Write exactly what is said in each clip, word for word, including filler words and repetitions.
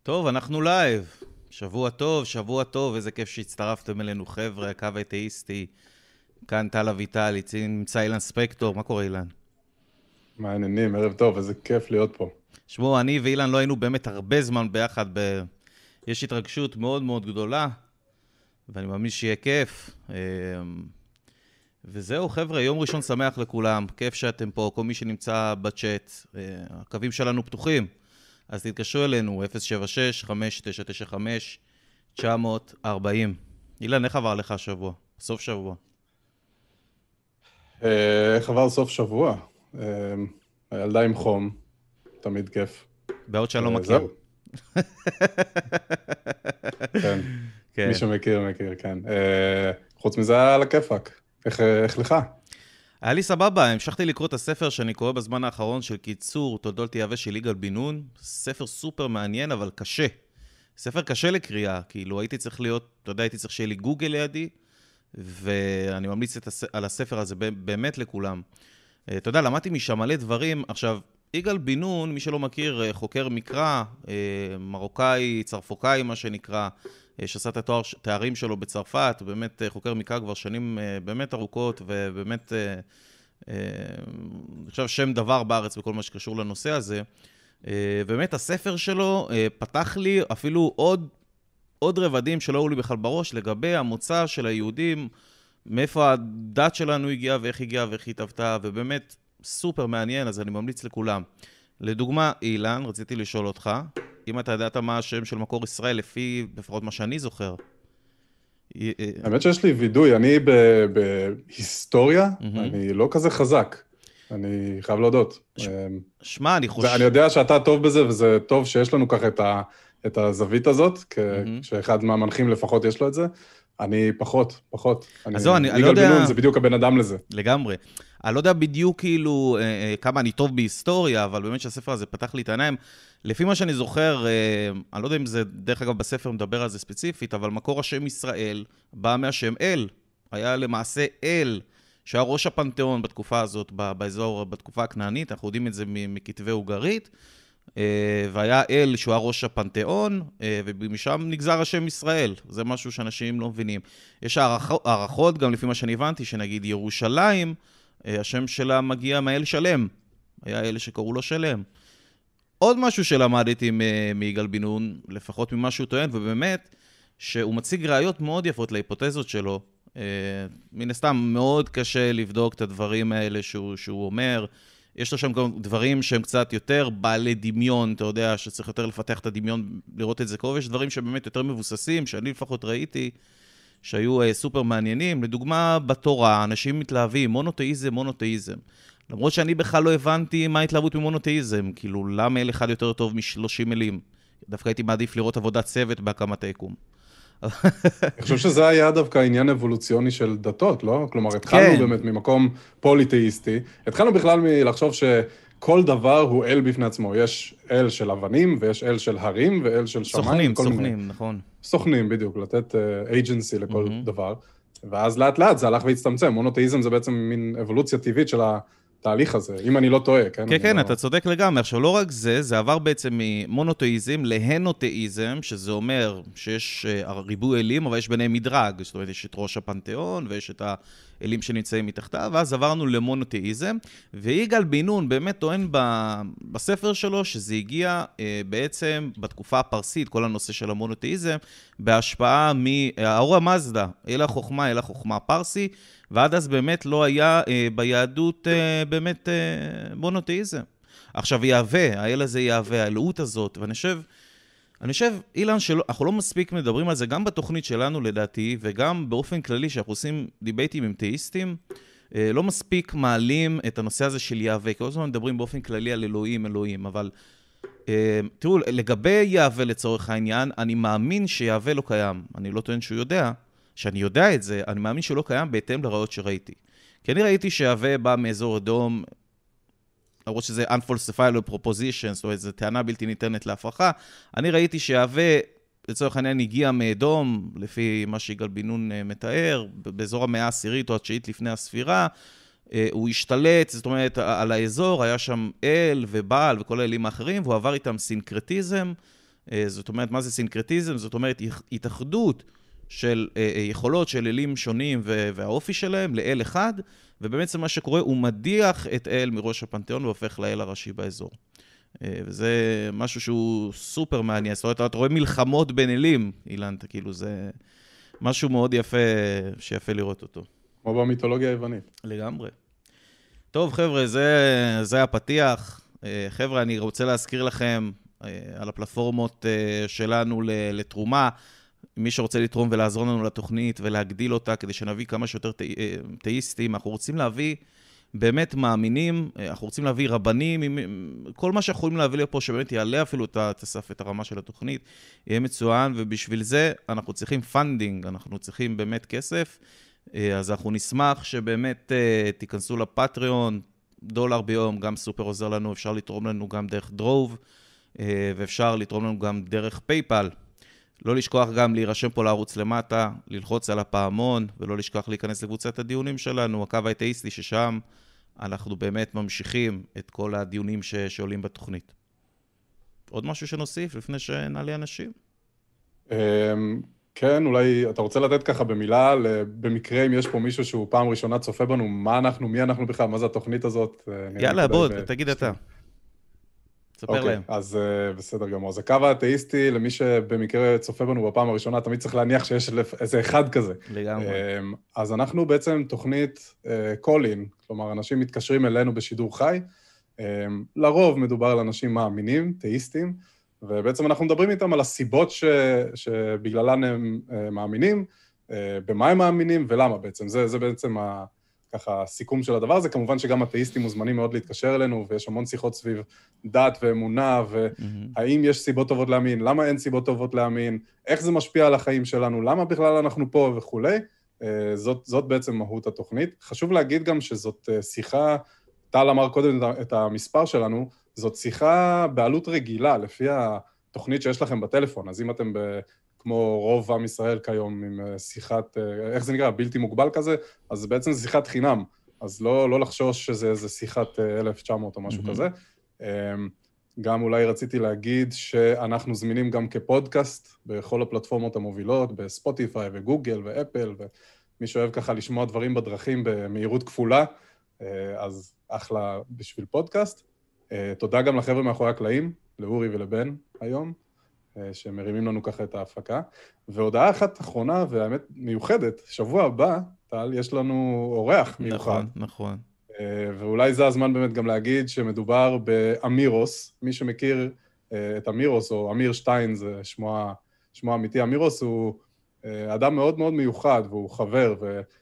טוב, אנחנו לייב. שבוע טוב, שבוע טוב, איזה כיף שהצטרפתם אלינו, חבר'ה, הקו האתאיסטי. כאן טל אביטל, נמצא אילן ספקטור. מה קורה, אילן? מה העניינים? ערב טוב, איזה כיף להיות פה. שמעו, אני ואילן לא היינו באמת הרבה זמן ביחד. ב... יש התרגשות מאוד מאוד גדולה, ואני מאמין שיהיה כיף. וזהו, חבר'ה, יום ראשון שמח לכולם. כיף שאתם פה, כל מי שנמצא בצ'אט. הקווים שלנו פתוחים. אז תתקשרו אלינו, אפס שבע שש חמש תשע תשע חמש תשע ארבע אפס. אילן, איך עבר לך השבוע? סוף שבוע. איך עבר סוף שבוע? הילדה עם חום, תמיד כיף. בעוד שאני לא מכיר. זהו. כן, מי שמכיר, מכיר, כן. חוץ מזה היה על הכיפק. איך לך? היה לי סבבה, המשכתי לקרוא את הספר שאני קורא בזמן האחרון של קיצור, תולדות יהווה של יגאל בן נון. ספר סופר מעניין, אבל קשה. ספר קשה לקריאה, כאילו הייתי צריך להיות, אתה יודע, הייתי צריך שיהיה לי גוגל לידי, ואני ממליץ על הספר הזה באמת לכולם. אתה יודע, למדתי משם מלא דברים. עכשיו, יגאל בן נון, מי שלא מכיר, חוקר מקרא, מרוקאי, צרפוקאי, מה שנקרא, שעשה את התארים שלו בצרפת, באמת חוקר מקרא כבר שנים באמת ארוכות, ובאמת, אני חושב, שם דבר בארץ בכל מה שקשור לנושא הזה. באמת, הספר שלו פתח לי אפילו עוד, עוד רבדים שלא היו לי בכלל בראש, לגבי המוצא של היהודים, מאיפה הדת שלנו הגיעה ואיך הגיעה ואיך היא התהוותה, ובאמת סופר מעניין, אז אני ממליץ לכולם. לדוגמה, אילן, רציתי לשאול אותך, אם אתה ידעת מה השם של מקור ישראל, לפי לפחות מה שאני זוכר. האמת שיש לי וידוי, אני בהיסטוריה, אני לא כזה חזק, אני חייב להודות. שמע, אני חושב... אני יודע שאתה טוב בזה, וזה טוב שיש לנו ככה את הזווית הזאת, כשאחד מהמנחים לפחות יש לו את זה. אני פחות, פחות. אז זהו, אני לא יודע... יגאל בן נון זה בדיוק הבן אדם לזה. לגמרי. אני לא יודע בדיוק כאילו כמה אני טוב בהיסטוריה, אבל באמת שהספר הזה פתח לי את העיניים. לפי מה שאני זוכר, אני לא יודע אם זה, דרך אגב, בספר מדבר על זה ספציפית, אבל מקור השם ישראל בא מהשם אל. היה למעשה אל, שהיה ראש הפנתיאון בתקופה הזאת, באזור, בתקופה הכנענית, אנחנו יודעים את זה מכתבי אוגרית, והיה אל שהוא היה ראש הפנתיאון, ומשם נגזר השם ישראל. זה משהו שאנשים לא מבינים. יש הערכות, גם לפי מה שאני הבנתי, שנגיד ירושלים, השם שלה מגיע מהאל שלם. היה אלה שקראו לו שלם. עוד משהו שלמדתי מיגאל בן נון, לפחות ממה שהוא טוען, ובאמת שהוא מציג ראיות מאוד יפות להיפותזות שלו. מן הסתם מאוד קשה לבדוק את הדברים האלה שהוא, שהוא אומר. יש לו שם גם דברים שהם קצת יותר בעלי דמיון, אתה יודע, שצריך יותר לפתח את הדמיון, לראות את זה קרוב. יש דברים שבאמת יותר מבוססים, שאני לפחות ראיתי, שהיו סופר מעניינים. לדוגמה, בתורה, אנשים מתלהבים, מונותאיזם, מונותאיזם. למרות שאני בכלל לא הבנתי מה ההתלהבות ממונותאיזם, כאילו, למה אל אחד יותר טוב משלושים מילים? דווקא הייתי מעדיף לראות עבודת צוות בהקמת היקום. אני חושב שזה היה דווקא עניין אבולוציוני של דתות, לא? כלומר, התחלנו באמת ממקום פוליתאיסטי, התחלנו בכלל מלחשוב שכל דבר הוא אל בפני עצמו. יש אל של אבנים, ויש אל של הרים, ואל של שמיים. סוכנים, סוכנים, נכון. סוכנים, בדיוק, לתת agency לכל דבר. ואז לאט לאט זה הלך והצטמצם. מונותאיזם זה בעצם מין אבולוציה טבעית של התהליך הזה, אם אני לא טועה, כן? כן, כן, אתה צודק לגמרי. עכשיו, לא רק זה, זה עבר בעצם ממונותאיזם להנותאיזם, שזה אומר שיש ריבוי אלים, אבל יש ביניהם מדרג. זאת אומרת, יש את ראש הפנתיאון, ויש את האלים שנמצאים מתחתיו, ואז עברנו למונותאיזם, ויגאל בן נון באמת טוען בספר שלו, שזה הגיע בעצם בתקופה הפרסית, כל הנושא של המונותאיזם, בהשפעה מהאור המזדה, אל החוכמה, אל החוכמה הפרסי, ועד אז באמת לא היה אה, ביהדות אה, באמת אה, מונותאיזם. עכשיו יהווה, האל הזה יהווה, האלוהות הזאת, ואני חושב, אני חושב, אילן, שאנחנו לא מספיק מדברים על זה, גם בתוכנית שלנו לדעתי, וגם באופן כללי שאנחנו עושים דיבייטים עם תאיסטים, אה, לא מספיק מעלים את הנושא הזה של יהווה, כי עוד מדברים באופן כללי על אלוהים, אלוהים, אבל אה, תראו, לגבי יהווה לצורך העניין, אני מאמין שיהווה לא קיים, אני לא טוען שהוא יודע, שאני יודע את זה, אני מאמין שהוא לא קיים בהתאם לראיות שראיתי. כי אני ראיתי שיהווה בא מאזור אדום, למרות שזה unfalsifiable proposition, זאת אומרת, זו טענה בלתי ניתנת להפרחה, אני ראיתי שיהווה, לצורך העניין, הגיע מאדום, לפי מה שיגאל בן נון מתאר, באזור המאה העשירית או התשיעית לפני הספירה, הוא השתלט, זאת אומרת, על האזור, היה שם אל ובעל וכל האלים האחרים, והוא עבר איתם סינקרטיזם, זאת אומרת, מה זה סינקרטיזם? זאת אומרת, התאחדות של יכולות של אלים שונים והאופי שלהם לאל אחד, ובאמת מה שקורה, הוא מדיח את אל מראש הפנתיאון והופך לאל הראשי באזור. וזה משהו שהוא סופר מעניין. זאת אומרת, אתה רואה מלחמות בין אלים, אילן, כאילו זה משהו מאוד יפה, שיפה לראות אותו. כמו במיתולוגיה היוונית. לגמרי. טוב, חבר'ה, זה, זה הפתיח. חבר'ה, אני רוצה להזכיר לכם על הפלטפורמות שלנו לתרומה. מי שרוצה לתרום ולעזור לנו לתוכנית ולהגדיל אותה כדי שנביא כמה שיותר תאיסטים, אנחנו רוצים להביא באמת מאמינים, אנחנו רוצים להביא רבנים, כל מה שאנחנו יכולים להביא לפה שבאמת יעלה אפילו את הסף, את הרמה של התוכנית, יהיה מצוין, ובשביל זה אנחנו צריכים פנדינג, אנחנו צריכים באמת כסף, אז אנחנו נשמח שבאמת תיכנסו לפטריון, דולר ביום, גם סופר עוזר לנו, אפשר לתרום לנו גם דרך דרוב, ואפשר לתרום לנו גם דרך פייפל. לא לשכוח גם להירשם פה לערוץ למטה, ללחוץ על הפעמון, ולא לשכוח להיכנס לקבוצת הדיונים שלנו, הקו האתאיסטי, ששם אנחנו באמת ממשיכים את כל הדיונים ש... שעולים בתוכנית. עוד משהו שנוסיף לפני שנעלה אנשים? כן, אולי אתה רוצה לתת ככה במילה, במקרה אם יש פה מישהו שהוא פעם ראשונה צופה בנו, מה אנחנו, מי אנחנו בכלל, מה זה התוכנית הזאת? יאללה, בוא, תגיד אתה. ספר להם. אז בסדר גמור. זה קו האתאיסטי, למי שבמקרה צופה בנו בפעם הראשונה, תמיד צריך להניח שיש איזה אחד כזה. לגמרי. אז אנחנו בעצם תוכנית קולין, כלומר, אנשים מתקשרים אלינו בשידור חי, לרוב מדובר על אנשים מאמינים, תאיסטים, ובעצם אנחנו מדברים איתם על הסיבות ש... שבגללן הם מאמינים, במה הם מאמינים ולמה בעצם. זה, זה בעצם ה... ככה, סיכום של הדבר הזה. כמובן שגם אתאיסטים מוזמנים מאוד להתקשר אלינו, ויש המון שיחות סביב דת ואמונה, והאם יש סיבות טובות להאמין, למה אין סיבות טובות להאמין, איך זה משפיע על החיים שלנו, למה בכלל אנחנו פה וכו'. זאת, זאת בעצם מהות התוכנית. חשוב להגיד גם שזאת שיחה, טל אמר קודם את המספר שלנו, זאת שיחה בעלות רגילה, לפי התוכנית שיש לכם בטלפון. אז אם אתם ב... כמו רוב עם ישראל כיום, עם שיחת, איך זה נקרא, בלתי מוגבל כזה, אז בעצם זה שיחת חינם, אז לא, לא לחשוש שזה איזה שיחת אלף תשע מאות או משהו mm-hmm. כזה. גם אולי רציתי להגיד שאנחנו זמינים גם כפודקאסט, בכל הפלטפורמות המובילות, בספוטיפיי וגוגל ואפל, ומי שאוהב ככה לשמוע דברים בדרכים במהירות כפולה, אז אחלה בשביל פודקאסט. תודה גם לחבר'ה מאחורי הקלעים, לאורי ולבן היום. שמרימים לנו ככה את ההפקה. והודעה אחת אחרונה, והאמת מיוחדת, שבוע הבא, טל, יש לנו אורח מיוחד. נכון, נכון. ואולי זה הזמן באמת גם להגיד שמדובר באמירוס. מי שמכיר את אמירוס, או אמיר שטיין, זה שמו, שמו האמיתי. אמירוס הוא אדם מאוד מאוד מיוחד, והוא חבר,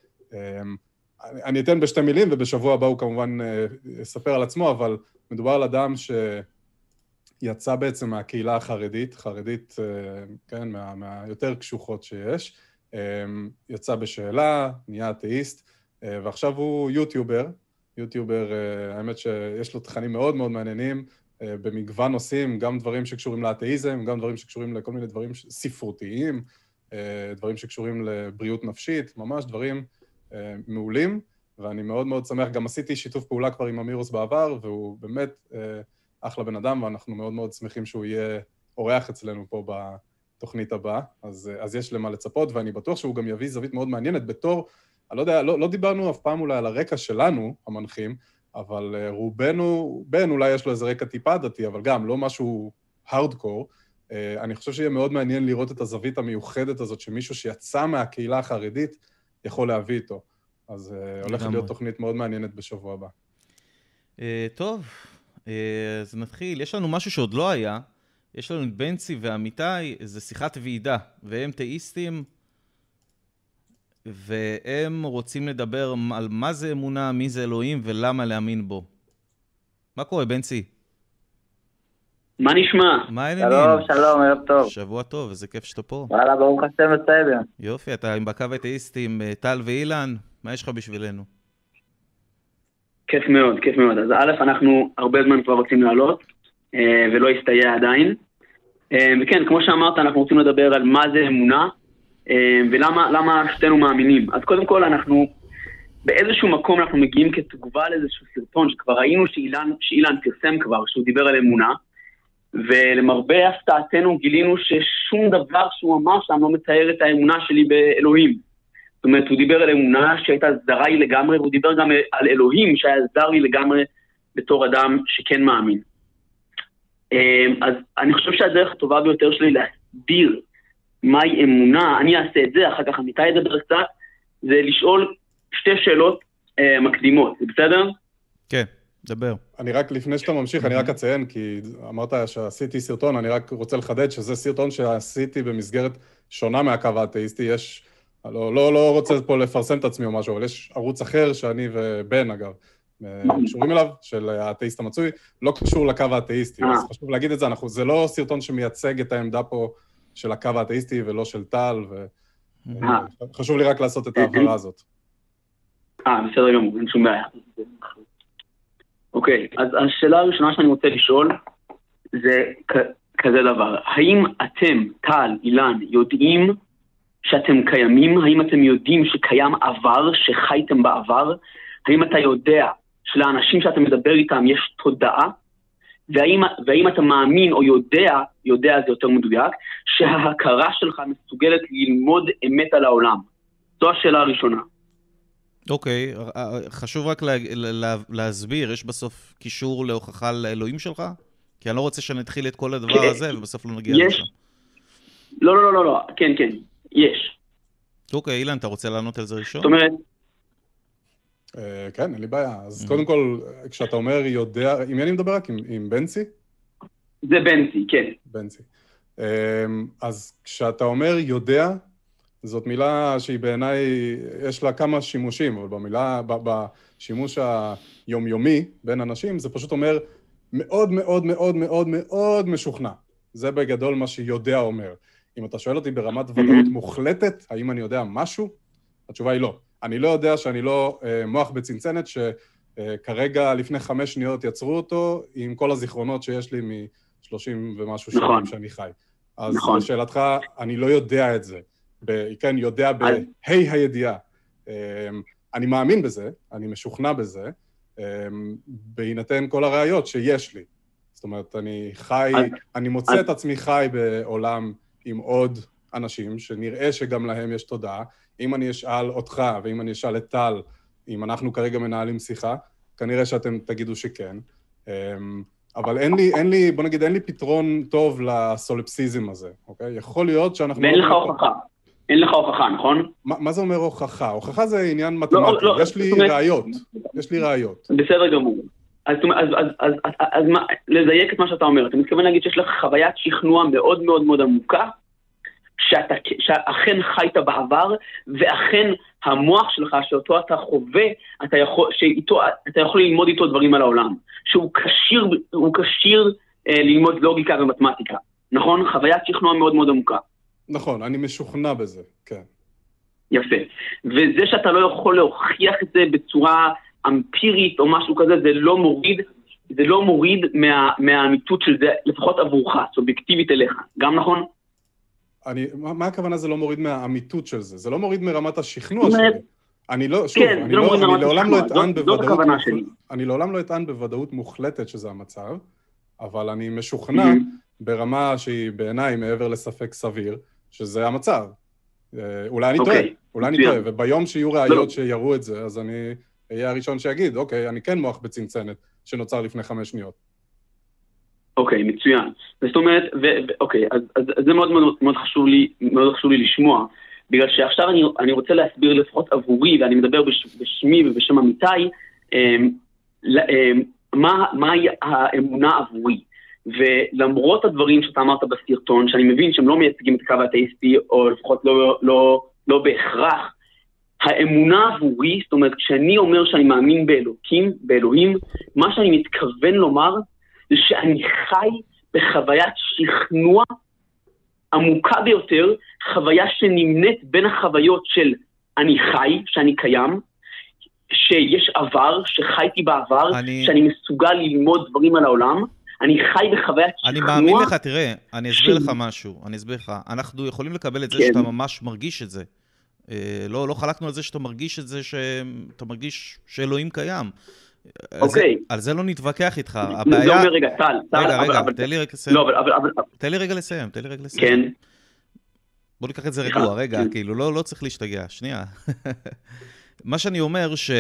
ואני אתן בשתי מילים, ובשבוע הבא הוא כמובן יספר על עצמו, אבל מדובר על אדם ש... יצא בעצם מהקהילה החרדית, חרדית, כן, מה, מהיותר קשוחות שיש, יצא בשאלה, נהיה אתאיסט, ועכשיו הוא יוטיובר, יוטיובר, האמת שיש לו תכנים מאוד מאוד מעניינים, במגוון נושאים, גם דברים שקשורים לאתאיזם, גם דברים שקשורים לכל מיני דברים ספרותיים, דברים שקשורים לבריאות נפשית, ממש דברים מעולים, ואני מאוד מאוד שמח, גם עשיתי שיתוף פעולה כבר עם אמירוס בעבר, והוא באמת... אחלה בן אדם, ואנחנו מאוד מאוד שמחים שהוא יהיה אורח אצלנו פה בתוכנית הבאה, אז, אז יש למה לצפות, ואני בטוח שהוא גם יביא זווית מאוד מעניינת בתור, אני לא יודע, לא, לא דיברנו אף פעם אולי על הרקע שלנו, המנחים, אבל רובנו, בן אולי יש לו איזה רקע טיפה דתי, אבל גם לא משהו הארדקור, אני חושב שיהיה מאוד מעניין לראות את הזווית המיוחדת הזאת, שמישהו שיצא מהקהילה החרדית יכול להביא איתו, אז הולך להיות תוכנית מאוד מעניינת בשבוע הבא. טוב. אז נתחיל, יש לנו משהו שעוד לא היה, יש לנו את בנצי ואמיתי, זה שיחת ועידה, והם תאיסטים, והם רוצים לדבר על מה זה אמונה, מי זה אלוהים ולמה להאמין בו. מה קורה, בנצי? מה נשמע? מה העניינים? שלום, שלום, ערב טוב. שבוע טוב, איזה כיף שאתה פה. וואלה, ברוך השם בסדר. יופי, אתה עם בקו האתאיסטים, טל ואילן, מה יש לך בשבילנו? כיף מאוד, כיף מאוד. אז א', אנחנו הרבה זמן כבר רוצים לעלות, ולא הסתייע עדיין. וכן, כמו שאמרת, אנחנו רוצים לדבר על מה זה אמונה, ולמה למה שתינו מאמינים. אז קודם כל, אנחנו באיזשהו מקום אנחנו מגיעים כתגובה לאיזשהו סרטון, שכבר ראינו שאילן, שאילן פרסם כבר, שהוא דיבר על אמונה, ולמרבה הפתעתנו גילינו ששום דבר שהוא אמר שם לא מתאר את האמונה שלי באלוהים. זאת אומרת, הוא דיבר על אמונה שהייתה זרה לי לגמרי, והוא דיבר גם על אלוהים שהיה זר לי לגמרי בתור אדם שכן מאמין. אז אני חושב שהדרך הטובה ביותר שלי להסביר מהי אמונה, אני אעשה את זה, אחר כך עמיתי ידבר קצת, זה לשאול שתי שאלות אה, מקדימות, זה בסדר? כן, דבר. אני רק, לפני שאתה ממשיך, אני רק אציין, כי אמרת שעשיתי סרטון, אני רק רוצה לחדד שזה סרטון שעשיתי במסגרת שונה מהקו האתאיסטי, יש, לא, לא, לא רוצה פה לפרסם את עצמי או משהו, אבל יש ערוץ אחר שאני ובן, אגב, קשורים אליו, של האתאיסט המצוי, לא קשור לקו האתאיסטי, אז חשוב להגיד את זה, אנחנו, זה לא סרטון שמייצג את העמדה פה של הקו האתאיסטי ולא של טל, וחשוב לי רק לעשות את ההעברה הזאת. אה, בסדר גמור, אין שום בעיה. אוקיי, אז השאלה הראשונה שאני רוצה לשאול, זה כזה דבר, האם אתם, טל, אילן, יודעים שאתם קיימים? האם אתם יודעים שקיים עבר, שחייתם בעבר? האם אתה יודע שלאנשים שאתה מדבר איתם יש תודעה? והאם, והאם אתה מאמין או יודע, יודע זה יותר מדויק, שההכרה שלך מסוגלת ללמוד אמת על העולם? זו השאלה הראשונה. אוקיי, חשוב רק לה, לה, להסביר, יש בסוף קישור להוכחה לאלוהים שלך? כי אני לא רוצה שנתחיל את כל הדבר הזה ובסוף לא נגיע לשם. לא, לא, לא, לא, כן, כן, יש. אוקיי, אילן, אתה רוצה לענות על זה ראשון? זאת אומרת, כן, אין לי בעיה. אז קודם כל, כשאתה אומר יודע, עם מי אני מדבר רק? עם בנצי? זה בנצי, כן. בנצי. אז כשאתה אומר יודע, זאת מילה שהיא בעיניי, יש לה כמה שימושים, אבל במילה, בשימוש היומיומי בין אנשים, זה פשוט אומר מאוד מאוד מאוד מאוד מאוד משוכנע. זה בגדול מה שיודע אומר. אם אתה שואל אותי ברמת ודאות מוחלטת, האם אני יודע משהו? התשובה היא לא. אני לא יודע שאני לא אה, מוח בצנצנת, שכרגע לפני חמש שניות יצרו אותו, עם כל הזיכרונות שיש לי מ-שלושים ומשהו שנים נכון. שאני חי. אז נכון. לשאלתך, אני לא יודע את זה. ב- כן, יודע בהי הידיעה. אה, אני מאמין בזה, אני משוכנע בזה, אה, בהינתן כל הראיות שיש לי. זאת אומרת, אני חי, אז, אני מוצא אז... את עצמי חי בעולם עם עוד אנשים, שנראה שגם להם יש תודעה. אם אני אשאל אותך, ואם אני אשאל את טל, אם אנחנו כרגע מנהלים שיחה, כנראה שאתם תגידו שכן. אבל אין לי, אין לי, בוא נגיד, אין לי פתרון טוב לסולפסיזם הזה, אוקיי? יכול להיות שאנחנו... ואין לך הוכחה. אין לך הוכחה, נכון? מה, מה זה אומר הוכחה? הוכחה זה עניין מתמטי. לא, לא, יש לי אומרת... ראיות. יש לי ראיות. בסדר גמור. אז, אז, אז, אז, אז, אז מה, לזייק את מה שאתה אומר. אתה מתכוון להגיד שיש לך חוויית שכנוע מאוד מאוד מאוד עמוקה, שאתה, שאכן חיית בעבר, ואכן המוח שלך, שאותו אתה חווה, אתה יכול, שאיתו, אתה יכול ללמוד איתו דברים על העולם. שהוא קשיר, הוא קשיר אה, ללמוד לוגיקה ומתמטיקה. נכון? חוויית שכנוע מאוד מאוד עמוקה. נכון, אני משוכנע בזה, כן. יפה. וזה שאתה לא יכול להוכיח את זה בצורה אמפירית או משהו כזה, זה לא מוריד, זה לא מוריד מה, מהאמיתות של זה, לפחות עבורך, סובייקטיבית אליך. גם נכון? אני, מה, מה הכוונה זה לא מוריד מהאמיתות של זה? זה לא מוריד מרמת השכנוע שלי. אני לא, שוב, כן, אני, לא, לא אני לעולם לא אטען בוודאות, מוחל... אני לעולם לא אטען בוודאות מוחלטת שזה המצב, אבל אני משוכנע ברמה שהיא בעיניי מעבר לספק סביר, שזה המצב. אולי אני טועה, אולי אני טועה, וביום שיהיו ראיות שיראו את זה, אז אני אהיה הראשון שיגיד, אוקיי, אני כן מוח בצנצנת שנוצר לפני חמש שניות. אוקיי, מצוין. זאת אומרת, אוקיי, אז זה מאוד מאוד חשוב לי, מאוד חשוב לי לשמוע, בגלל שעכשיו אני, אני רוצה להסביר לפחות עבורי, ואני מדבר בשמי ובשם עמיתי, מה, מהי האמונה עבורי. ולמרות הדברים שאתה אמרת בסרטון, שאני מבין שהם לא מייצגים את הקו האתאיסטי, או לפחות לא, לא, לא בהכרח, האמונה עבורי, זאת אומרת, כשאני אומר שאני מאמין באלוקים, באלוהים, מה שאני מתכוון לומר, זה שאני חי בחוויית שכנוע עמוקה ביותר, חוויה שנמנית בין החוויות של אני חי, שאני קיים, שיש עבר, שחייתי בעבר, אני... שאני מסוגל ללמוד דברים על העולם, אני חי בחוויית שכנוע. אני מאמין לך, תראה, אני אסביר לך משהו, אני אסביר לך. אנחנו יכולים לקבל את זה שאתה ממש מרגיש את זה. לא, לא חלקנו על זה שאתה מרגיש את זה, שאתה מרגיש שאלוהים קיים. אוקיי. על זה לא נתווכח איתך. זה אומר רגע, טל. רגע, רגע, תן לי רגע לסיים. לא, אבל... תן לי רגע לסיים, תן לי רגע לסיים. כן. בוא ניקח את זה רגוע, רגע, כאילו, לא, לא צריך להשתגע, שנייה. מה שאני אומר ש...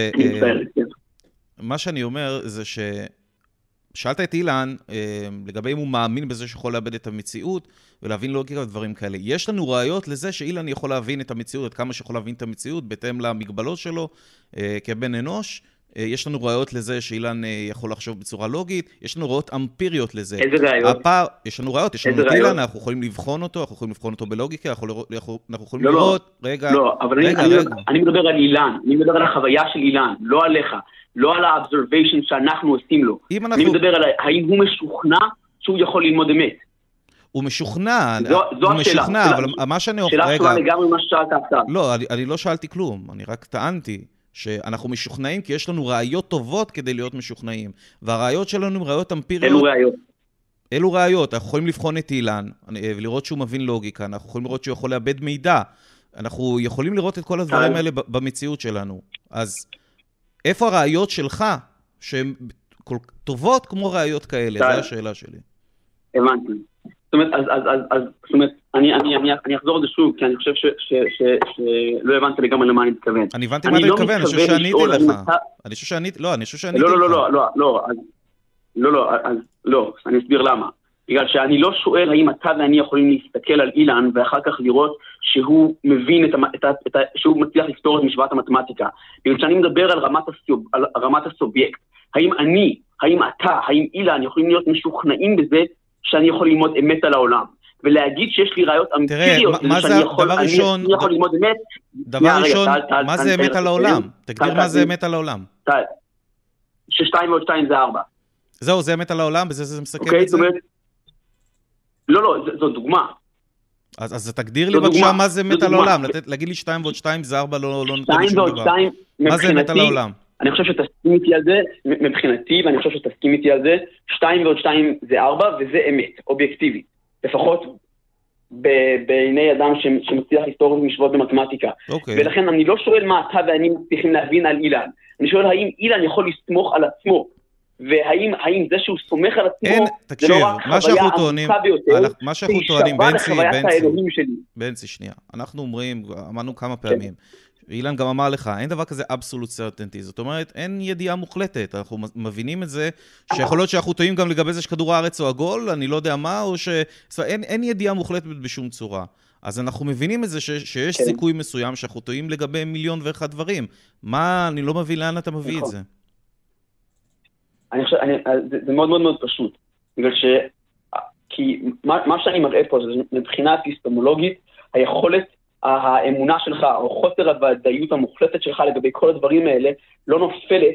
מה שאני אומר זה ש... שאלת את אילן, לגבי אם הוא מאמין בזה שיכול לאבד את המציאות, ולהבין לוגיקה ודברים כאלה. יש לנו ראיות לזה שאילן יכול להבין את המציאות, עד כמה שיכול להבין את המציאות, בהתאם למגבלות שלו, כבן אנוש. יש לנו ראיות לזה שאילן יכול לחשוב בצורה לוגית, יש לנו ראיות אמפיריות לזה. איזה ראיות? הפער, יש לנו ראיות, יש לנו את אילן, אנחנו יכולים לבחון אותו, אנחנו יכולים לבחון אותו בלוגיקה, אנחנו, אנחנו יכולים לא, לראות, לא, רגע, לא, אבל רגע, אני, רגע. אני, אני מדבר על אילן, אני מדבר על החוויה של אילן, לא עליך, לא על ה-observation שאנחנו עושים לו. אנחנו... אני מדבר על האם הוא משוכנע שהוא יכול ללמוד אמת. הוא משוכנע, זו, זו הוא השאלה, משוכנע, שאלה, אבל מה שאני... שאלה רגע, שונה לגמרי מה ששאלת עכשיו. לא, אני, אני לא שאלתי כלום, אני רק טענתי. שאנחנו משוכנעים כי יש לנו ראיות טובות כדי להיות משוכנעים. והראיות שלנו הן ראיות אמפיריות. אלו ראיות. אלו ראיות. אנחנו יכולים לבחון את אילן, ולראות שהוא מבין לוגיקה, אנחנו יכולים לראות שהוא יכול לאבד מידע. אנחנו יכולים לראות את כל הדברים האלה במציאות שלנו. אז איפה הראיות שלך, שהן טובות כמו ראיות כאלה? זו השאלה שלי. הבנתי. זאת אומרת, אז, אז, אז, אז, זאת אומרת, אני, אני, אני, אני אחזור על זה שוב, כי אני חושב ש, ש, ש, שלא הבנת לגמרי למה אני מתכוון. אני הבנתי מה אתה מתכוון, אני חושב שעניתי לך. אני חושב שעניתי, לא, אני חושב שעניתי לך. לא, לא, לא, לא, לא, לא, לא, אז, לא, אני אסביר למה. בגלל שאני לא שואל האם אתה ואני יכולים להסתכל על אילן, ואחר כך לראות שהוא מבין את, את, את, שהוא מצליח לפתור את משוואת המתמטיקה. בגלל שאני מדבר על רמת, הסוב, על רמת הסובייקט. האם אני, האם אתה, האם אילן יכולים להיות משוכנעים בזה שאני יכול ללמוד אמת על העולם, ולהגיד שיש לי ראיות אמפיריות, שאני יכול ללמוד אמת. דבר ראשון, מה זה אמת על העולם? תגדיר מה זה אמת על העולם. ששתיים ועוד שתיים זה ארבע. זהו, זה אמת על העולם, בזה זה מסכם את זה? לא, לא, זו דוגמה. אז תגדיר לי בבקשה מה זה אמת על העולם, להגיד לי שתיים ועוד שתיים זה ארבע, לא נותן לי שום דבר. מה זה אמת על העולם? אני חושב שתסכים איתי על זה, מבחינתי, ואני חושב שתסכים איתי על זה, שתיים ועוד שתיים זה ארבע, וזה אמת, אובייקטיבית. לפחות בעיני אדם שמצליח לפתור משוואות במתמטיקה. ולכן אני לא שואל מה אתה ואני מצליחים להבין על אילן. אני שואל האם אילן יכול לסמוך על עצמו, והאם זה שהוא סומך על עצמו, זה לא רק חוויה עמוקה ביותר, שהיא שווה לחוויית האלוהים שלי. בנצי, שנייה. אנחנו אומרים, אמרנו כמה פעמים, אילן גם אמר לך, אין דבר כזה absolute certainty, זאת אומרת, אין ידיעה מוחלטת, אנחנו מבינים את זה, שיכול להיות שאנחנו טועים גם לגבי זה שכדור הארץ או עגול, אני לא יודע מה, או ש... זאת אומרת, אין, אין ידיעה מוחלטת בשום צורה. אז אנחנו מבינים את זה ש... שיש כן. סיכוי מסוים שאנחנו טועים לגבי מיליון ואחד דברים. מה, אני לא מבין לאן אתה מביא נכון. את זה. אני חושב, אני, זה, זה מאוד מאוד מאוד פשוט, בגלל ש... כי מה, מה שאני מראה פה, זה מבחינה אפיסטמולוגית, היכולת האמונה שלך, או חוסר הוודאיות המוחלטת שלך לגבי כל הדברים האלה, לא נופלת,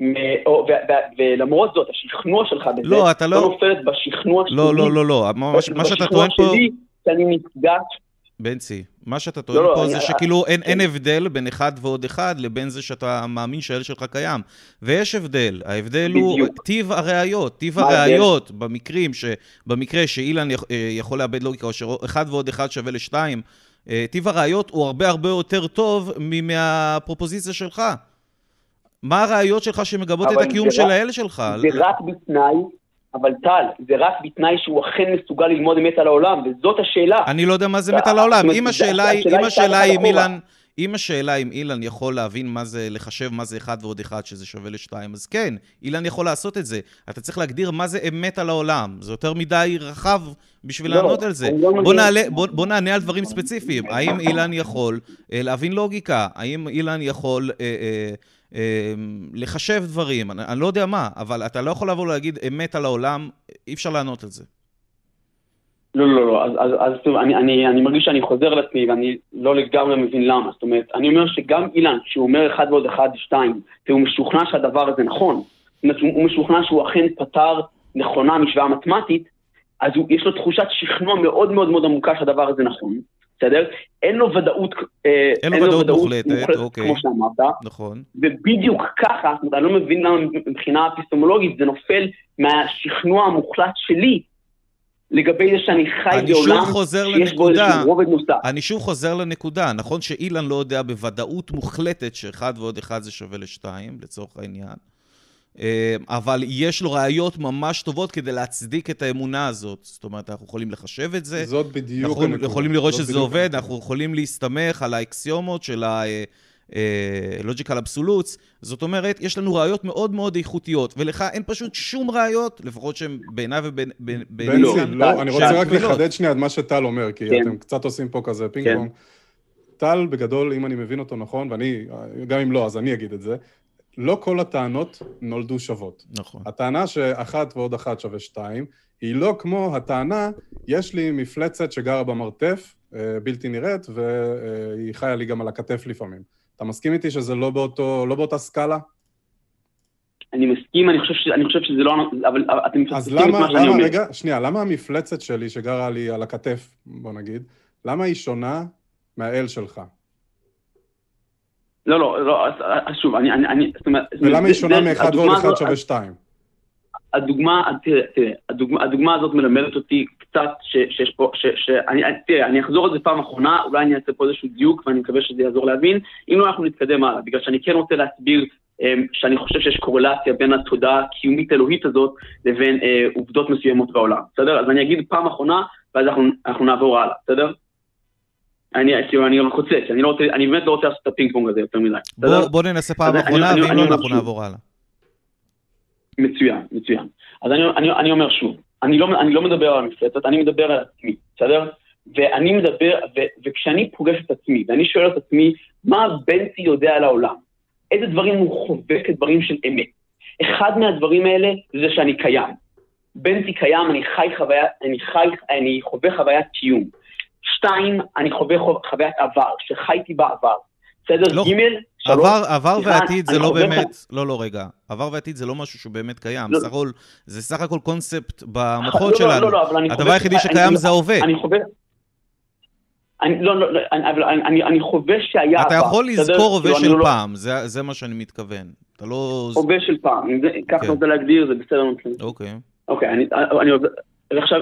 ולמרות זאת, השכנוע שלך בזה, לא, אתה לא... לא נופלת בשכנוע שלי. לא, לא, לא, לא, מה שאתה טוען פה... בשכנוע שלי, שאני נפגש... בנצי, מה שאתה טוען פה זה שכאילו אין הבדל בין אחד ועוד אחד, לבין זה שאתה מאמין שהאל שלך קיים. ויש הבדל, ההבדל הוא טיב הראיות, טיב הראיות במקרים, במקרה שאילן יכול לאבד לוגיקה, או שאחד ועוד אחד שווה לשתיים, טיב הראיות הוא הרבה הרבה יותר טוב מהפרופוזיציה שלך. מה הראיות שלך שמגבות את הקיום של האל שלך? זה רק בתנאי, אבל טל, זה רק בתנאי שהוא אכן מסוגל ללמוד אמת על העולם, וזאת השאלה. אני לא יודע מה זה אמת על העולם. אם השאלה היא אם אילן, אם השאלה אם אילן יכול להבין מה זה, לחשב מה זה אחד ועוד אחד, שזה שווה לשתיים, אז כן, אילן יכול לעשות את זה. אתה צריך להגדיר מה זה אמת על העולם. זה יותר מדי רחב בשביל לענות על זה. בוא נענה על דברים ספציפיים. האם אילן יכול להבין לוגיקה? האם אילן יכול לחשב דברים? אני לא יודע מה, אבל אתה לא יכול לבוא להגיד אמת על העולם, אי אפשר לענות על זה. לא, לא, לא, אז, אז, אז טוב, אני, אני, אני מרגיש שאני חוזר על עצמי, ואני לא לגמרי מבין למה. זאת אומרת, אני אומר שגם אילן, שהוא אומר אחד ועוד אחד, שתיים, והוא משוכנע שהדבר הזה נכון, זאת אומרת, הוא משוכנע שהוא אכן פתר נכונה משוואה מתמטית, אז הוא, יש לו תחושת שכנוע מאוד מאוד מאוד עמוקה שהדבר הזה נכון, בסדר? אין לו ודאות, אין לו ודאות מוחלטת, מוחלטת אוקיי. כמו שאמרת. נכון. ובדיוק ככה, זאת אומרת, אני לא מבין למה מבחינה אפיסטמולוגית, זה נופל מהשכנוע המוחלט שלי, לגבי זה שאני חי בעולם שיש בו איזשהו רובד נוסף. אני שוב חוזר לנקודה. נכון שאילן לא יודע בוודאות מוחלטת שאחד ועוד אחד זה שווה לשתיים, לצורך העניין. אבל יש לו ראיות ממש טובות כדי להצדיק את האמונה הזאת. זאת אומרת, אנחנו יכולים לחשב את זה. זאת בדיוק הנקודה. אנחנו יכולים לראות שזה עובד, אנחנו יכולים להסתמך על האקסיומות של ה-logical absolutes. זאת אומרת, יש לנו ראיות מאוד מאוד איכותיות, ולך אין פשוט שום ראיות, לפחות שהן בעיניי ובין... בנצי, לא, אני רוצה רק לחדד שנייה את מה שטל אומר, כי אתם קצת עושים פה כזה פינג פונג. טל, בגדול, אם אני מבין אותו נכון, ואני, גם אם לא, אז אני אגיד את זה, לא כל הטענות נולדו שוות. נכון. הטענה שאחת ועוד אחת שווה שתיים, היא לא כמו הטענה, יש לי מפלצת שגרה במרתף, בלתי נראית, והיא חיה לי גם על הכתף לפעמים. אתה מסכים איתי שזה לא באותו, לא באותה סקאלה? אני מסכים, אני חושב, ש... אני חושב שזה לא... אבל אתם מפספסים את מה שאני אומר. רגע, שנייה, למה המפלצת שלי שגרה לי על הכתף, בוא נגיד, למה היא שונה מהאל שלך? לא, לא, לא, אז שוב, אני, אני, זאת אומרת... ולמה היא שונה מאחד ועוד אחד שווה שתיים? הדוגמה, תראה, תראה, הדוגמה, הדוגמה הזאת מלמדת אותי קצת שיש פה, ש, ש, אני, תראה, אני אחזור על זה פעם אחרונה, אולי אני אעשה פה איזשהו דיוק, ואני מקווה שזה יעזור להבין, אם לא אנחנו נתקדם הלאה, בגלל שאני כן רוצה להסביר שאני חושב שיש קורלציה בין התודעה הקיומית אלוהית הזאת, לבין אה, עובדות מסוימות בעולם, בסדר? אז אני אגיד פעם אחרונה, ואז אנחנו, אנחנו נעבור הלאה, בסדר? אני, אני רק רוצה, אני, לא רוצה, אני באמת לא רוצה לעשות את הפינג פונג הזה יותר מדי. בוא, בוא ננסה פעם אחרונה, ואם לא אנחנו נעבור הלאה. מצוין, מצוין. אז אני, אני, אני אומר שוב, אני לא, אני לא מדבר על המפלצת, אני מדבר על עצמי, בסדר? ואני מדבר, ו, וכשאני פוגש את עצמי, ואני שואל את עצמי, מה בנצי יודע על העולם? איזה דברים הוא חווה כדברים של אמת? אחד מהדברים האלה זה שאני קיים. בנצי קיים, אני חי חוויה, אני חי, אני חווה חוויית קיום. שתיים, אני חווה חוויית עבר, שחייתי בעבר. בסדר? לא, ג' עבר, עבר ועתיד זה לא באמת, לא, לא, רגע. עבר ועתיד זה לא משהו שהוא באמת קיים. לא, סך הכל, זה סך הכל קונספט במוחות לא, שלנו. לא, לא, לא, אבל אני הדבר חווה, היחידי שקיים אני, זה ההווה. אני חווה... אני, לא, לא, אני, אני, אני, אני חווה שהיה... אתה יכול לזכור הווה של לא... פעם, זה, זה מה שאני מתכוון. אתה לא... הווה של פעם, אם זה, okay. ככה רוצה להגדיר, זה בסדר. אוקיי. אוקיי, אני, אני, עכשיו,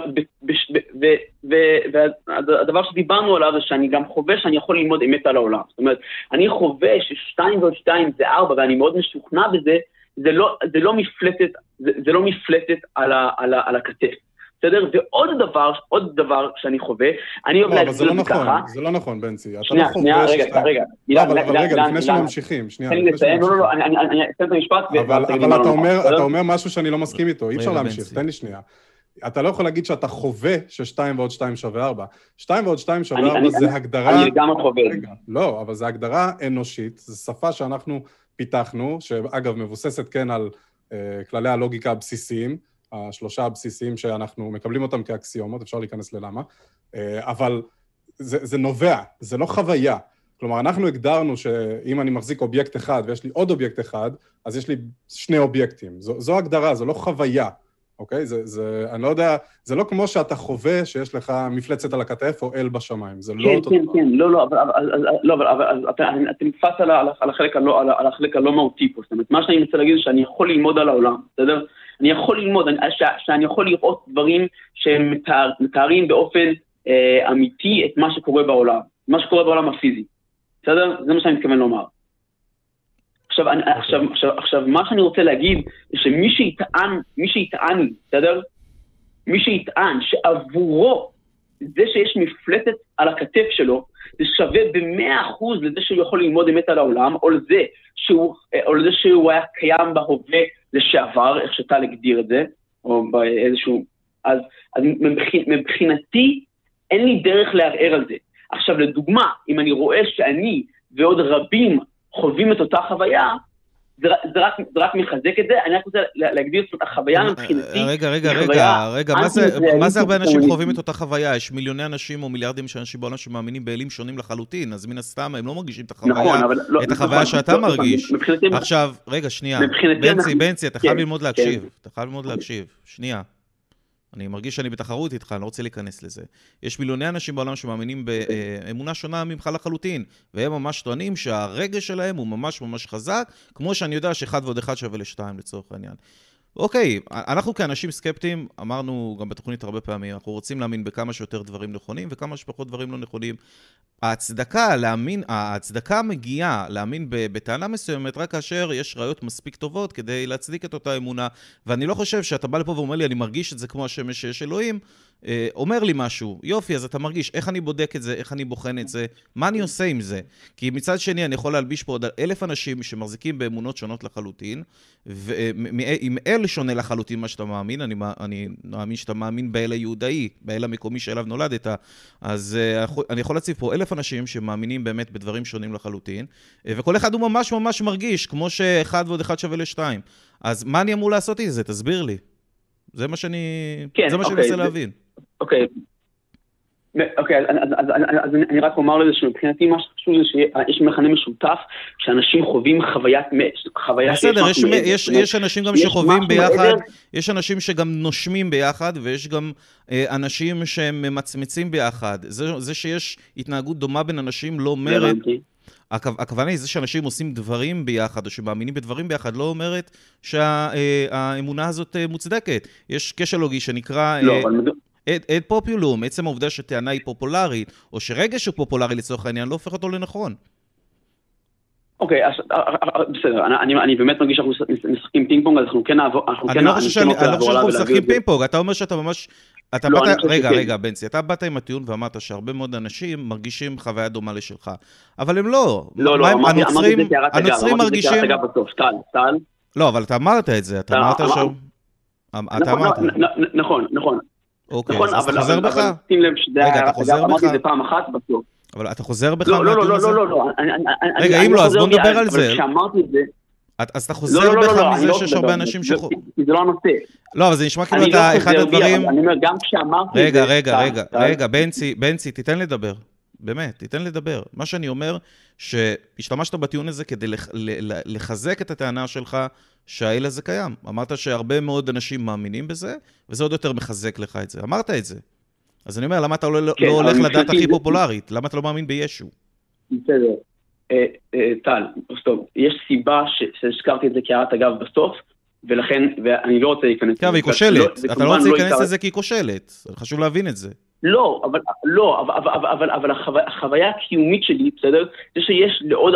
והדבר שדיברנו עליו זה שאני גם חווה שאני יכול ללמוד אמת על העולם. זאת אומרת, אני חווה ששתיים ועוד שתיים זה ארבע, ואני מאוד משוכנע בזה, זה לא, זה לא מפלטת, זה, זה לא מפלטת על ה, על ה, על הכתף. בסדר? ועוד דבר, עוד דבר שאני חווה, אני אוהב להגדיר את זה ככה. זה לא נכון, בנצי. שנייה, שנייה, רגע, רגע. אבל רגע, לפני שממשיכים, שנייה. תן לי לסיים, לא, לא, לא, אני אסיים את המשפט. אבל אתה אומר משהו שאני לא מסכים איתו, אי אפשר להמשיך, תן לי שנייה. אתה לא יכול להגיד שאתה חווה ששתיים ועוד שתיים שווה ארבע. שתיים ועוד שתיים שווה ארבע זה הגדרה... אני גם חווה. לא, אבל זה הגדרה אנושית, זו שפה שאנחנו פיתחנו, שאגב מבוססת כן על כללי הלוגיקה הבסיסיים, השלושה הבסיסיים שאנחנו מקבלים אותם כאקסיומות, אפשר להיכנס ללמה, אבל זה, זה נובע, זה לא חוויה. כלומר, אנחנו הגדרנו שאם אני מחזיק אובייקט אחד ויש לי עוד אובייקט אחד, אז יש לי שני אובייקטים. זו, זו הגדרה, זו לא חוויה. אוקיי? זה, זה, אני לא יודע, זה לא כמו שאתה חווה שיש לך מפלצת על הכתף או אל בשמיים, זה לא אותו... כן, כן, כן, לא, לא, אבל אתה נתפס על החלק הלא מהותי פה, זאת אומרת, מה שאני רוצה להגיד זה שאני יכול ללמוד על העולם, בסדר? אני יכול ללמוד, שאני יכול לראות דברים שמתארים באופן אמיתי את מה שקורה בעולם, מה שקורה בעולם הפיזי, בסדר? זה מה שאני מתכוון לומר. עכשיו, עכשיו, עכשיו, עכשיו, מה שאני רוצה להגיד, זה שמי שיטען, מי שיטען, בסדר? מי שיטען שעבורו, זה שיש מפלטת על הכתף שלו, זה שווה במאה אחוז לזה שהוא יכול ללמוד אמת על העולם, או לזה שהוא, או לזה שהוא היה קיים בהווה לשעבר, איך שאתה להגדיר את זה, או באיזשהו, אז, אז מבחינתי, אין לי דרך לערער על זה. עכשיו, לדוגמה, אם אני רואה שאני ועוד רבים, חווים את אותה חוויה, זה, זה, רק, זה רק מחזק את זה, אני רק רוצה להגדיר את החוויה מבחינתי. רגע, רגע, רגע, רגע, מה זה, מה זה הרבה אנשים חווים את אותה חוויה? יש מיליוני אנשים או מיליארדים של אנשים בעולם שמאמינים באלים שונים לחלוטין, אז מן הסתם הם לא מרגישים את החוויה, את החוויה שאתה מרגיש. עכשיו, רגע, שנייה, בנצי, בנצי, אתה חייב ללמוד להקשיב, אתה חייב ללמוד להקשיב, שנייה. אני מרגיש שאני בתחרות איתך, אני לא רוצה להיכנס לזה. יש מיליוני אנשים בעולם שמאמינים באמונה שונה ממך לחלוטין, והם ממש טוענים שהרגש שלהם הוא ממש ממש חזק, כמו שאני יודע שאחד ועוד אחד שווה לשתיים לצורך העניין. אוקיי, אנחנו כאנשים סקפטיים, אמרנו גם בתוכנית הרבה פעמים, אנחנו רוצים להאמין בכמה שיותר דברים נכונים, וכמה שפחות דברים לא נכונים. ההצדקה להאמין, ההצדקה מגיעה להאמין בטענה מסוימת, רק כאשר יש ראיות מספיק טובות כדי להצדיק את אותה אמונה, ואני לא חושב שאתה בא לפה ואומר לי, אני מרגיש את זה כמו השמש שיש אלוהים, אומר לי משהו, יופי, אז אתה מרגיש, איך אני בודק את זה, איך אני בוחן את זה, מה אני עושה עם זה? כי מצד שני, אני יכול להלביש פה עוד אלף אנשים שמחזיקים באמונות שונות לחלוטין, ועם אל שונה לחלוטין מה שאתה מאמין, אני, אני מאמין שאתה מאמין באל היהודאי, באל המקומי שאליו נולדת, אז אני יכול להציב פה אלף אנשים שמאמינים באמת בדברים שונים לחלוטין, וכל אחד הוא ממש ממש מרגיש, כמו שאחד ועוד אחד שווה לשתיים. אז מה אני אמור לעשות עם זה? תסביר לי. זה מה שאני, כן, זה מה אוקיי, שאני רוצה זה, להבין. אוקיי. אוקיי, אז, אז, אז, אז אני רק אומר לזה שמבחינתי מה שחשוב זה שיש מכנה משותף, שאנשים חווים חוויית, חוויה שיש בסדר, משהו מעבר. יש, יש אנשים גם שחווים ביחד, יש אנשים שגם נושמים ביחד, ויש גם אנשים שהם ממצמצים ביחד. זה, זה שיש התנהגות דומה בין אנשים לא אומרת, הכוונה היא זה שאנשים עושים דברים ביחד, או שמאמינים בדברים ביחד, לא אומרת שהאמונה הזאת מוצדקת. יש קשר לוגי שנקרא לא, אבל... אד פופולום, עצם העובדה שטענה היא פופולרית, או שרגש הוא פופולרי לצורך העניין, לא הופך אותו לנכון. אוקיי, אז בסדר, אני באמת מרגיש שאנחנו משחקים פינג פונג, אז אנחנו כן נעבור... אני לא חושב שאנחנו משחקים פינג פונג, אתה אומר שאתה ממש... רגע, רגע, בנצי, אתה באת עם הטיעון ואמרת שהרבה מאוד אנשים מרגישים חוויה דומה לשלך, אבל הם לא. לא, לא, אמרתי את זה כהרת אגב, אמרתי את זה כהרת אגב בסוף, טל, טל. לא, אבל אתה אמרת את זה, אתה אמרת ש... אתה אמרת. נכון, נכון. אוקיי, אז אתה חוזר בך? רגע, אתה חוזר בך? אמרתי את זה פעם אחת בסוף. אבל אתה חוזר בך מהטיעון הזה? לא, לא, לא, לא. רגע, אם לא, אז בוא נדבר על זה. אבל כשאמרתי את זה... אז אתה חוזר בך מזה שיש הרבה אנשים ש... זה לא הנושא. לא, אבל זה נשמע כאילו אתה אחד הדברים... אני אומר, גם כשאמרתי... רגע, רגע, רגע, רגע, בנצי, בנצי, תיתן לדבר. באמת, תיתן לדבר. מה שאני אומר, שהשתמשת בטיעון הזה כדי לחזק את הטענה שלך שהאל הזה קיים. אמרת שהרבה מאוד אנשים מאמינים בזה, וזה עוד יותר מחזק לך את זה. אמרת את זה. אז אני אומר, למה אתה לא הולך לדת הכי פופולרית? למה אתה לא מאמין בישו? בסדר. טל, טוב, יש סיבה שהזכרתי את זה כהערת אגב בסוף, ולכן, ואני לא רוצה להיכנס לזה. כן, והיא כושלת. אתה לא רוצה להיכנס לזה כי היא כושלת. חשוב להבין את זה. לא, אבל, לא, אבל, אבל, אבל החוויה הקיומית שלי, בסדר? זה שיש לעוד,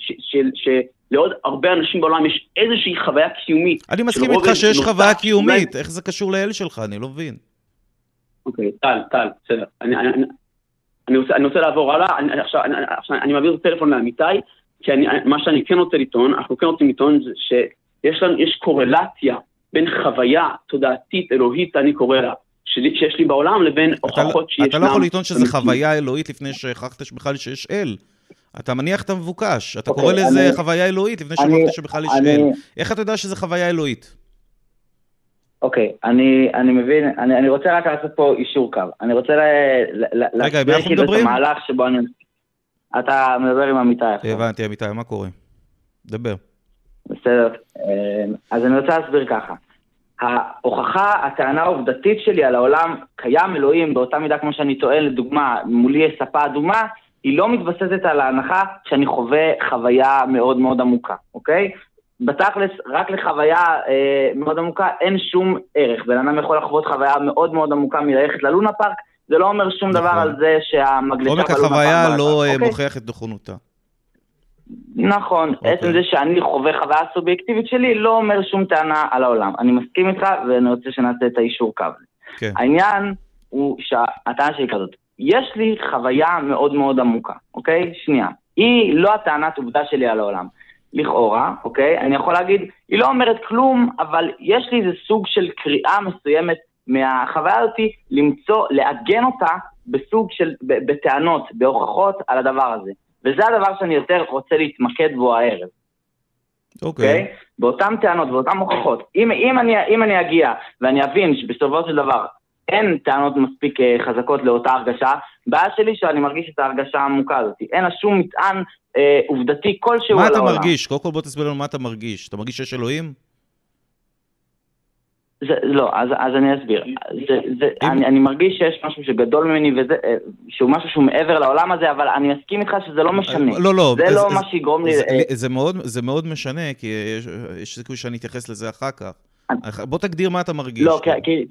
שלעוד הרבה אנשים בעולם יש איזושהי חוויה קיומית. אני מסכים איתך שיש חוויה קיומית. איך זה קשור לאל שלך? אני לא מבין. אוקיי, טל, טל, בסדר. אני, אני, אני רוצה, אני רוצה לעבור הלאה. אני, עכשיו, אני, עכשיו, אני מעביר את הטלפון לאמיתי, כי אני, מה שאני כן רוצה לטעון, אנחנו כן רוצים לטעון זה שיש לנו, יש קורלציה בין חוויה תודעתית אלוהית, אני קורא לה, שיש לי בעולם לבין הוכחות שישנם. אתה לא יכול לטעון שזה חוויה אלוהית לפני שהכחת שבכלל שיש אל. אתה מניח את המבוקש. אתה קורא לזה חוויה אלוהית לפני שהכחת שבכלל יש אל. איך אתה יודע שזה חוויה אלוהית? אוקיי, אני, אני מבין, אני, אני רוצה רק לעשות פה אישור קו. אני רוצה להסביר כאילו את המהלך שבו אני... אתה מדבר עם אמיתי. הבנתי, אמיתי, מה קורה? דבר. בסדר. אז אני רוצה להסביר ככה. ההוכחה, הטענה העובדתית שלי על העולם קיים אלוהים באותה מידה כמו שאני טוען, לדוגמה, מולי יש ספה אדומה, היא לא מתבססת על ההנחה שאני חווה חוויה מאוד מאוד עמוקה, אוקיי? בתכלס, רק לחוויה אה, מאוד עמוקה אין שום ערך. בן אדם יכול לחוות חוויה מאוד מאוד עמוקה מללכת ללונה פארק, זה לא אומר שום דבר על זה שהמגלשה עומק החוויה לא מוכיח את נכונותה. נכון, עצם זה שאני חווה חוויה סובייקטיבית שלי לא אומר שום טענה על העולם. אני מסכים איתך ואני רוצה שנעשה את האישור קו. העניין הוא שהטענה שלי כזאת, יש לי חוויה מאוד מאוד עמוקה, אוקיי? שנייה, היא לא הטענת עובדה שלי על העולם. לכאורה, אוקיי? אני יכול להגיד, היא לא אומרת כלום, אבל יש לי איזה סוג של קריאה מסוימת מהחוויה הזאת, למצוא, לעגן אותה בסוג של, בטענות, בהוכחות על הדבר הזה. וזה הדבר שאני יותר רוצה להתמקד בו הערב. אוקיי. Okay. באותם טענות, באותם הוכחות. אם, אם, אני, אם אני אגיע ואני אבין שבסופו של דבר אין טענות מספיק חזקות לאותה הרגשה, בעיה שלי שאני מרגיש את ההרגשה העמוקה הזאת. אין לה שום מטען אה, עובדתי כלשהו על העולם. מה אתה מרגיש? קודם כל בוא תסביר לנו מה אתה מרגיש. אתה מרגיש שיש אלוהים? זה, לא, אז, אז אני אסביר. זה, זה, אם... אני, אני מרגיש שיש משהו שגדול ממני, וזה, שהוא משהו שהוא מעבר לעולם הזה, אבל אני אסכים איתך שזה לא משנה. לא, לא. זה זה, לא זה, מה שיגרום לי... זה, זה, מאוד, זה מאוד משנה, כי יש, יש סיכוי שאני אתייחס לזה אחר כך. בוא תגדיר מה אתה מרגיש. לא, כי...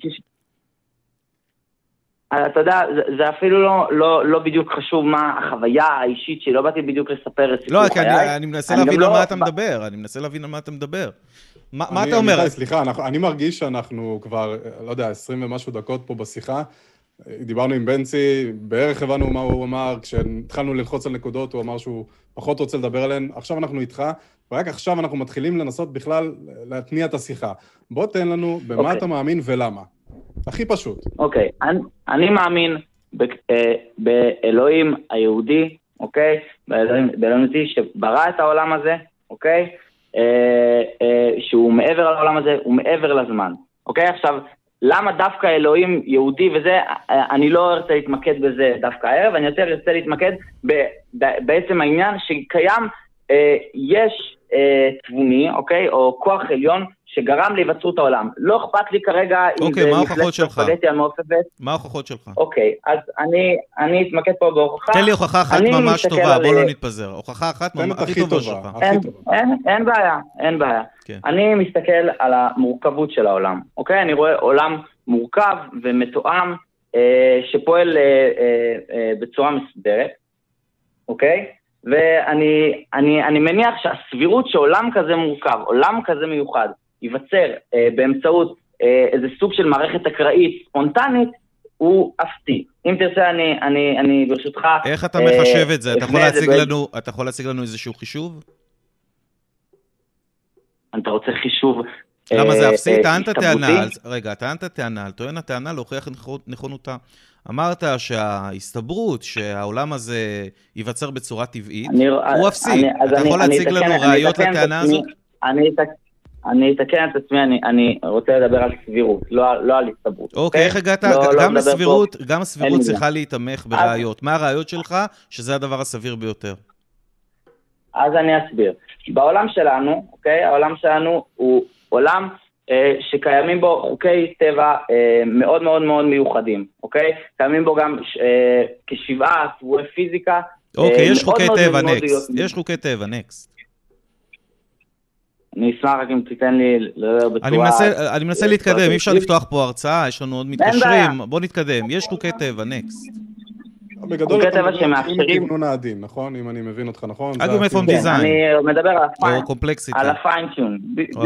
אתה יודע, זה אפילו לא, לא, לא בדיוק חשוב מה החוויה האישית שלי, לא באתי בדיוק לספר את סיפור חיי. לא, כי אני, אני מנסה להבין על מה אתה מדבר, אני מנסה להבין על מה אתה מדבר. מה, מה אתה אומר? סליחה, אני מרגיש שאנחנו כבר, לא יודע, עשרים ומשהו דקות פה בשיחה, דיברנו עם בנצי, בערך הבנו מה הוא אמר, כשהתחלנו ללחוץ על נקודות, הוא אמר שהוא פחות רוצה לדבר עליהן, עכשיו אנחנו איתך, ורק עכשיו אנחנו מתחילים לנסות בכלל להתניע את השיחה. בוא תן לנו במה אתה מאמין ולמה. הכי פשוט. אוקיי, אני, אני מאמין ב, אה, באלוהים היהודי, אוקיי? באלוהים, באלוהים שברא את העולם הזה, אוקיי? אה, אה, שהוא מעבר לעולם הזה, הוא מעבר לזמן. אוקיי? עכשיו, למה דווקא אלוהים יהודי וזה, אני לא ארצה להתמקד בזה דווקא הערב, אני יותר ארצה להתמקד ב, ב, בעצם העניין שקיים, אה, יש אה, תבוני, אוקיי? או כוח עליון, שגרם להיווצרות העולם. לא אכפת לי כרגע אם זה מפלט ספגטי המעופפת. מה ההוכחות שלך? אוקיי, אז אני, אני אתמקד פה בהוכחה. תן לי הוכחה אחת ממש טובה, בוא לא נתפזר. הוכחה אחת הכי טובה שלך. אין בעיה, אין בעיה. אני מסתכל על המורכבות של העולם. אוקיי, אני רואה עולם מורכב ומתואם, שפועל בצורה מסודרת. אוקיי? ואני אני, אני מניח שהסבירות שעולם כזה מורכב, עולם כזה מיוחד, ייווצר אה, באמצעות אה, איזה סוג של מערכת אקראית ספונטנית, הוא אפתי. אם תרצה, אני, אני, אני ברשותך... איך אתה מחשב את זה? אתה יכול להציג לנו, אתה יכול להציג לנו איזשהו חישוב? אתה רוצה חישוב... למה זה אפסי? טענת טענה, רגע, טענת טענה, טוען הטענה להוכיח נכונותה. אמרת שההסתברות שהעולם הזה ייווצר בצורה טבעית, הוא אפסי. אתה יכול להציג לנו ראיות לטענה הזאת? אני אתקן את עצמי, אני רוצה לדבר על סבירות, לא על הסתברות. אוקיי, איך הגעת? גם הסבירות צריכה להתמך בראיות. מה הראיות שלך שזה הדבר הסביר ביותר? אז אני אסביר. בעולם שלנו, אוקיי, העולם שלנו הוא עולם שקיימים בו חוקי טבע מאוד מאוד מאוד מיוחדים, אוקיי? קיימים בו גם כשבעה סבורי פיזיקה. אוקיי, יש חוקי טבע, נקסט. יש חוקי טבע, נקסט. אני אשמח רק אם תיתן לי לדבר בצורה... אני מנסה להתקדם, אי אפשר לפתוח פה הרצאה, יש לנו עוד מתקשרים, בוא נתקדם. יש חוקי טבע, נקסט. בגדול אתה מדבר על תכנון העדין, נכון? אם אני מבין אותך, נכון? אלגוריתם דיזיין. אני מדבר על הפיינטיון.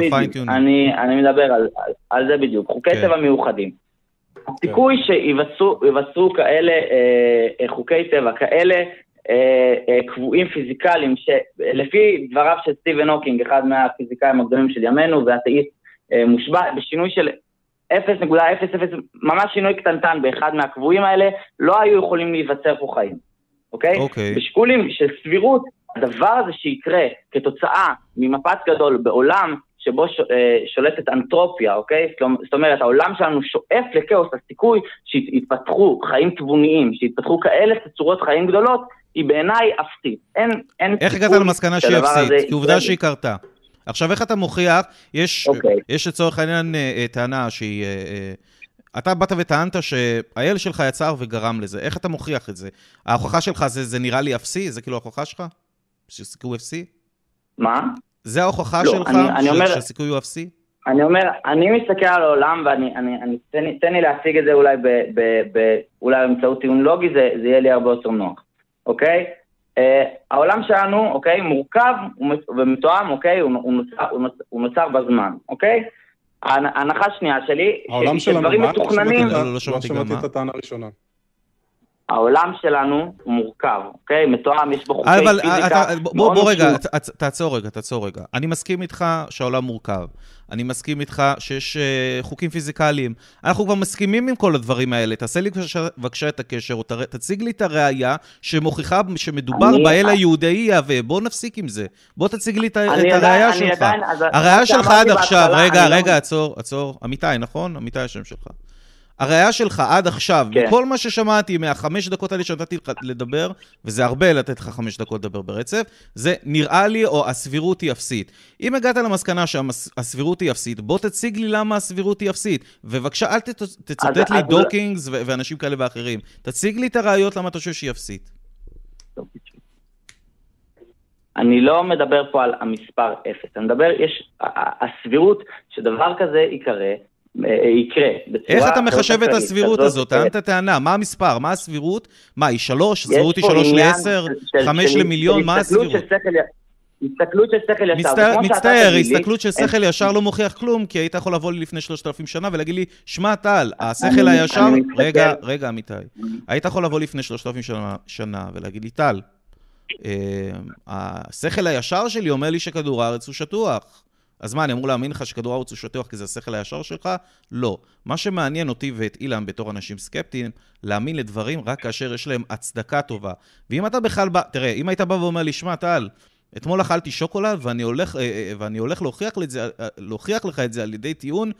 אני מדבר על זה בדיוק. חוקי טבע מיוחדים. הסיכוי שיווצרו כאלה חוקי טבע, כאלה קבועים פיזיקליים, שלפי דבריו של סטיבן הוקינג, אחד מהפיזיקאים הגדולים של ימינו, והאתאיסט מושבע, בשינוי של אפס נקודה אפס אפס, ממש שינוי קטנטן באחד מהקבועים האלה, לא היו יכולים להיווצר פה חיים, אוקיי? אוקיי. בשקולים של סבירות, הדבר הזה שיקרה כתוצאה ממפץ גדול בעולם שבו שולטת אנטרופיה, אוקיי? זאת אומרת, העולם שלנו שואף לכאוס, הסיכוי שיתפתחו חיים תבוניים, שיתפתחו כאלה צורות חיים גדולות, היא בעיניי אפסית. אין, אין איך הגעת למסקנה שהיא אפסית? כי עובדה שהיא קרתה. עכשיו, איך אתה מוכיח? יש, okay. יש לצורך העניין טענה שהיא... אתה באת וטענת שהאל שלך יצר וגרם לזה. איך אתה מוכיח את זה? ההוכחה שלך זה, זה נראה לי אפסי? זה כאילו ההוכחה שלך? שסיכוי אפסי? מה? זה ההוכחה לא, שלך? אני, אני אומר, שהסיכוי הוא אפסי? אני אומר, אני מסתכל על העולם ואני, אני, אני, תן, תן לי להציג את זה אולי ב, ב, ב, אולי באמצעות טיעון לוגי, זה, זה יהיה לי הרבה יותר נוח. אוקיי? Uh, העולם שלנו, אוקיי, מורכב ומתואם, אוקיי, הוא, הוא, נוצר, הוא, נוצר, הוא נוצר בזמן, אוקיי? ההנחה השנייה שלי, העולם שלנו, מה? מתוכננים, לא, לא שמעתי את הטענה הראשונה. העולם שלנו הוא מורכב, אוקיי? מתואם, יש בו חוקי אבל, פיזיקה. אתה, בוא, בוא רגע, תעצור רגע, תעצור רגע. אני מסכים איתך שהעולם מורכב. אני מסכים איתך שיש uh, חוקים פיזיקליים. אנחנו כבר מסכימים עם כל הדברים האלה. תעשה לי בבקשה את הקשר, או תר... תציג לי את הראייה שמוכיחה שמדובר אני... באל היהודי יהווה. בוא נפסיק עם זה. בוא תציג לי את, את הראייה שלך. עדיין, הראייה שלך עד עכשיו, רגע, רגע, לא... עצור, עצור. אמיתי, נכון? אמיתי השם שלך. הראייה שלך עד עכשיו, כן. וכל מה ששמעתי מהחמש דקות האלה שנתתי לך לדבר, וזה הרבה לתת לך חמש דקות לדבר ברצף, זה נראה לי או הסבירות היא אפסית. אם הגעת למסקנה שהסבירות היא אפסית, בוא תציג לי למה הסבירות היא אפסית, ובבקשה אל תצטט לי דוקינגס ו- ואנשים כאלה ואחרים. תציג לי את הראיות למה אתה חושב שהיא אפסית. אני לא מדבר פה על המספר אפס, אני מדבר, יש, הסבירות שדבר כזה יקרה, יקרה. איך אתה מחשב את הסבירות הזאת? טענת טענה, מה המספר? מה הסבירות? מה, היא שלוש? הסבירות היא שלוש לעשר? חמש למיליון? מה הסבירות? הסתכלות של שכל ישר. מצטער, הסתכלות של שכל ישר לא מוכיח כלום, כי היית יכול לבוא לי לפני שלושת אלפים שנה ולהגיד לי, שמע טל, השכל הישר, רגע, רגע אמיתי, היית יכול לבוא לפני שלושת אלפים שנה ולהגיד לי, טל, השכל הישר שלי אומר לי שכדור הארץ הוא שטוח. אז מה, אני אמור להאמין לך שכדור הארץ הוא שטוח כי זה השכל הישר שלך? לא. מה שמעניין אותי ואת אילן בתור אנשים סקפטיים, להאמין לדברים רק כאשר יש להם הצדקה טובה. ואם אתה בכלל בא, תראה, אם היית בא ואומר לי, שמע טל, אתמול אכלתי שוקולד ואני הולך, ואני הולך להוכיח, לזה, להוכיח לך את זה על ידי טיעון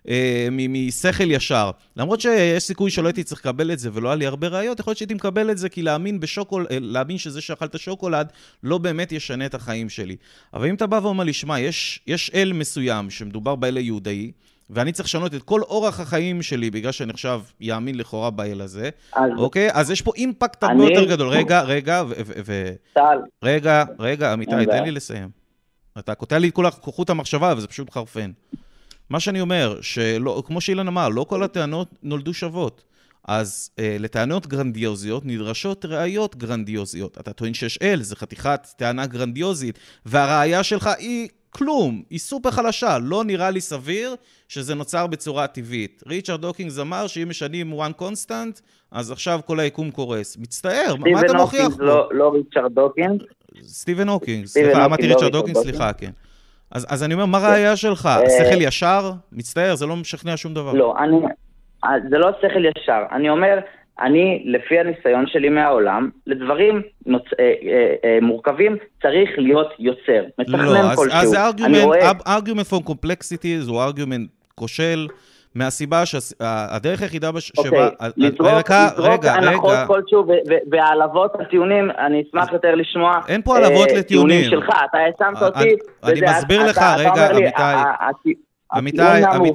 משכל ישר. למרות שיש סיכוי שלא הייתי צריך לקבל את זה ולא היה לי הרבה ראיות, יכול להיות שהייתי מקבל את זה כי להאמין, בשוקול, להאמין שזה שאכלת שוקולד לא באמת ישנה את החיים שלי. אבל אם אתה בא ואומר לי, שמע, יש, יש אל מסוים שמדובר באל היהודאי, ואני צריך לשנות את כל אורח החיים שלי, בגלל שאני עכשיו יאמין לכאורה באל הזה, אז, אוקיי? אז יש פה אימפקט הרבה יותר גדול. רגע, רגע, ו... ו טל. רגע, רגע, אמיתי, תן לי לסיים. אתה קוטע לי את כל חוט המחשבה, וזה פשוט חרפן. מה שאני אומר, שלא, כמו שאילן אמר, לא כל הטענות נולדו שוות. אז אה, לטענות גרנדיוזיות נדרשות ראיות גרנדיוזיות. אתה טוען שיש אל, זה חתיכת טענה גרנדיוזית, והראיה שלך היא כלום, היא סופר חלשה. לא נראה לי סביר שזה נוצר בצורה טבעית. ריצ'רד דוקינגס אמר שאם משנים one constant, אז עכשיו כל היקום קורס. מצטער, מה אתה מוכיח פה? לא, לא ריצ'רד דוקינגס. סטיבן הוקינגס, סליחה, אמרתי ריצ'רד דוקינגס, סליחה, כן. אז, אז אני אומר, מה ראיה שלך? שכל ישר? מצטער, זה לא משכנע שום דבר. לא, אני, זה לא שכל ישר. אני אומר, אני, לפי הניסיון שלי מהעולם, לדברים נוצ... אה, אה, אה, מורכבים צריך להיות יוצר. מתכנן לא, כלשהו. אז זה argument from complexity, זו argument כושל, מהסיבה שהדרך היחידה שבה... לזרוק הנחות כלשהו והעלבות הטיעונים, אני אשמח יותר לשמוע אין פה העלבות לטיעונים שלך, אתה השמת אותי אני מסביר לך, רגע, אמיתי אמיתי, אמיתי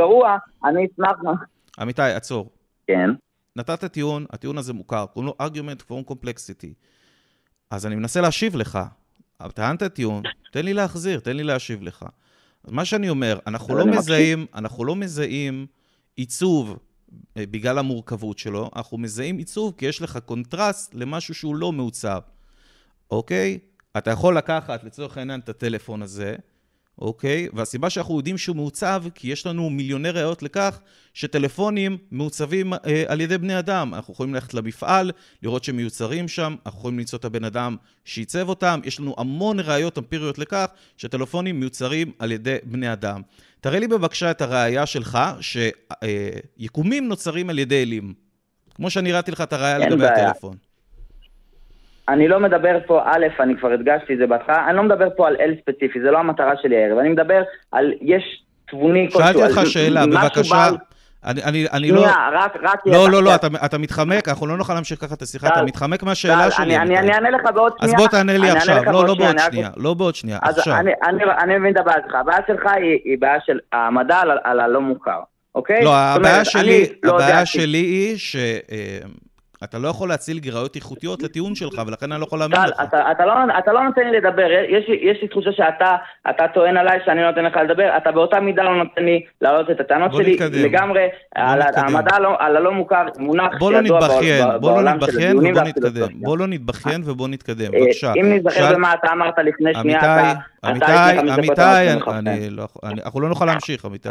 אני אשמח אמיתי, עצור כן נתת טיעון, הטיעון הזה מוכר, קוראים לו argument from complexity אז אני מנסה להשיב לך טענת טיעון, תן לי להחזיר, תן לי להשיב לך מה שאני אומר, אנחנו לא מזהים, אנחנו לא מזהים עיצוב בגלל המורכבות שלו, אנחנו מזהים עיצוב כי יש לך קונטרסט למשהו שהוא לא מעוצב. אוקיי? אתה יכול לקחת לצורך העניין את הטלפון הזה, אוקיי? והסיבה שאנחנו יודעים שהוא מעוצב, כי יש לנו מיליוני ראיות לכך שטלפונים מעוצבים אה, על ידי בני אדם. אנחנו יכולים ללכת למפעל, לראות שהם מיוצרים שם, אנחנו יכולים למצוא את הבן אדם שייצב אותם. יש לנו המון ראיות אמפיריות לכך שטלפונים מיוצרים על ידי בני אדם. תראה לי בבקשה את הראיה שלך שיקומים נוצרים על ידי אלים. כמו שאני ראיתי לך את הראיה לגבי בעיה. הטלפון. אני לא מדבר פה, א', אני כבר הדגשתי את זה בהתחלה, אני לא מדבר פה על אל ספציפי, זה לא המטרה שלי הערב, אני מדבר על, יש תבוני כלשהו. שאלתי אותך שאלה, בבקשה, אני לא... רק, רק... לא, לא, לא, אתה מתחמק, אנחנו לא נוכל להמשיך ככה את השיחה, אתה מתחמק מהשאלה שלי. אני אענה לך בעוד שנייה. אז בוא תענה לי עכשיו, לא, לא בעוד שנייה, לא בעוד שנייה, עכשיו. אני מבין את הבעיה שלך, הבעיה שלך היא בעיה של המדע על הלא מוכר, אוקיי? לא, הבעיה שלי היא ש... אתה לא יכול להציל גרעיות איכותיות לטיעון שלך, ולכן אני לא יכול להאמין לך. אתה לא נותן לי לדבר, יש לי תחושה שאתה טוען עליי שאני לא נותן לך לדבר, אתה באותה מידה לא נותן לי להעלות את הטענות שלי, לגמרי, המדע על הלא מוכר מונח שידוע בעולם של הדיונים והפילוסופיה. בוא לא נתבכיין ובוא נתקדם, בבקשה. אם נזכר במה אתה אמרת לפני שנייה, אמיתי, אמיתי, אנחנו לא נוכל להמשיך, אמיתי.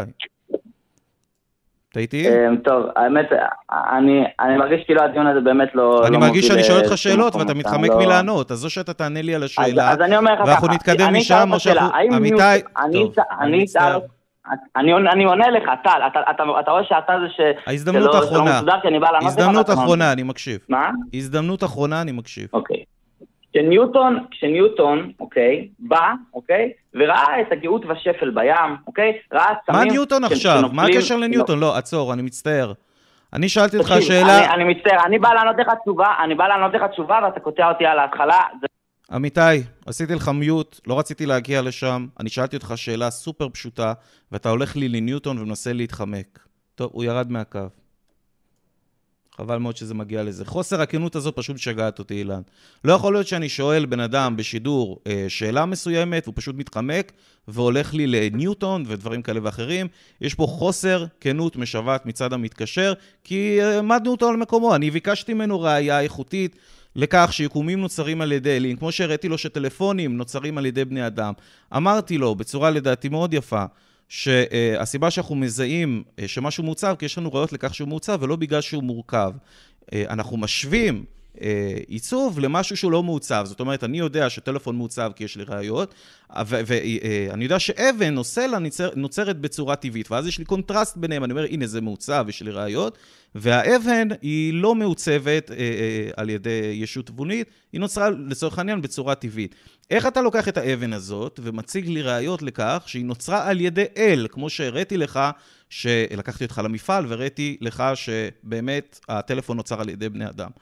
אתה איתי? טוב, האמת, אני מרגיש כאילו הדיון הזה באמת לא... אני מרגיש שאני שואל אותך שאלות ואתה מתחמק מלענות, אז זו שאתה תענה לי על השאלה, ואנחנו נתקדם משם, או שאנחנו... אמיתי, טוב. אני עונה לך, טל, אתה רואה שאתה זה ש... ההזדמנות האחרונה, הזדמנות אחרונה, אני מקשיב. מה? הזדמנות אחרונה, אני מקשיב. אוקיי. כשניוטון, כשניוטון, אוקיי, בא, אוקיי, וראה את הגאות והשפל בים, אוקיי, ראה צמים... מה ניוטון עכשיו? מה הקשר לניוטון? לא, עצור, אני מצטער. אני שאלתי אותך שאלה... אני מצטער, אני בא לענות לך תשובה, אני בא לענות לך תשובה, ואתה קוטע אותי על ההתחלה. אמיתי, עשיתי לך מיוט, לא רציתי להגיע לשם, אני שאלתי אותך שאלה סופר פשוטה, ואתה הולך לי לניוטון ומנסה להתחמק. טוב, הוא ירד מהקו. חבל מאוד שזה מגיע לזה. חוסר הכנות הזאת פשוט שגעת אותי, אילן. לא יכול להיות שאני שואל בן אדם בשידור אה, שאלה מסוימת, הוא פשוט מתחמק, והולך לי לניוטון ודברים כאלה ואחרים. יש פה חוסר כנות משוועת מצד המתקשר, כי עמדנו אותו על מקומו. אני ביקשתי ממנו ראייה איכותית לכך שיקומים נוצרים על ידי אלים, כמו שהראיתי לו שטלפונים נוצרים על ידי בני אדם. אמרתי לו, בצורה לדעתי מאוד יפה, שהסיבה שאנחנו מזהים שמשהו מוצב, כי יש לנו ראיות לכך שהוא מוצב, ולא בגלל שהוא מורכב. אנחנו משווים עיצוב למשהו שהוא לא מעוצב. זאת אומרת, אני יודע שטלפון מעוצב כי יש לי ראיות, ואני יודע שאבן או סלע נוצרת בצורה טבעית, ואז יש לי קונטרסט ביניהם, אני אומר, הנה זה מעוצב, יש לי ראיות, והאבן היא לא מעוצבת על ידי ישות תבונית, היא נוצרה לצורך העניין בצורה טבעית. איך אתה לוקח את האבן הזאת ומציג לי ראיות לכך שהיא נוצרה על ידי אל, כמו שהראיתי לך, שלקחתי אותך למפעל וראיתי לך שבאמת הטלפון נוצר על ידי בני אדם.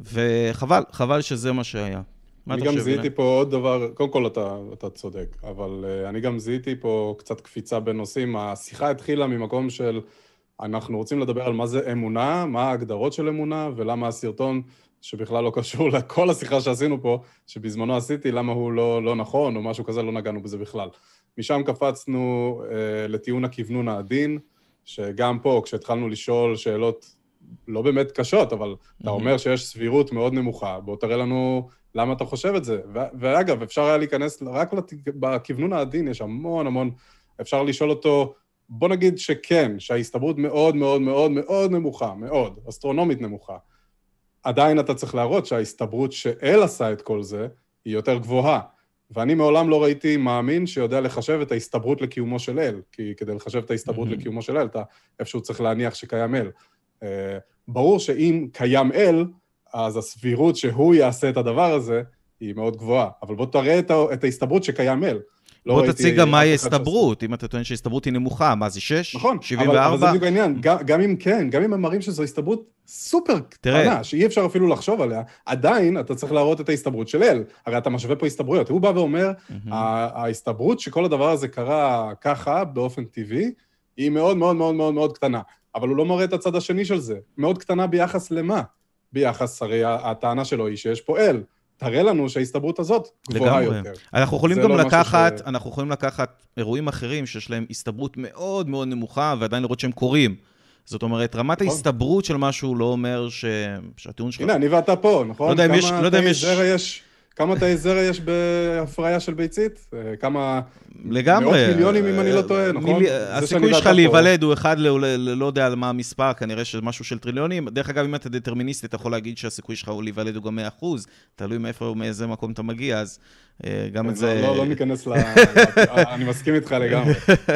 וחבל, חבל שזה מה שהיה. אני גם זיהיתי פה עוד דבר, קודם כל אתה, אתה צודק, אבל uh, אני גם זיהיתי פה קצת קפיצה בנושאים. השיחה התחילה ממקום של אנחנו רוצים לדבר על מה זה אמונה, מה ההגדרות של אמונה, ולמה הסרטון שבכלל לא קשור לכל השיחה שעשינו פה, שבזמנו עשיתי, למה הוא לא, לא נכון, או משהו כזה, לא נגענו בזה בכלל. משם קפצנו uh, לטיעון הכיוונון העדין, שגם פה, כשהתחלנו לשאול שאלות לא באמת קשות, אבל mm-hmm. אתה אומר שיש סבירות מאוד נמוכה, בוא תראה לנו למה אתה חושב את זה. ו- ואגב, אפשר היה להיכנס רק לת... בכיוונון העדין, יש המון המון, אפשר לשאול אותו, בוא נגיד שכן, שההסתברות מאוד מאוד מאוד מאוד נמוכה, מאוד, אסטרונומית נמוכה. עדיין אתה צריך להראות שההסתברות שאל עשה את כל זה, היא יותר גבוהה. ואני מעולם לא ראיתי מאמין שיודע לחשב את ההסתברות לקיומו של אל, כי כדי לחשב את ההסתברות mm-hmm. לקיומו של אל, אתה איפשהו צריך להניח שקיים אל. Uh, ברור שאם קיים אל, אז הסבירות שהוא יעשה את הדבר הזה, היא מאוד גבוהה. אבל בוא תראה את, את ההסתברות שקיים אל. בוא תציג גם מהי ההסתברות, אם אתה טוען שההסתברות היא נמוכה, מה זה שש? נכון, שבעים וארבע? אבל, אבל זה בדיוק העניין, גם, גם אם כן, גם אם הם מראים שזו הסתברות סופר קטנה, שאי אפשר אפילו לחשוב עליה, עדיין אתה צריך להראות את ההסתברות של אל, הרי אתה משווה פה הסתברויות, הוא בא ואומר, mm-hmm. ההסתברות שכל הדבר הזה קרה ככה, באופן טבעי, היא מאוד מאוד מאוד מאוד מאוד קטנה, אבל הוא לא מראה את הצד השני של זה, מאוד קטנה ביחס למה? ביחס, הרי הטענה שלו היא שיש פה אל, תראה לנו שההסתברות הזאת גבוהה יותר. אנחנו יכולים גם לקחת, אנחנו יכולים לקחת אירועים אחרים שיש להם הסתברות מאוד מאוד נמוכה, ועדיין לראות שהם קורים. זאת אומרת, רמת ההסתברות של משהו לא אומר שהטיעון שלך... הנה, אני ואתה פה, נכון? לא יודע אם יש... לא יודע אם יש... כמה תאי זרע יש בהפריה של ביצית? כמה... לגמרי. מאות מיליונים, אם אני לא טועה, נכון? הסיכוי שלך להיוולד הוא אחד, לא יודע על מה המספר, כנראה שמשהו של טריליונים. דרך אגב, אם אתה דטרמיניסט, אתה יכול להגיד שהסיכוי שלך הוא להיוולד הוא גם מאה אחוז. תלוי מאיפה או מאיזה מקום אתה מגיע, אז גם את זה... לא, לא ניכנס ל... אני מסכים איתך לגמרי.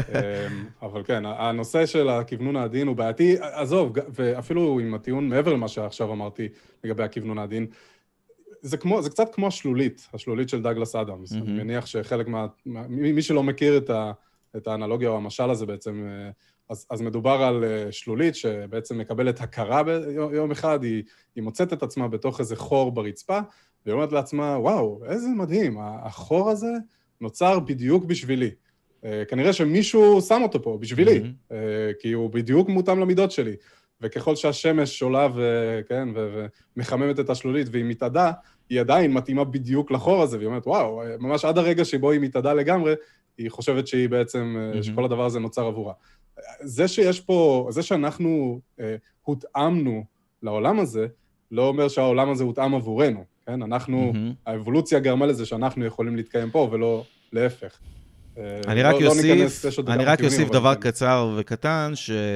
אבל כן, הנושא של הכיוונון העדין הוא בעייתי. עזוב, ואפילו עם הטיעון מעבר למה שעכשיו אמרתי לגבי הכיוונון העדין, זה כמו, זה קצת כמו השלולית, השלולית של דאגלס אדמס. Mm-hmm. אני מניח שחלק מה... מי שלא מכיר את, ה, את האנלוגיה או המשל הזה בעצם, אז, אז מדובר על שלולית שבעצם מקבלת הכרה ביום אחד, היא, היא מוצאת את עצמה בתוך איזה חור ברצפה, והיא אומרת לעצמה, וואו, איזה מדהים, החור הזה נוצר בדיוק בשבילי. כנראה שמישהו שם אותו פה, בשבילי, mm-hmm. כי הוא בדיוק מותאם למידות שלי. וככל שהשמש עולה וכן, ומחממת את השלולית והיא מתעדה, היא עדיין מתאימה בדיוק לחור הזה, והיא אומרת, וואו, ממש עד הרגע שבו היא מתעדה לגמרי, היא חושבת שהיא בעצם, mm-hmm. שכל הדבר הזה נוצר עבורה. זה שיש פה, זה שאנחנו אה, הותאמנו לעולם הזה, לא אומר שהעולם הזה הותאם עבורנו, כן? אנחנו, mm-hmm. האבולוציה גרמה לזה שאנחנו יכולים להתקיים פה, ולא להפך. אני רק יוסיף, אני רק יוסיף דבר קצר וקטן,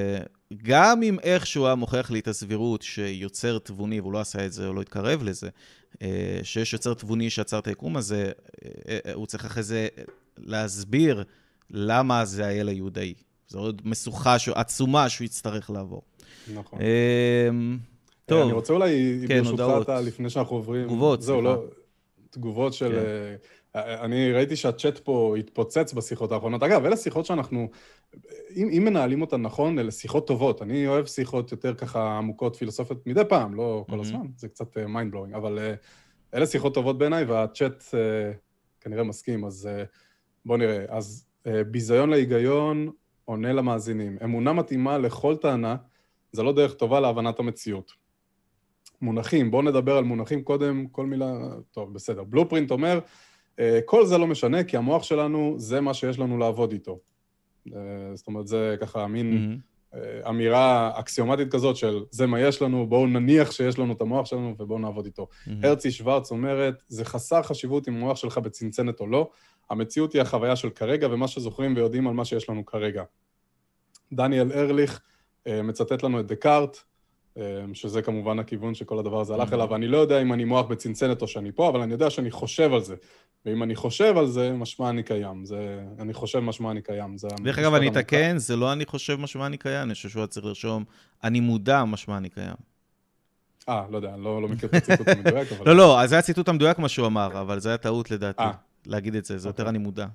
שגם אם איכשהו היה מוכיח לי את הסבירות שיוצר תבוני, והוא לא עשה את זה או לא התקרב לזה, שיש יוצר תבוני שעצר את היקום הזה, הוא צריך אחרי זה להסביר למה זה האל היהודאי. זו עוד משוכה, עצומה שהוא יצטרך לעבור. נכון. טוב. אני רוצה אולי, ברשותך, לפני שאנחנו עוברים... תגובות, זהו, לא, תגובות של... אני ראיתי שהצ'אט פה התפוצץ בשיחות האחרונות. אגב, אלה שיחות שאנחנו, אם, אם מנהלים אותן נכון, אלה שיחות טובות. אני אוהב שיחות יותר ככה עמוקות, פילוסופיות, מדי פעם, לא כל הזמן, זה קצת mind blowing, אבל אלה שיחות טובות בעיניי, והצ'אט כנראה מסכים, אז בואו נראה. אז ביזיון להיגיון עונה למאזינים. אמונה מתאימה לכל טענה, זה לא דרך טובה להבנת המציאות. מונחים, בואו נדבר על מונחים קודם, כל מילה, טוב, בסדר. בלופרינט אומר, כל זה לא משנה, כי המוח שלנו זה מה שיש לנו לעבוד איתו. זאת אומרת, זה ככה מין אמירה אקסיומטית כזאת של זה מה יש לנו, בואו נניח שיש לנו את המוח שלנו ובואו נעבוד איתו. הרצי שוורץ אומרת, זה חסר חשיבות אם המוח שלך בצנצנת או לא, המציאות היא החוויה של כרגע ומה שזוכרים ויודעים על מה שיש לנו כרגע. דניאל ארליך מצטט לנו את דקארט, שזה כמובן הכיוון שכל הדבר הזה הלך אליו, ואני לא יודע אם אני מוח בצנצנת או שאני פה, אבל אני יודע שאני חושב על זה. ואם אני חושב על זה, משמע אני קיים. זה, אני חושב משמע אני קיים. דרך אגב, אני אתקן, זה לא אני חושב משמע אני קיים, אני חושב שהוא צריך לרשום, אני מודע משמע אני קיים. אה, לא יודע, לא, לא מכיר את הציטוט המדויק, אבל... לא, לא, אז זה הציטוט המדויק מה שהוא אמר, אבל זה היה טעות לדעתי, להגיד את זה, זה יותר אני מודע.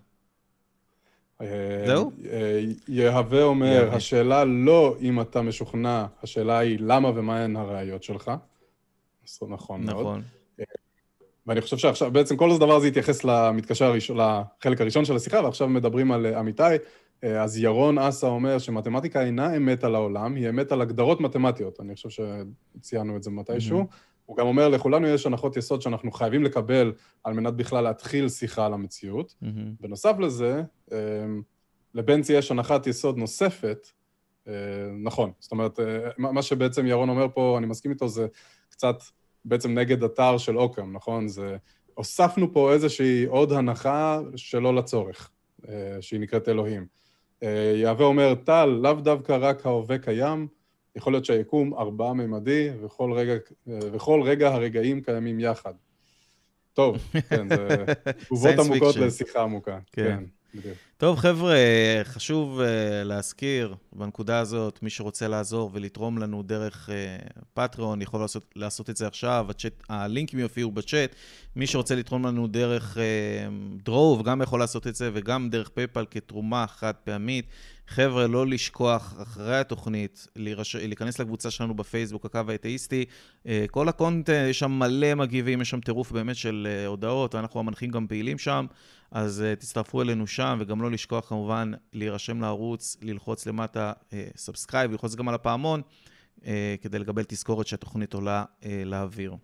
זהו? יהווה אומר, השאלה לא אם אתה משוכנע, השאלה היא למה ומה הן הראיות שלך. נכון מאוד. ואני חושב שעכשיו, בעצם כל הדבר הזה יתייחס למתקשר הראשון, לחלק הראשון של השיחה, ועכשיו מדברים על אמיתי. אז ירון אסה אומר שמתמטיקה אינה אמת על העולם, היא אמת על הגדרות מתמטיות. אני חושב שציינו את זה מתישהו. הוא גם אומר, לכולנו יש הנחות יסוד שאנחנו חייבים לקבל על מנת בכלל להתחיל שיחה על המציאות. בנוסף לזה, לבנצי יש הנחת יסוד נוספת, נכון, זאת אומרת, מה שבעצם ירון אומר פה, אני מסכים איתו, זה קצת בעצם נגד אתר של אוקם, נכון? זה, הוספנו פה איזושהי עוד הנחה שלא לצורך, שהיא נקראת אלוהים. יהווה אומר, טל, לאו דווקא רק ההווה קיים, יכול להיות שהיקום ארבעה ממדי, וכל רגע, וכל רגע הרגעים קיימים יחד. טוב, כן, זה תגובות עמוקות לשיחה עמוקה. כן, בדיוק. טוב, חבר'ה, חשוב להזכיר בנקודה הזאת, מי שרוצה לעזור ולתרום לנו דרך פטריון, יכול לעשות, לעשות את זה עכשיו, הצ'אט, הלינקים יופיעו בצ'אט, מי שרוצה לתרום לנו דרך דרוב, גם יכול לעשות את זה, וגם דרך פייפל כתרומה חד פעמית. חבר'ה, לא לשכוח אחרי התוכנית, להיכנס לקבוצה שלנו בפייסבוק, הקו האתאיסטי, כל הקונטנט, יש שם מלא מגיבים, יש שם טירוף באמת של הודעות, ואנחנו המנחים גם פעילים שם, אז תצטרפו אלינו שם, וגם לא לשכוח כמובן להירשם לערוץ, ללחוץ למטה סאבסקרייב, ללחוץ גם על הפעמון, כדי לקבל תזכורת שהתוכנית עולה לאוויר.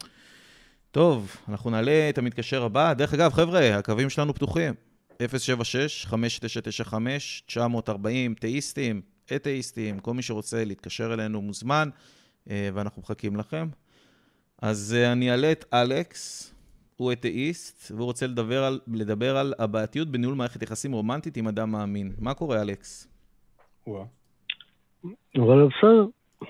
טוב, אנחנו נעלה את המתקשר הבא. דרך אגב, חבר'ה, הקווים שלנו פתוחים. אפס שבע שש חמש תשע תשע חמש תשע ארבע אפס, תאיסטים, אתאיסטים, כל מי שרוצה להתקשר אלינו מוזמן, ואנחנו מחכים לכם. אז אני אעלה את אלכס, הוא אתאיסט, והוא רוצה לדבר על, לדבר על הבעייתיות בניהול מערכת יחסים רומנטית עם אדם מאמין. מה קורה, אלכס? וואה. אבל בסדר.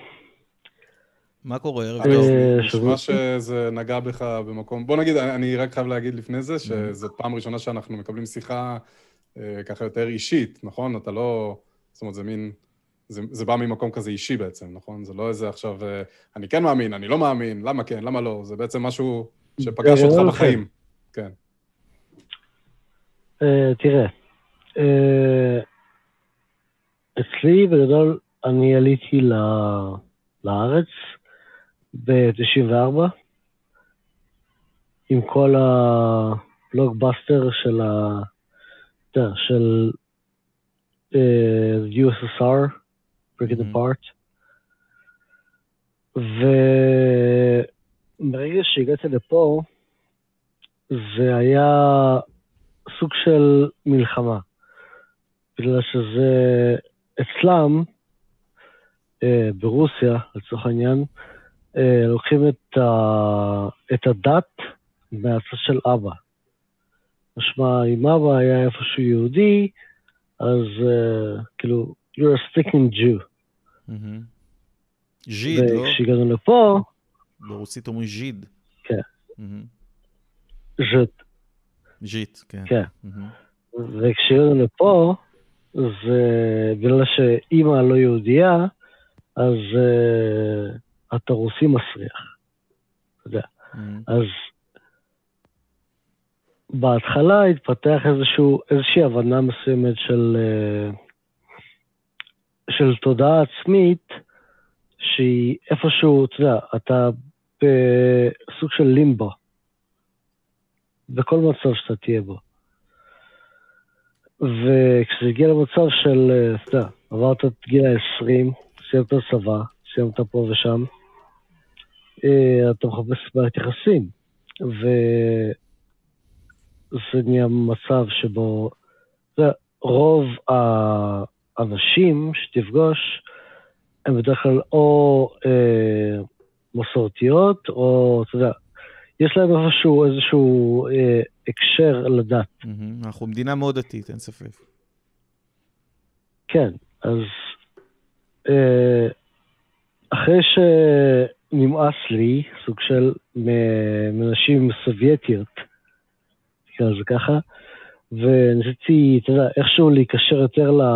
מה קורה? נשמע שזה נגע בך במקום... בוא נגיד, אני רק חייב להגיד לפני זה, שזו פעם ראשונה שאנחנו מקבלים שיחה ככה יותר אישית, נכון? אתה לא... זאת אומרת, זה מין... זה בא ממקום כזה אישי בעצם, נכון? זה לא איזה עכשיו... אני כן מאמין, אני לא מאמין, למה כן, למה לא? זה בעצם משהו שפגש אותך בחיים. כן. תראה, אצלי בגדול אני עליתי לארץ, ב-תשעים וארבע, עם כל הבלוגבאסטר של ה... של U S S R, Break It Apart, וברגע שהגעתי לפה, זה היה סוג של מלחמה, בגלל שזה אצלם, ברוסיה, לצורך העניין, לוקחים את, ה... את הדת מהצד של אבא. משמע, אם אבא היה איפשהו יהודי, אז uh, כאילו, you're a sticking Jew. ז'יד, לא? וכשהגענו לפה... ברוסית אומרים ז'יד. כן. ז'יד. ז'יד, כן. כן. וכשהגענו לפה, זה בגלל שאמא לא יהודייה, אז uh, אתה רוסי מסריח. אתה יודע. אז בהתחלה התפתח איזשהו, איזושהי הבנה מסוימת של, uh, של תודעה עצמית, שהיא איפשהו, אתה יודע, אתה בסוג של לימבו, בכל מצב שאתה תהיה בו. וכשזה הגיע למצב של, אתה יודע, עברת את גיל ה-עשרים, סיימת צבא, סיימת פה ושם, אתה מחפש מערכת יחסים, וזה נהיה מצב שבו רוב האנשים שתפגוש הם בדרך כלל או אה, מסורתיות, או, אתה יודע, יש להם איזשהו, איזשהו אה, הקשר לדת. Mm-hmm. אנחנו מדינה מאוד דתית, אין ספק. כן, אז אה, אחרי שנמאס לי, סוג של מנשים סובייטיות, תקרא לזה ככה, וניסיתי, אתה יודע, איכשהו להיקשר יותר ל...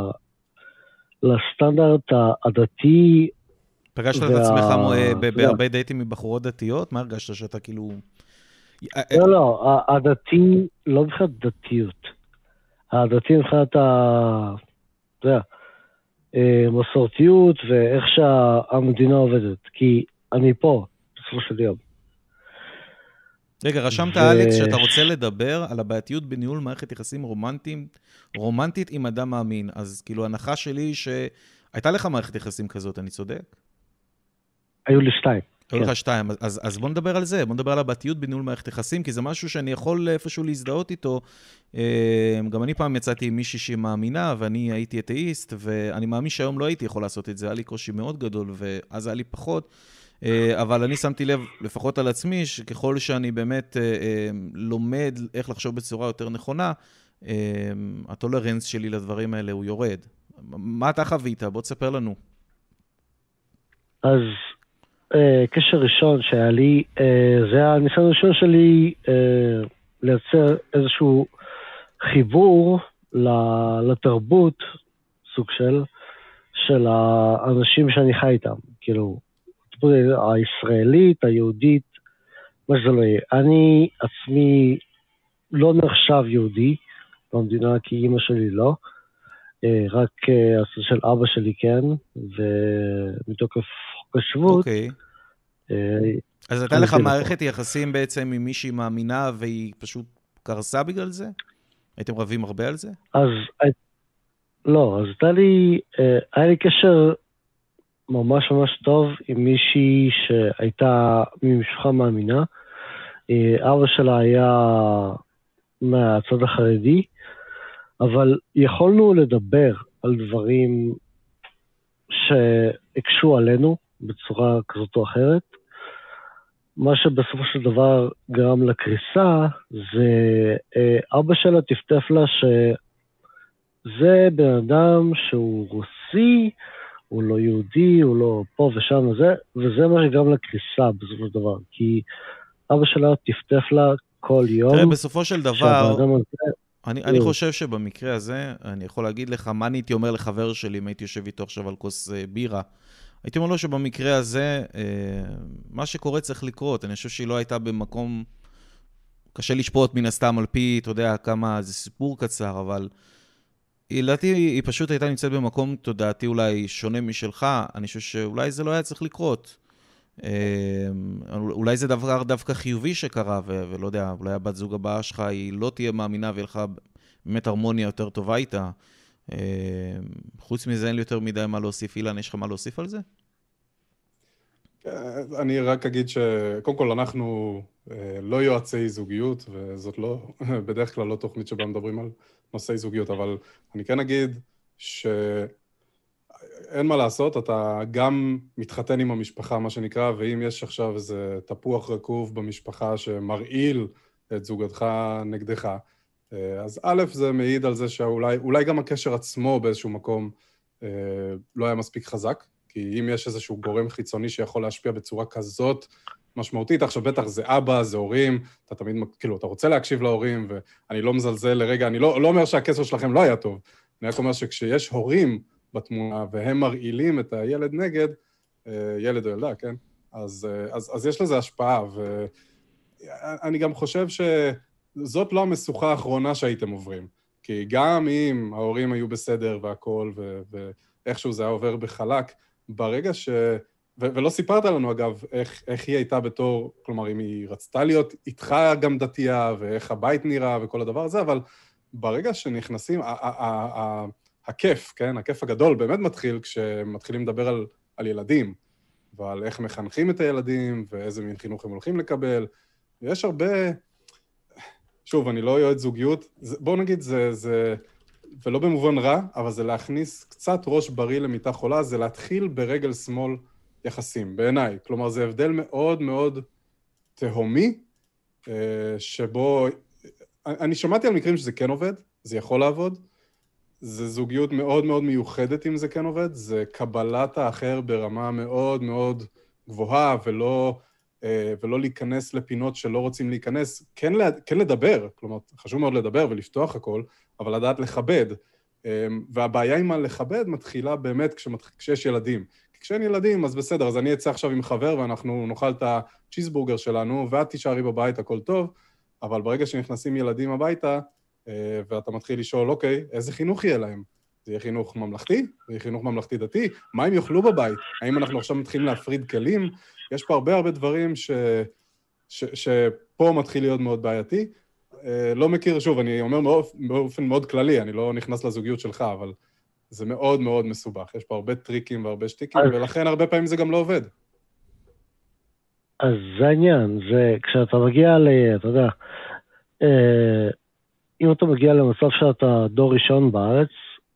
לסטנדרט הדתי. פגשת את עצמך בהרבה דייטים מבחורות דתיות? מה הרגשת שאתה כאילו... לא, לא, הדתי, לא מבחינת דתיות. הדתי מבחינת ה... אתה יודע, מסורתיות ואיך שהמדינה עובדת. כי אני פה, בסופו של יום. רגע, רשמת אלכס שאתה רוצה לדבר על הבעייתיות בניהול מערכת יחסים רומנטיים, רומנטית עם אדם מאמין. אז כאילו הנחה שלי שהייתה לך מערכת יחסים כזאת, אני צודק? היו לי שתיים. היו לך שתיים, אז, אז בוא נדבר על זה, בוא נדבר על הבעייתיות בניהול מערכת יחסים, כי זה משהו שאני יכול איפשהו להזדהות איתו. גם אני פעם יצאתי עם מישהי שמאמינה, ואני הייתי אתאיסט, ואני מאמין שהיום לא הייתי יכול לעשות את זה, היה לי קושי מאוד גדול, ואז היה לי פחות. אבל אני שמתי לב, לפחות על עצמי, שככל שאני באמת לומד איך לחשוב בצורה יותר נכונה, הטולרנס שלי לדברים האלה הוא יורד. מה אתה חווית? בוא תספר לנו. אז קשר ראשון שהיה לי, זה הניסיון הראשון שלי לייצר איזשהו חיבור לתרבות, סוג של, של האנשים שאני חי איתם, כאילו, הישראלית, היהודית, מה שזה לא יהיה. אני עצמי לא נחשב יהודי במדינה, כי אמא שלי לא, רק הסוד של אבא שלי כן, ומתוקף חוק השבות. אוקיי. אז הייתה לך מערכת יחסים בעצם עם מישהי מאמינה, והיא פשוט קרסה בגלל זה? הייתם רבים הרבה על זה? אז, לא, אז הייתה לי, היה לי קשר ממש ממש טוב עם מישהי שהייתה ממשפחה מאמינה. אבא שלה היה מהצד החרדי, אבל יכולנו לדבר על דברים שהקשו עלינו בצורה כזאת או אחרת. מה שבסופו של דבר גרם לקריסה, זה אבא שלה טפטף לה שזה בן אדם שהוא רוסי, הוא לא יהודי, הוא לא פה ושם וזה, וזה מה שגרם לקריסה בסופו של דבר, כי אבא שלה טפטף לה כל יום. תראה, בסופו של דבר, אני, אני חושב שבמקרה הזה, אני יכול להגיד לך, מה אני הייתי אומר לחבר שלי, אם הייתי יושב איתו עכשיו על כוס בירה, הייתי אומר לו שבמקרה הזה, מה שקורה צריך לקרות. אני חושב שהיא לא הייתה במקום, קשה לשפוט מן הסתם על פי, אתה יודע, כמה, זה סיפור קצר, אבל לדעתי, היא פשוט הייתה נמצאת במקום תודעתי אולי שונה משלך. אני חושב שאולי זה לא היה צריך לקרות. אולי זה דבר דווקא חיובי שקרה, ולא יודע, אולי הבת זוג הבאה שלך היא לא תהיה מאמינה, ויהיה לך באמת הרמוניה יותר טובה איתה. חוץ מזה אין לי יותר מדי מה להוסיף. אילן, יש לך מה להוסיף על זה? אני רק אגיד שקודם כל אנחנו לא יועצי זוגיות, וזאת לא, בדרך כלל לא תוכנית שבה מדברים על נושאי זוגיות, אבל אני כן אגיד שאין מה לעשות, אתה גם מתחתן עם המשפחה, מה שנקרא, ואם יש עכשיו איזה תפוח רקוב במשפחה שמרעיל את זוגתך נגדך, אז א', זה מעיד על זה שאולי אולי גם הקשר עצמו באיזשהו מקום לא היה מספיק חזק, כי אם יש איזשהו גורם חיצוני שיכול להשפיע בצורה כזאת משמעותית, עכשיו בטח זה אבא, זה הורים, אתה תמיד, כאילו, אתה רוצה להקשיב להורים, ואני לא מזלזל לרגע, אני לא, לא אומר שהקשר שלכם לא היה טוב, אני רק אומר שכשיש הורים בתמונה, והם מרעילים את הילד נגד, ילד או ילדה, כן? אז, אז, אז יש לזה השפעה, ואני גם חושב שזאת לא המשוכה האחרונה שהייתם עוברים, כי גם אם ההורים היו בסדר והכל, ו, ואיכשהו זה היה עובר בחלק, ברגע ש... ו- ולא סיפרת לנו, אגב, איך, איך היא הייתה בתור, כלומר, אם היא רצתה להיות איתך גם דתייה, ואיך הבית נראה וכל הדבר הזה, אבל ברגע שנכנסים, ה- ה- ה- ה- הכיף, כן? הכיף הגדול באמת מתחיל כשמתחילים לדבר על, על ילדים, ועל איך מחנכים את הילדים, ואיזה מין חינוך הם הולכים לקבל. יש הרבה, שוב, אני לא יועץ זוגיות, בואו נגיד, זה, זה, ולא במובן רע, אבל זה להכניס קצת ראש בריא למיטה חולה, זה להתחיל ברגל שמאל יחסים, בעיניי. כלומר, זה הבדל מאוד מאוד תהומי, שבו, אני שמעתי על מקרים שזה כן עובד, זה יכול לעבוד, זה זוגיות מאוד מאוד מיוחדת אם זה כן עובד, זה קבלת האחר ברמה מאוד מאוד גבוהה, ולא, ולא להיכנס לפינות שלא רוצים להיכנס, כן, כן לדבר, כלומר, חשוב מאוד לדבר ולפתוח הכל, אבל לדעת לכבד, והבעיה עם הלכבד מתחילה באמת כשמת, כשיש ילדים. כשאין ילדים, אז בסדר, אז אני אצא עכשיו עם חבר, ואנחנו נאכל את הצ'יזבורגר שלנו, ואת תישארי בבית, הכל טוב, אבל ברגע שנכנסים ילדים הביתה, ואתה מתחיל לשאול, אוקיי, איזה חינוך יהיה להם? זה יהיה חינוך ממלכתי? זה יהיה חינוך ממלכתי דתי? מה הם יאכלו בבית? האם אנחנו עכשיו מתחילים להפריד כלים? יש פה הרבה הרבה דברים ש... ש... שפה מתחיל להיות מאוד בעייתי. לא מכיר, שוב, אני אומר באופן מאוד כללי, אני לא נכנס לזוגיות שלך, אבל זה מאוד מאוד מסובך. יש פה הרבה טריקים והרבה שטיקים, ולכן הרבה פעמים זה גם לא עובד. אז זה העניין, זה כשאתה מגיע ל... אתה יודע, אם אתה מגיע למצב שאתה דור ראשון בארץ,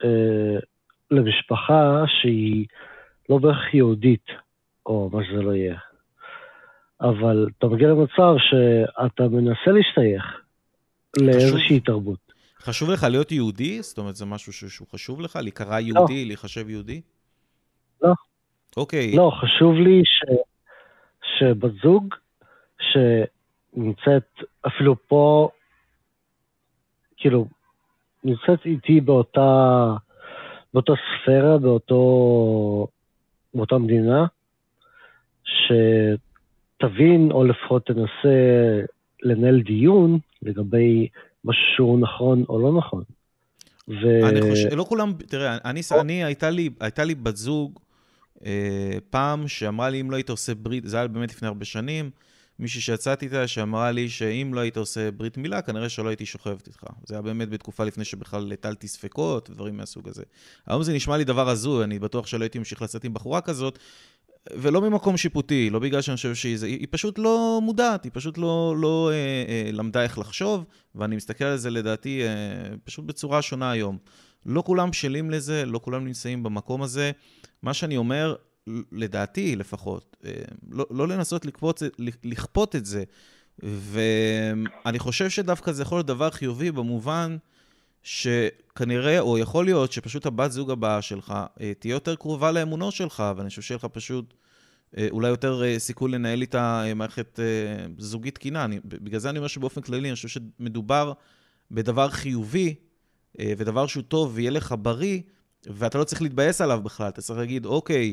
למשפחה שהיא לא בהכרח יהודית, או מה שזה לא יהיה, אבל אתה מגיע למצב שאתה מנסה להשתייך לאיזושהי תרבות. חשוב לך להיות יהודי? זאת אומרת, זה משהו שהוא חשוב לך? להיקרא יהודי, להיחשב יהודי? לא. אוקיי. לא, חשוב לי ש... שבת זוג שנמצאת אפילו פה, כאילו, נמצאת איתי באותה, באותה ספירה, באותו, באותה מדינה, שתבין או לפחות תנסה לנהל דיון לגבי משהו שהוא נכון או לא נכון. ו... אני חושב, לא כולם, תראה, אני, אני הייתה לי, הייתה לי בת זוג, אה, פעם שאמרה לי, אם לא היית עושה ברית, זה היה באמת לפני הרבה שנים, מישהי שיצאתי איתה שאמרה לי שאם לא היית עושה ברית מילה, כנראה שלא הייתי שוכבת איתך. זה היה באמת בתקופה לפני שבכלל הטלתי ספקות ודברים מהסוג הזה. היום זה נשמע לי דבר הזוי, אני בטוח שלא הייתי ממשיך לצאת עם בחורה כזאת, ולא ממקום שיפוטי, לא בגלל שאני חושב שהיא זה, היא פשוט לא מודעת, היא פשוט לא, לא אה, אה, למדה איך לחשוב, ואני מסתכל על זה לדעתי אה, פשוט בצורה שונה היום. לא כולם בשלים לזה, לא כולם נמצאים במקום הזה. מה שאני אומר, לדעתי לפחות, לא, לא לנסות לכפות, לכפות את זה, ואני חושב שדווקא זה יכול להיות דבר חיובי במובן שכנראה, או יכול להיות שפשוט הבת זוג הבאה שלך תהיה יותר קרובה לאמונות שלך, ואני חושב שיהיה לך פשוט אולי יותר סיכוי לנהל איתה מערכת זוגית תקינה. אני, בגלל זה אני אומר שבאופן כללי, אני חושב שמדובר בדבר חיובי, ודבר שהוא טוב ויהיה לך בריא, ואתה לא צריך להתבייס עליו בכלל, אתה צריך להגיד, אוקיי,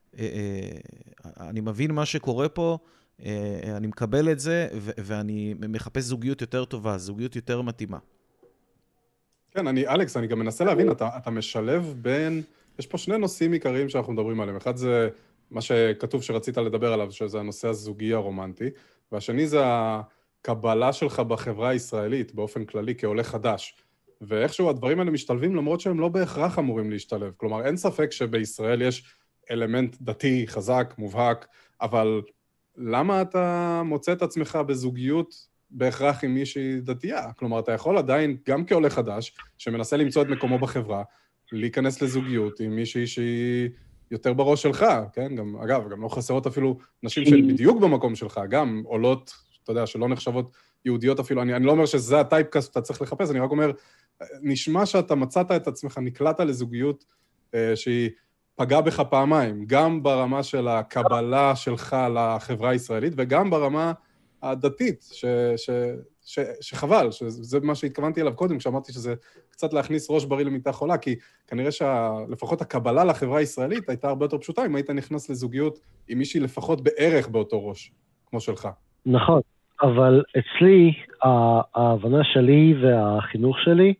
אני מבין מה שקורה פה, אני מקבל את זה, ואני מחפש זוגיות יותר טובה, זוגיות יותר מתאימה. כן, אני, אלכס, אני גם מנסה להבין, אתה, אתה משלב בין, יש פה שני נושאים עיקריים שאנחנו מדברים עליהם. אחד זה מה שכתוב שרצית לדבר עליו, שזה הנושא הזוגי הרומנטי, והשני זה הקבלה שלך בחברה הישראלית, באופן כללי, כעולה חדש. ואיכשהו הדברים האלה משתלבים, למרות שהם לא בהכרח אמורים להשתלב. כלומר, אין ספק שבישראל יש אלמנט דתי, חזק, מובהק, אבל למה אתה מוצא את עצמך בזוגיות בהכרח עם מישהי דתייה? כלומר, אתה יכול עדיין, גם כעולה חדש, שמנסה למצוא את מקומו בחברה, להיכנס לזוגיות עם מישהי שהיא יותר בראש שלך, כן? גם, אגב, גם לא חסרות אפילו נשים של בדיוק במקום שלך, גם עולות, אתה יודע, שלא נחשבות יהודיות אפילו. אני, אני לא אומר שזה הטייפקאסט שאתה צריך לחפש, אני רק אומר, נשמע שאתה מצאת את עצמך, נקלעת לזוגיות אה, שהיא פגעה בך פעמיים, גם ברמה של הקבלה שלך לחברה הישראלית, וגם ברמה הדתית, ש, ש, ש, שחבל, שזה מה שהתכוונתי אליו קודם, כשאמרתי שזה קצת להכניס ראש בריא למיטה חולה, כי כנראה שלפחות הקבלה לחברה הישראלית הייתה הרבה יותר פשוטה, אם היית נכנס לזוגיות עם מישהי לפחות בערך באותו ראש, כמו שלך. נכון, אבל אצלי, ההבנה שלי והחינוך שלי,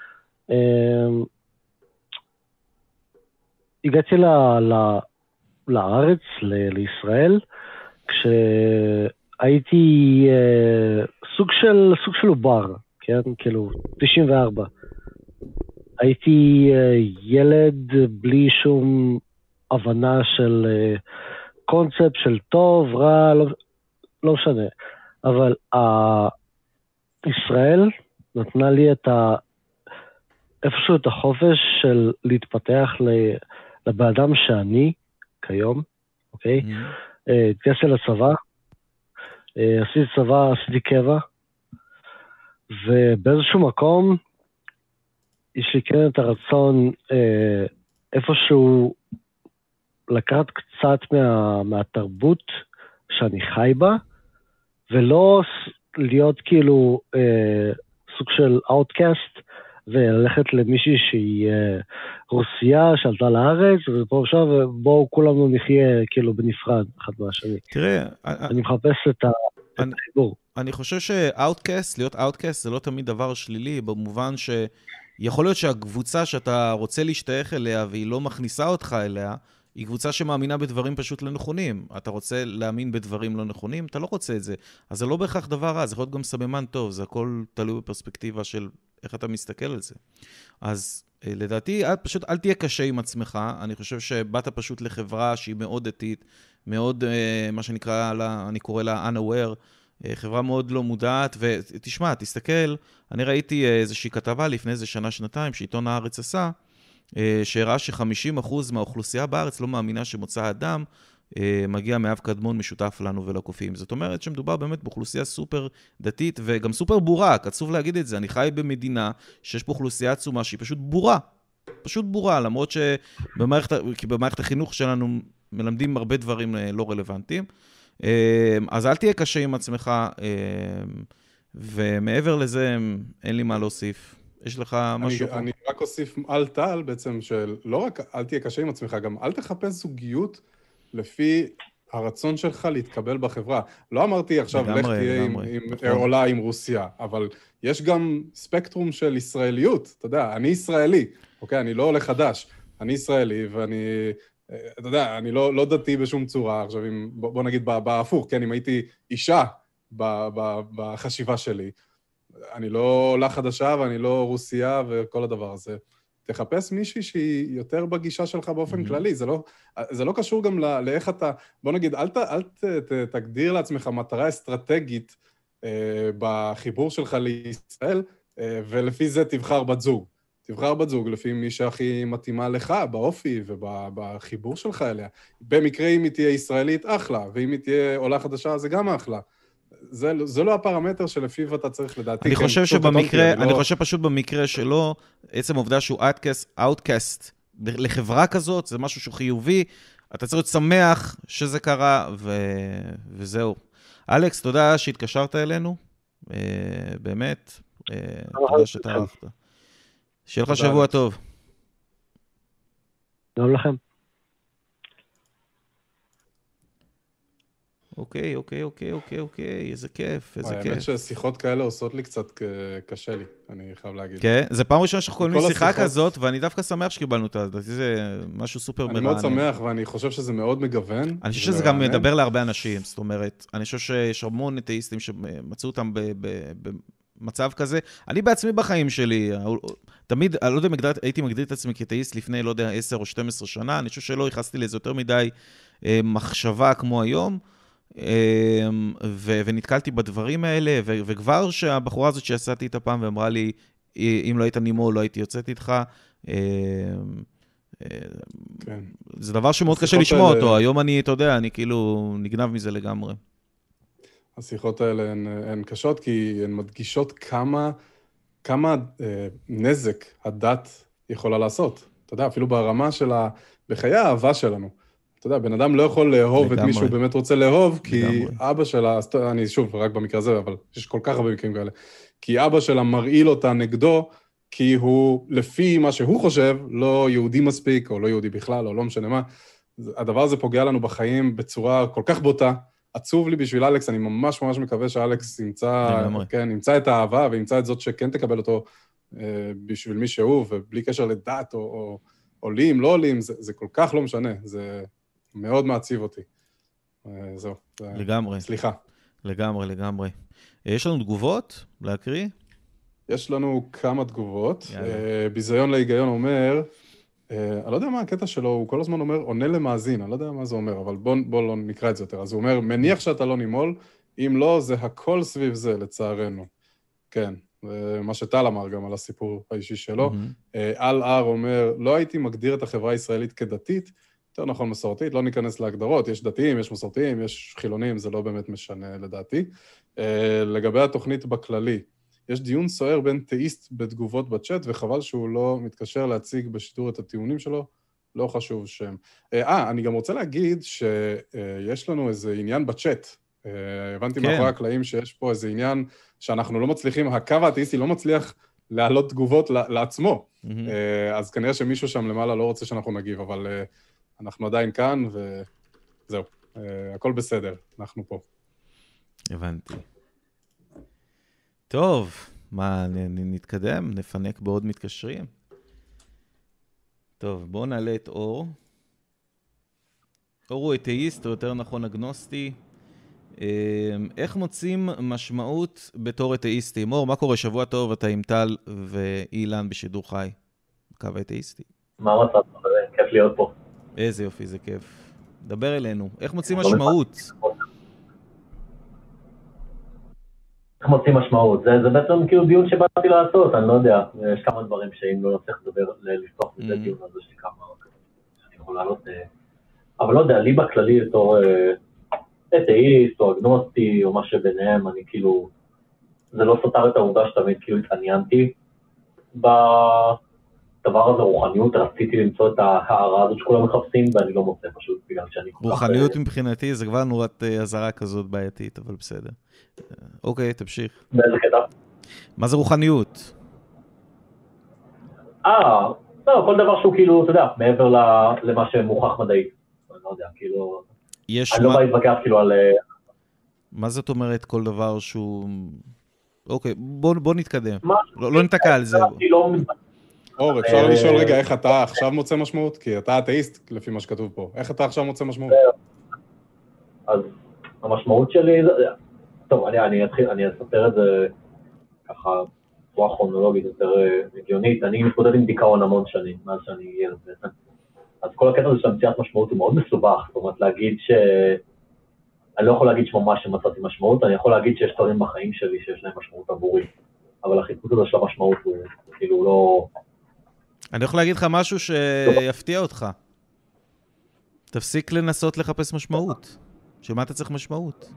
הגעתי ל, ל, לארץ, ל, לישראל, כשהייתי אה, סוג של, סוג של עובר, כן? כאילו, תשעים וארבע. הייתי אה, ילד בלי שום הבנה של אה, קונספט של טוב, רע, לא, לא משנה. אבל ה... ישראל נתנה לי את ה... איפשהו את החופש של להתפתח לבאדם שאני כיום, אוקיי? התגייסתי לצבא, עשיתי צבא, עשיתי קבע, ובאיזשהו מקום יש לי כן את הרצון איפשהו לקחת קצת מה, מהתרבות שאני חי בה, ולא להיות כאילו אה, סוג של אאוטקאסט, וללכת למישהי שהיא אה, רוסיה, שעלתה לארץ, ופה עכשיו, ובואו כולנו נחיה כאילו בנפרד, אחד מהשני. תראה, אני מחפש את החיבור. אני חושב שאאוטקאסט, להיות אאוטקאסט, זה לא תמיד דבר שלילי, במובן שיכול להיות שהקבוצה שאתה רוצה להשתייך אליה, והיא לא מכניסה אותך אליה, היא קבוצה שמאמינה בדברים פשוט לא נכונים. אתה רוצה להאמין בדברים לא נכונים, אתה לא רוצה את זה. אז זה לא בהכרח דבר רע, זה יכול להיות גם סממן טוב, זה הכל תלוי בפרספקטיבה של איך אתה מסתכל על זה. אז לדעתי, פשוט אל תהיה קשה עם עצמך, אני חושב שבאת פשוט לחברה שהיא מאוד דתית, מאוד, מה שנקרא, אני קורא לה unaware, חברה מאוד לא מודעת, ותשמע, תסתכל, אני ראיתי איזושהי כתבה לפני איזה שנה, שנתיים, שעיתון הארץ עשה, שהראה ש-חמישים אחוז מהאוכלוסייה בארץ לא מאמינה שמוצא האדם מגיע מאב קדמון משותף לנו ולקופים. זאת אומרת שמדובר באמת באוכלוסייה סופר דתית וגם סופר בורה, עצוב להגיד את זה. אני חי במדינה שיש פה אוכלוסייה עצומה שהיא פשוט בורה. פשוט בורה, למרות שבמערכת, כי במערכת החינוך שלנו מלמדים הרבה דברים לא רלוונטיים. אז אל תהיה קשה עם עצמך, ומעבר לזה אין לי מה להוסיף. יש לך משהו? אני, אני רק אוסיף על טל בעצם, שלא רק אל תהיה קשה עם עצמך, גם אל תחפש זוגיות לפי הרצון שלך להתקבל בחברה. לא אמרתי עכשיו, לך תהיה עם, עם, עולה עם רוסיה, אבל יש גם ספקטרום של ישראליות, אתה יודע, אני ישראלי, אוקיי? אני לא עולה חדש, אני ישראלי, ואני, אתה יודע, אני לא, לא דתי בשום צורה, עכשיו, אם, בוא, בוא נגיד בהפוך, כן, אם הייתי אישה ב, ב, בחשיבה שלי, אני לא עולה חדשה ואני לא רוסיה וכל הדבר הזה. תחפש מישהי שהיא יותר בגישה שלך באופן כללי, זה לא, זה לא קשור גם לא, לאיך אתה, בוא נגיד, אל, ת, אל ת, ת, תגדיר לעצמך מטרה אסטרטגית אה, בחיבור שלך לישראל, אה, ולפי זה תבחר בת זוג. תבחר בת זוג לפי מי שהכי מתאימה לך, באופי ובחיבור שלך אליה. במקרה אם היא תהיה ישראלית, אחלה, ואם היא תהיה עולה חדשה, זה גם אחלה. זה, זה לא הפרמטר שלפיו אתה צריך לדעתי. אני חושב שבמקרה, אני חושב פשוט במקרה שלו, עצם העובדה שהוא אאוטקאסט לחברה כזאת, זה משהו שהוא חיובי, אתה צריך להיות שמח שזה קרה, ו... וזהו. אלכס, תודה שהתקשרת אלינו, באמת, תודה שתערכת. שיהיה לך שבוע טוב. גם לכם. אוקיי, אוקיי, אוקיי, אוקיי, אוקיי, איזה כיף, איזה כיף. האמת ששיחות כאלה עושות לי קצת קשה לי, אני חייב להגיד. כן, זה פעם ראשונה שאנחנו קוראים לי שיחה כזאת, ואני דווקא שמח שקיבלנו אותה, זה משהו סופר מרענן. אני מאוד שמח, ואני חושב שזה מאוד מגוון. אני חושב שזה גם מדבר להרבה אנשים, זאת אומרת, אני חושב שיש המון אתאיסטים שמצאו אותם במצב כזה. אני בעצמי בחיים שלי, תמיד, אני לא יודע אם הייתי מגדיר את עצמי כאתאיסט לפני, לא יודע, עשר או שתים עשרה שנה, אני חושב שלא ייחסתי לזה יותר מדי מחשבה כמו היום. ו- ונתקלתי בדברים האלה, ו- וכבר שהבחורה הזאת שיצאתי איתה פעם ואמרה לי, אם לא היית נימו, לא הייתי יוצאת איתך, כן. זה דבר שמאוד קשה לשמוע האלה... אותו, היום אני, אתה יודע, אני כאילו נגנב מזה לגמרי. השיחות האלה הן, הן קשות, כי הן מדגישות כמה, כמה אה, נזק הדת יכולה לעשות. אתה יודע, אפילו ברמה של ה... בחיי האהבה שלנו. אתה יודע, בן אדם לא יכול לאהוב לגמרי. את מי שהוא באמת רוצה לאהוב, כי לגמרי. אבא שלה, אני שוב, רק במקרה הזה, אבל יש כל כך הרבה מקרים כאלה, כי אבא שלה מרעיל אותה נגדו, כי הוא, לפי מה שהוא חושב, לא יהודי מספיק, או לא יהודי בכלל, או לא משנה מה. הדבר הזה פוגע לנו בחיים בצורה כל כך בוטה. עצוב לי בשביל אלכס, אני ממש ממש מקווה שאלכס ימצא, כן, ימצא את האהבה, וימצא את זאת שכן תקבל אותו אה, בשביל מי שהוא, ובלי קשר לדת, או, או עולים, לא עולים, זה, זה כל כך לא משנה, זה... מאוד מעציב אותי. זהו. לגמרי. סליחה. לגמרי, לגמרי. יש לנו תגובות להקריא? יש לנו כמה תגובות. ביזיון להיגיון אומר, אני לא יודע מה הקטע שלו, הוא כל הזמן אומר, עונה למאזין, אני לא יודע מה זה אומר, אבל בוא לא נקרא את זה יותר. אז הוא אומר, מניח שאתה לא נימול, אם לא, זה הכל סביב זה, לצערנו. כן, מה שטל אמר גם על הסיפור האישי שלו. אל אר אומר, לא הייתי מגדיר את החברה הישראלית כדתית, יותר נכון מסורתית, לא ניכנס להגדרות, יש דתיים, יש מסורתיים, יש חילונים, זה לא באמת משנה לדעתי. לגבי התוכנית בכללי, יש דיון סוער בין תאיסט בתגובות בצ'אט, וחבל שהוא לא מתקשר להציג בשידור את הטיעונים שלו, לא חשוב שם. אה, אני גם רוצה להגיד שיש לנו איזה עניין בצ'אט. הבנתי מאחורי הקלעים שיש פה איזה עניין שאנחנו לא מצליחים, הקו האתאיסטי לא מצליח להעלות תגובות לעצמו. אז כנראה שמישהו שם למעלה לא רוצה שאנחנו נגיב, אבל אנחנו עדיין כאן, וזהו. הכל בסדר, אנחנו פה. הבנתי. טוב, מה, נתקדם? נפנק בעוד מתקשרים? טוב, בואו נעלה את אור. אור הוא אתאיסט, או יותר נכון אגנוסטי. איך מוצאים משמעות בתור אתאיסטי? אור, מה קורה? שבוע טוב, אתה עם טל ואילן בשידור חי. קו האתאיסטי. מה המצב? כיף להיות פה. איזה יופי, זה כיף. דבר אלינו. איך מוצאים משמעות? איך מוצאים משמעות? זה, זה בעצם כאילו דיון שבאתי לעשות, אני לא יודע. יש כמה דברים שאם לא נצטרך לדבר, לפתוח מזה דיון, אז יש לי כמה שאני יכול לעלות. אבל לא יודע, לי בכללי בתור אתאיסט או אגנוסטי או מה שביניהם, אני כאילו, זה לא סותר את העובדה שתמיד כאילו התעניינתי בדבר הזה, רוחניות, רציתי למצוא את ההערה הזאת שכולם מחפשים, ואני לא מוצא פשוט בגלל שאני... רוחניות מבחינתי זה כבר נורת הזרה כזאת בעייתית, אבל בסדר. אוקיי, תמשיך. באיזה קטע? מה זה רוחניות? אה, לא, כל דבר שהוא כאילו, אתה יודע, מעבר למה שמוכח מדעית. אני לא יודע, כאילו... אני לא בא להתווכח כאילו על... מה זאת אומרת כל דבר שהוא... אוקיי, בוא נתקדם. לא נתקע על זה. אור, אפשר לשאול רגע איך אתה עכשיו מוצא משמעות? כי אתה אתאיסט לפי מה שכתוב פה. איך אתה עכשיו מוצא משמעות? אז המשמעות שלי... טוב, אני, אני אתחיל, אני אספר את זה ככה, בצורה כרונולוגית יותר הגיונית. אני מתמודד עם דיכאון המון שנים, מאז שאני ילד בעצם. אז כל הקטע הזה של המציאת משמעות הוא מאוד מסובך, זאת אומרת להגיד ש... אני לא יכול להגיד שממש שמצאתי משמעות, אני יכול להגיד שיש דברים בחיים שלי שיש להם משמעות עבורי, אבל החיפוש הזה של המשמעות הוא כאילו לא... אני יכול להגיד לך משהו שיפתיע אותך. תפסיק לנסות לחפש משמעות. שמה אתה צריך משמעות?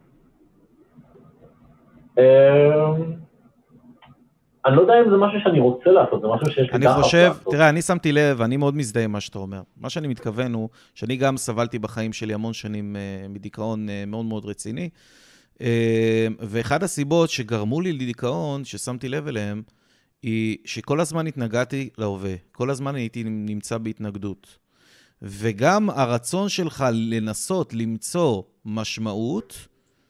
אני לא יודע אם זה משהו שאני רוצה לעשות, זה משהו שיש לי דחף לעשות. אני חושב, תראה, אני שמתי לב, אני מאוד מזדהה עם מה שאתה אומר. מה שאני מתכוון הוא, שאני גם סבלתי בחיים שלי המון שנים מדיכאון מאוד מאוד רציני, ואחד הסיבות שגרמו לי לדיכאון, ששמתי לב אליהם, היא שכל הזמן התנגדתי להווה, כל הזמן הייתי נמצא בהתנגדות. וגם הרצון שלך לנסות למצוא משמעות,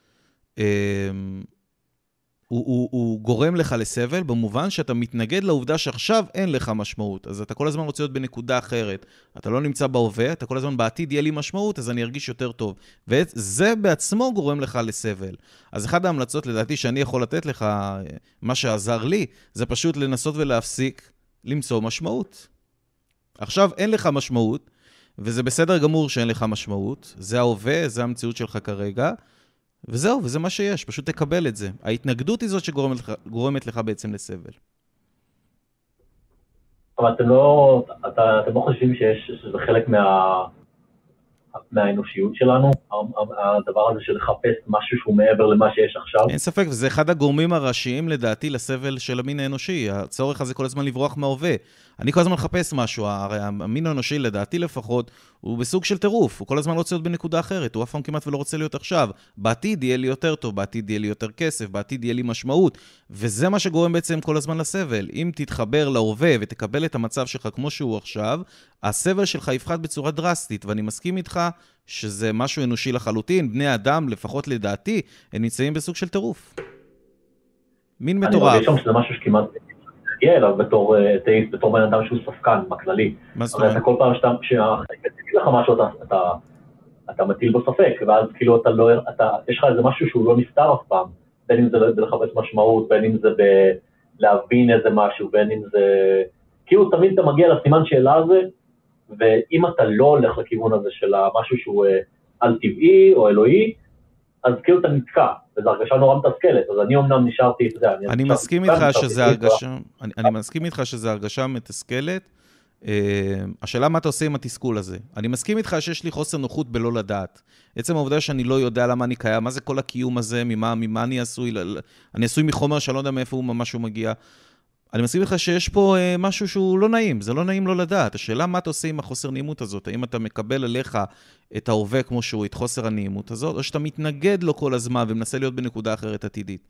הוא, הוא, הוא גורם לך לסבל, במובן שאתה מתנגד לעובדה שעכשיו אין לך משמעות. אז אתה כל הזמן רוצה להיות בנקודה אחרת. אתה לא נמצא בהווה, אתה כל הזמן בעתיד יהיה לי משמעות, אז אני ארגיש יותר טוב. וזה בעצמו גורם לך לסבל. אז אחד ההמלצות לדעתי שאני יכול לתת לך, מה שעזר לי, זה פשוט לנסות ולהפסיק למצוא משמעות. עכשיו אין לך משמעות, וזה בסדר גמור שאין לך משמעות. זה ההווה, זה המציאות שלך כרגע. וזהו, וזה מה שיש, פשוט תקבל את זה. ההתנגדות היא זאת שגורמת לך, גורמת לך בעצם לסבל. אבל אתם לא, אתה, אתם לא חושבים שיש, שזה חלק מה, מהאנושיות שלנו, הדבר הזה של לחפש משהו שהוא מעבר למה שיש עכשיו? אין ספק, וזה אחד הגורמים הראשיים לדעתי לסבל של המין האנושי, הצורך הזה כל הזמן לברוח מההווה. אני כל הזמן מחפש משהו, הרי המין האנושי לדעתי לפחות, הוא בסוג של טירוף, הוא כל הזמן רוצה להיות בנקודה אחרת, הוא אף פעם כמעט ולא רוצה להיות עכשיו. בעתיד יהיה לי יותר טוב, בעתיד יהיה לי יותר כסף, בעתיד יהיה לי משמעות, וזה מה שגורם בעצם כל הזמן לסבל. אם תתחבר להווה ותקבל את המצב שלך כמו שהוא עכשיו, הסבל שלך יפחת בצורה דרסטית, ואני מסכים איתך שזה משהו אנושי לחלוטין. בני אדם, לפחות לדעתי, הם נמצאים בסוג של טירוף. מין מטורף. אני מרגיש שם שזה משהו שכמעט תגיע אליו בתור אתאיסט, בתור בן אדם שהוא ספקן, בכללי. מה זאת אומרת? אתה כל פעם שאתה, כשתגיד לך משהו, אתה, אתה, אתה מטיל בו ספק, ואז כאילו אתה לא, אתה, יש לך איזה משהו שהוא לא נפתר אף פעם, בין אם זה בלחפש משמעות, בין אם זה בלהבין איזה משהו, בין אם זה כאילו תמיד אתה מגיע לסימן שאלה הזה, ואם אתה לא הולך לכיוון הזה של משהו שהוא על טבעי או אלוהי, אז כאילו אתה נתקע, וזו הרגשה נורא מתסכלת, אז אני אומנם נשארתי, אתה יודע, אני... אני מסכים איתך שזה הרגשה, אני מסכים איתך שזה הרגשה מתסכלת, השאלה מה אתה עושה עם התסכול הזה. אני מסכים איתך שיש לי חוסר נוחות בלא לדעת. עצם העובדה שאני לא יודע למה אני קיים, מה זה כל הקיום הזה, ממה, ממה אני עשוי, אני עשוי מחומר שאני לא יודע מאיפה הוא ממש מגיע. אני מסכים איתך שיש פה משהו שהוא לא נעים, זה לא נעים לא לדעת. השאלה מה אתה עושה עם החוסר נעימות הזאת, האם אתה מקבל עליך את ההווה כמו שהוא, את חוסר הנעימות הזאת, או שאתה מתנגד לו כל הזמן ומנסה להיות בנקודה אחרת עתידית.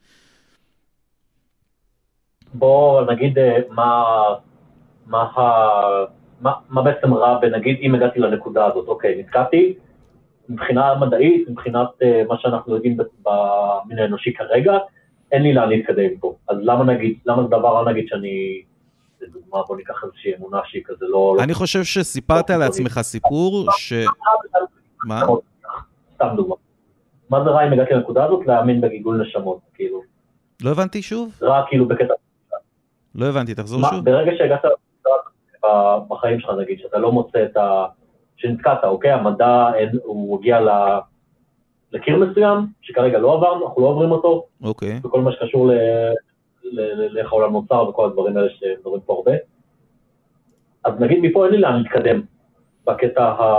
בוא נגיד מה... מה, מה, מה בעצם רע בנגיד אם הגעתי לנקודה הזאת, אוקיי, נתקעתי, מבחינה מדעית, מבחינת uh, מה שאנחנו יודעים במין האנושי כרגע, אין לי לאן להתקדם פה, אז למה נגיד, למה זה דבר רע נגיד שאני, לדוגמה בוא ניקח איזושהי אמונה שהיא כזה לא... אני חושב שסיפרת על עצמך סיפור ש... מה? סתם דוגמה. מה זה רע אם הגעתי לנקודה הזאת? להאמין בגיגול נשמות, כאילו. לא הבנתי שוב? רע כאילו בקטע... לא הבנתי, תחזור שוב. ברגע שהגעת בחיים שלך, נגיד, שאתה לא מוצא את ה... שנתקעת, אוקיי? המדע, הוא הגיע לקיר מסוים, שכרגע לא עברנו, אנחנו לא עוברים אותו. אוקיי. וכל מה שקשור לאיך העולם נוצר וכל הדברים האלה שמדברים פה הרבה. אז נגיד, מפה אין לי לאן להתקדם, בקטע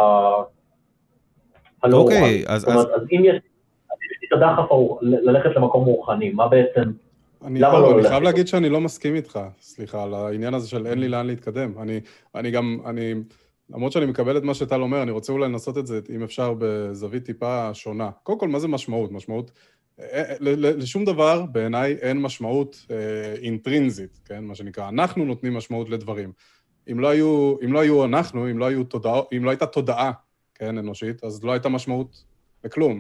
הלא רוחני. אוקיי, אז... אז אם יש את הדחף ללכת למקום רוחני, מה בעצם... אני, לא, אני חייב להגיד שאני לא מסכים איתך, סליחה, על העניין הזה של אין לי לאן להתקדם. אני, אני גם, אני, למרות שאני מקבל את מה שטל אומר, אני רוצה אולי לנסות את זה, אם אפשר, בזווית טיפה שונה. קודם כל, מה זה משמעות? משמעות, לשום דבר, בעיניי, אין משמעות אינטרינזית, כן? מה שנקרא, אנחנו נותנים משמעות לדברים. אם לא היו, אם לא היו אנחנו, אם לא היו תודעה, אם לא הייתה תודעה, כן, אנושית, אז לא הייתה משמעות לכלום.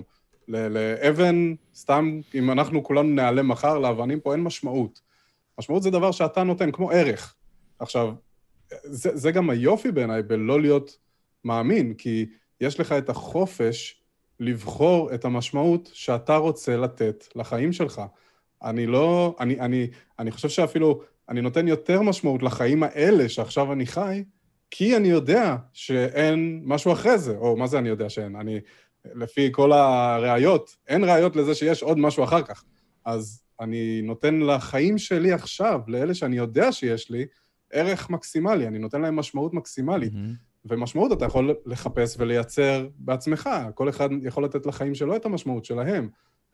לאבן, סתם, אם אנחנו כולנו נעלם מחר, לאבנים פה אין משמעות. משמעות זה דבר שאתה נותן, כמו ערך. עכשיו, זה, זה גם היופי בעיניי, בלא להיות מאמין, כי יש לך את החופש לבחור את המשמעות שאתה רוצה לתת לחיים שלך. אני לא, אני, אני, אני חושב שאפילו, אני נותן יותר משמעות לחיים האלה שעכשיו אני חי, כי אני יודע שאין משהו אחרי זה, או מה זה אני יודע שאין? אני... לפי כל הראיות, אין ראיות לזה שיש עוד משהו אחר כך. אז אני נותן לחיים שלי עכשיו, לאלה שאני יודע שיש לי, ערך מקסימלי, אני נותן להם משמעות מקסימלית. Mm-hmm. ומשמעות אתה יכול לחפש ולייצר בעצמך. כל אחד יכול לתת לחיים שלו את המשמעות שלהם.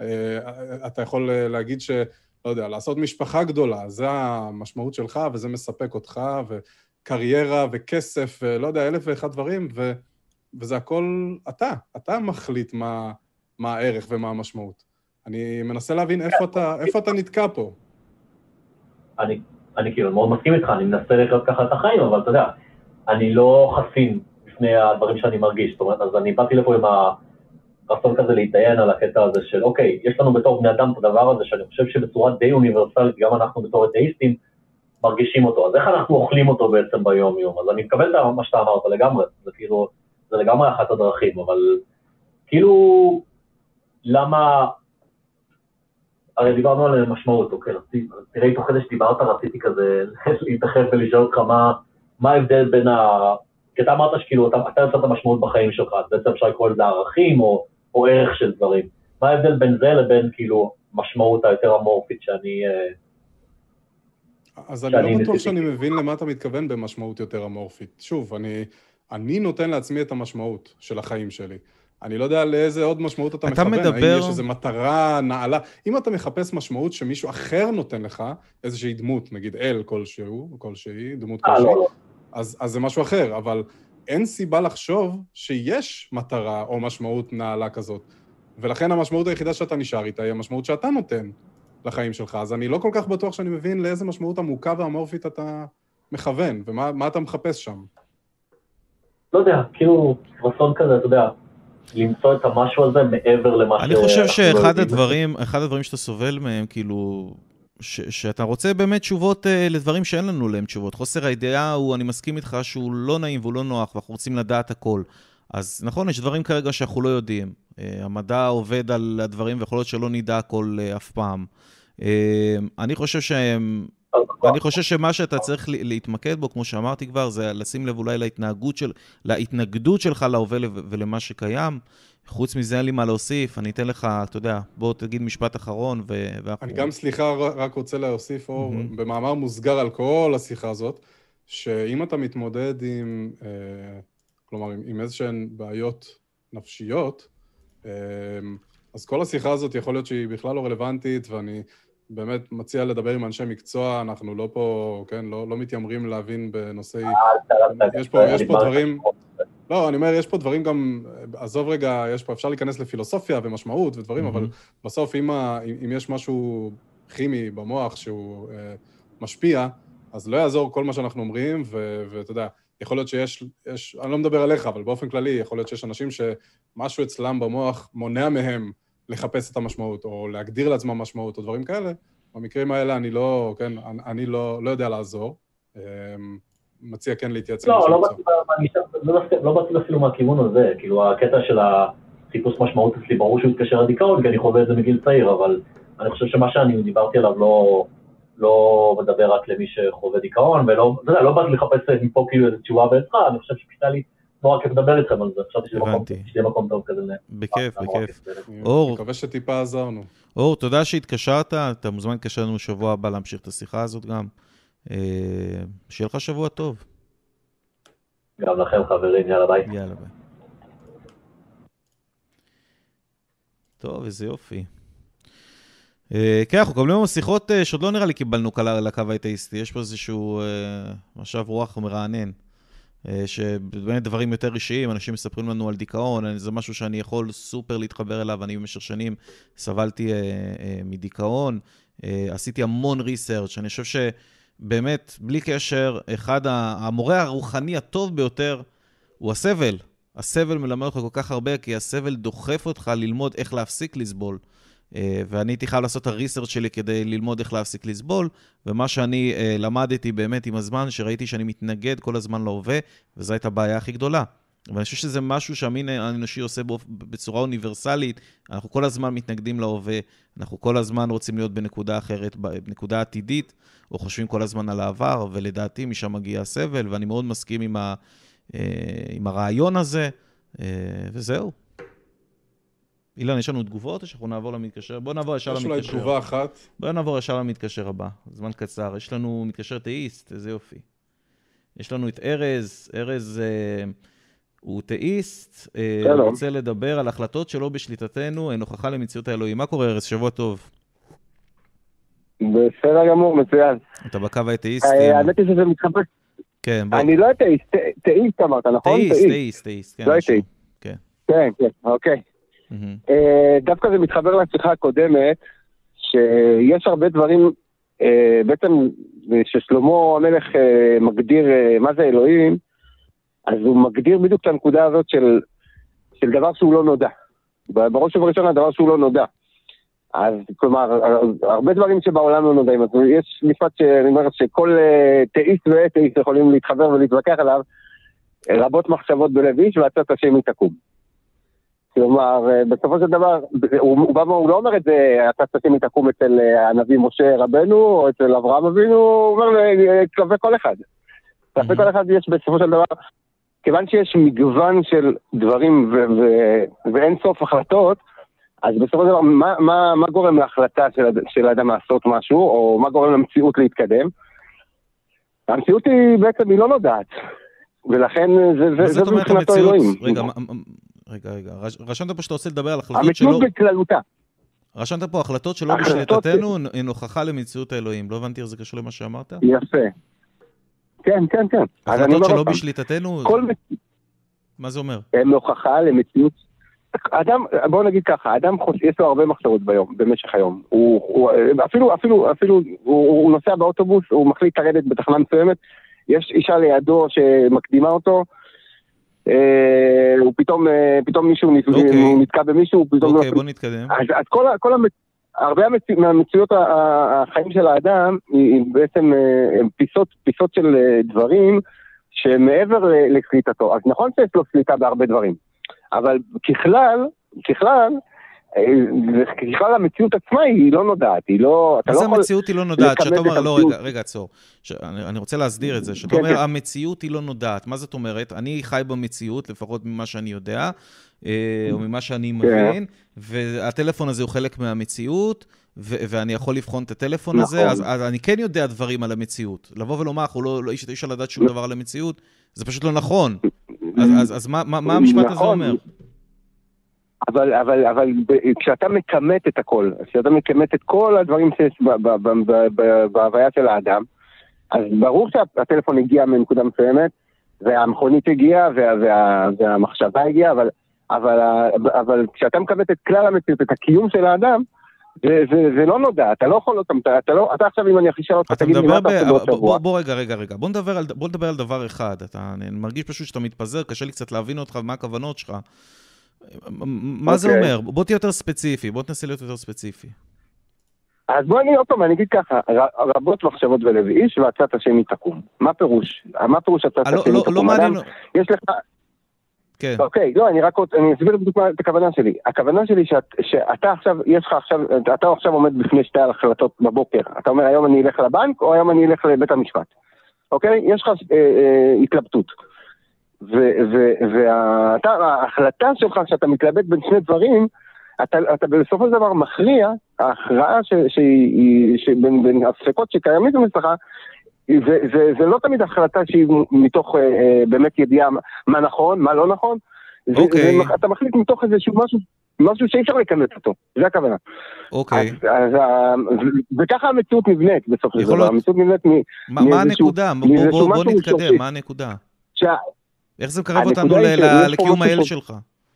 אתה יכול להגיד ש, לא יודע, לעשות משפחה גדולה, זה המשמעות שלך, וזה מספק אותך, וקריירה וכסף, ולא יודע, אלף ואחד דברים, ו... וזה הכל אתה, אתה מחליט מה, מה הערך ומה המשמעות. אני מנסה להבין איפה אתה, איפה אתה נתקע פה. אני, אני כאילו מאוד מסכים איתך, אני מנסה לחיות ככה את החיים, אבל אתה יודע, אני לא חסין בפני הדברים שאני מרגיש, זאת אומרת, אז אני באתי לפה עם הרצון כזה להתדיין על הקטע הזה של, אוקיי, יש לנו בתור בני אדם את הדבר הזה, שאני חושב שבצורה די אוניברסלית, גם אנחנו בתור אתאיסטים, מרגישים אותו, אז איך אנחנו אוכלים אותו בעצם ביום יום? אז אני מקבל את מה שאתה אמרת לגמרי, זה כאילו, זה לגמרי אחת הדרכים, אבל כאילו, למה, הרי דיברנו על משמעות, אוקיי, תראה איתו חדש דיברת, רציתי כזה להתאחד ולשאול אותך מה, מה ההבדל בין ה... כי אתה אמרת שכאילו, אתה, אתה יוצא את המשמעות בחיים שלך, אז בעצם אפשר לקרוא לזה ערכים או, או ערך של דברים. מה ההבדל בין זה לבין כאילו משמעות היותר אמורפית שאני... אז אני לא בטוח שאני מבין למה אתה מתכוון במשמעות יותר אמורפית. שוב, אני... אני נותן לעצמי את המשמעות של החיים שלי. אני לא יודע לאיזה עוד משמעות אתה, אתה מכוון. מדבר... האם יש איזו מטרה נעלה? אם אתה מחפש משמעות שמישהו אחר נותן לך, איזושהי דמות, נגיד אל כלשהו, כלשהי, דמות כלשהי, לא, לא. אז, אז זה משהו אחר, אבל אין סיבה לחשוב שיש מטרה או משמעות נעלה כזאת. ולכן המשמעות היחידה שאתה נשאר איתה היא המשמעות שאתה נותן לחיים שלך. אז אני לא כל כך בטוח שאני מבין לאיזה משמעות עמוקה ואמורפית אתה מכוון, ומה מה אתה מחפש שם. לא יודע, כאילו, רצון כזה, אתה יודע, למצוא את המשהו הזה מעבר למה ש... אני חושב שאחד הדברים, אחד הדברים שאתה סובל מהם, כאילו, ש, שאתה רוצה באמת תשובות uh, לדברים שאין לנו להם תשובות. חוסר הידיעה הוא, אני מסכים איתך, שהוא לא נעים והוא לא נוח, ואנחנו רוצים לדעת הכל. אז נכון, יש דברים כרגע שאנחנו לא יודעים. Uh, המדע עובד על הדברים, ויכול להיות שלא נדע הכל uh, אף פעם. Uh, אני חושב שהם... אני חושב שמה שאתה צריך להתמקד בו, כמו שאמרתי כבר, זה לשים לב אולי להתנהגות של, להתנגדות שלך להווה ולמה שקיים. חוץ מזה אין לי מה להוסיף, אני אתן לך, אתה יודע, בוא תגיד משפט אחרון. אני גם סליחה, רק רוצה להוסיף, אור, במאמר מוסגר על כל השיחה הזאת, שאם אתה מתמודד עם, כלומר, עם איזשהן בעיות נפשיות, אז כל השיחה הזאת יכול להיות שהיא בכלל לא רלוונטית, ואני באמת מציע לדבר עם אנשי מקצוע, אנחנו לא פה, כן, לא, לא מתיימרים להבין בנושאי, יש פה, יש פה דברים, לא, אני אומר, יש פה דברים גם, עזוב רגע, יש פה, אפשר להיכנס לפילוסופיה ומשמעות ודברים, אבל בסוף, אם, אם יש משהו כימי במוח שהוא משפיע, אז לא יעזור כל מה שאנחנו אומרים, ואתה יודע, יכול להיות שיש, יש, אני לא מדבר עליך, אבל באופן כללי, יכול להיות שיש אנשים שמשהו אצלם במוח מונע מהם לחפש את המשמעות, או להגדיר לעצמם משמעות, או דברים כאלה. במקרים האלה אני לא, כן, אני לא, לא יודע לעזור. מציע כן להתייעץ. לא, לא באתי אפילו מהכיוון הזה, כאילו הקטע של החיפוש משמעות אצלי, ברור שהוא מתקשר לדיכאון, כי אני חווה את זה מגיל צעיר, אבל אני חושב שמה שאני דיברתי עליו לא, לא מדבר רק למי שחווה דיכאון, ולא, זה לא, לא באתי לחפש מפה כאילו איזו תשובה בעצרה, אני חושב שפשוט לי נורא כיף לדבר איתכם על זה, חשבתי שזה מקום טוב כזה. בכיף, בכיף. אני מקווה שטיפה עזרנו. אור, תודה שהתקשרת, אתה מוזמן להתקשר לנו שבוע הבא להמשיך את השיחה הזאת גם. שיהיה לך שבוע טוב. גם לכם חברים, יאללה ביי. יאללה ביי. טוב, איזה יופי. כן, אנחנו קבלים לנו שיחות שעוד לא נראה לי קיבלנו לקו האתאיסטי, יש פה איזשהו משב רוח מרענן, שבאמת דברים יותר אישיים, אנשים מספרים לנו על דיכאון, זה משהו שאני יכול סופר להתחבר אליו, אני במשך שנים סבלתי מדיכאון, עשיתי המון ריסרצ', אני חושב שבאמת, בלי קשר, אחד המורה הרוחני הטוב ביותר הוא הסבל. הסבל מלמד אותך כל כך הרבה, כי הסבל דוחף אותך ללמוד איך להפסיק לסבול. ואני הייתי חייב לעשות את הריסרצ' שלי כדי ללמוד איך להפסיק לסבול, ומה שאני למדתי באמת עם הזמן, שראיתי שאני מתנגד כל הזמן להווה, וזו הייתה הבעיה הכי גדולה. ואני חושב שזה משהו שהמין האנושי עושה בצורה אוניברסלית, אנחנו כל הזמן מתנגדים להווה, אנחנו כל הזמן רוצים להיות בנקודה אחרת, בנקודה עתידית, או חושבים כל הזמן על העבר, ולדעתי משם מגיע הסבל, ואני מאוד מסכים עם, ה, עם הרעיון הזה, וזהו. אילן, יש לנו תגובות, או שאנחנו נעבור למתקשר? בואו נעבור ישר למתקשר. יש אולי תגובה אחת. בואו נעבור ישר למתקשר הבא, זמן קצר. יש לנו מתקשר תאיסט, איזה יופי. יש לנו את ארז, ארז אה, הוא תאיסט, אה, רוצה לדבר על החלטות שלא בשליטתנו, אין הוכחה למציאות האלוהים. מה קורה ארז? שבוע טוב. בסדר גמור, מצוין. אתה בקו האתאיסטים. האמת היא שזה מתחפש. כן, בוא. אני לא אתאיסט, תאיסט אמרת, נכון? תאיסט, תאיסט, תאיסט. לא אתאיסט. כן, כן, אוקיי. דווקא זה מתחבר לשיחה הקודמת, שיש הרבה דברים, בעצם ששלמה המלך מגדיר מה זה אלוהים, אז הוא מגדיר בדיוק את הנקודה הזאת של, של דבר שהוא לא נודע. בראש ובראשונה דבר שהוא לא נודע. אז כלומר, הרבה דברים שבעולם לא נודעים. אז יש משפט שאני אומר שכל תאיסט ואתאיסט יכולים להתחבר ולהתווכח עליו, רבות מחשבות בלב איש ועצת השם היא תקום. כלומר, בסופו של דבר, הוא, הוא, הוא לא אומר את זה, עצת השם היא תקום אצל הנביא משה רבנו או אצל אברהם אבינו, הוא אומר כלפי כל אחד. כלפי כל אחד יש בסופו של דבר, כיוון שיש מגוון של דברים ו- ו- ואין סוף החלטות, אז בסופו של דבר, מה, מה, מה גורם להחלטה של, של האדם לעשות משהו, או מה גורם למציאות להתקדם? המציאות היא בעצם, היא לא נודעת. ולכן זה, זה, זה מבחינתו אלוהים. רגע, רגע, רגע. רשמת פה שאתה רוצה לדבר על החלטות שלא... המציאות בכללותה. רשמת פה החלטות שלא בשליטתנו, הן הוכחה למציאות האלוהים. לא הבנתי איך זה קשור למה שאמרת? יפה. כן, כן, כן. החלטות שלא בשליטתנו? מה זה אומר? הן הוכחה למציאות... אדם, בואו נגיד ככה, אדם יש לו הרבה מחשבות ביום, במשך היום. הוא, הוא, אפילו, אפילו, אפילו, הוא, הוא נוסע באוטובוס, הוא מחליט לרדת בתחנה מסוימת, יש אישה לידו שמקדימה אותו, אה, הוא פתאום, אה, פתאום מישהו okay. נתקע במישהו, פתאום... אוקיי, okay, בוא נתקדם. אז, אז כל, כל המצ... הרבה המצ... מהמצויות החיים של האדם, היא בעצם הם פיסות, פיסות של דברים שמעבר לשליטתו. אז נכון שיש לו שליטה בהרבה דברים. אבל ככלל, ככלל, בכלל המציאות עצמה היא לא נודעת, היא לא... אז המציאות היא לא נודעת, שאתה אומר, לא, רגע, רגע, עצור. אני רוצה להסדיר את זה, שאתה אומר, המציאות היא לא נודעת. מה זאת אומרת? אני חי במציאות, לפחות ממה שאני יודע, או ממה שאני מבין, והטלפון הזה הוא חלק מהמציאות, ואני יכול לבחון את הטלפון הזה, אז אני כן יודע דברים על המציאות. לבוא ולומר, לא אי אפשר לדעת שום דבר על המציאות, זה פשוט לא נכון. אז מה המשפט הזה אומר? אבל, אבל, אבל כשאתה מקמת את הכל, כשאתה מקמת את כל הדברים שיש בהוויה של האדם, אז ברור שהטלפון הגיע מנקודה מסוימת, והמכונית הגיעה, והמחשבה הגיעה, אבל, אבל, אבל כשאתה מקמת את כלל המציאות, את הקיום של האדם, זה, זה, זה לא נודע, אתה לא יכול אותם, אתה, אתה, לא, אתה עכשיו אם אני אחישה אותך, תגיד לי מה אתה עושה בעוד שבוע. בוא רגע, רגע, רגע, בוא נדבר על, בוא נדבר על דבר אחד, אתה, אני מרגיש פשוט שאתה מתפזר, קשה לי קצת להבין אותך ומה הכוונות שלך. מה זה אומר? בוא תהיה יותר ספציפי, בוא תנסה להיות יותר ספציפי. אז בוא אני עוד פעם, אני אגיד ככה, רבות מחשבות ולב איש ועצת השם היא תקום. מה פירוש? מה פירוש עצת השם היא תקום? לא מעניין. יש לך... כן. אוקיי, לא, אני רק רוצה, אני אסביר בדיוק את הכוונה שלי. הכוונה שלי שאתה עכשיו, יש לך עכשיו, אתה עכשיו עומד בפני שתי החלטות בבוקר. אתה אומר, היום אני אלך לבנק, או היום אני אלך לבית המשפט. אוקיי? יש לך התלבטות. וההחלטה שלך, שאתה מתלבט בין שני דברים, אתה בסופו של דבר מכריע, ההכרעה בין הפסקות שקיימית במשפחה, זה לא תמיד החלטה שהיא מתוך באמת ידיעה מה נכון, מה לא נכון, אתה מחליט מתוך איזשהו משהו, משהו שאי אפשר לכמת אותו, זה הכוונה. אוקיי. וככה המציאות נבנית בסופו של דבר, המציאות נבנית מה הנקודה? בוא נתקדם, מה הנקודה? איך זה מקרב אותנו לקיום האל שלך?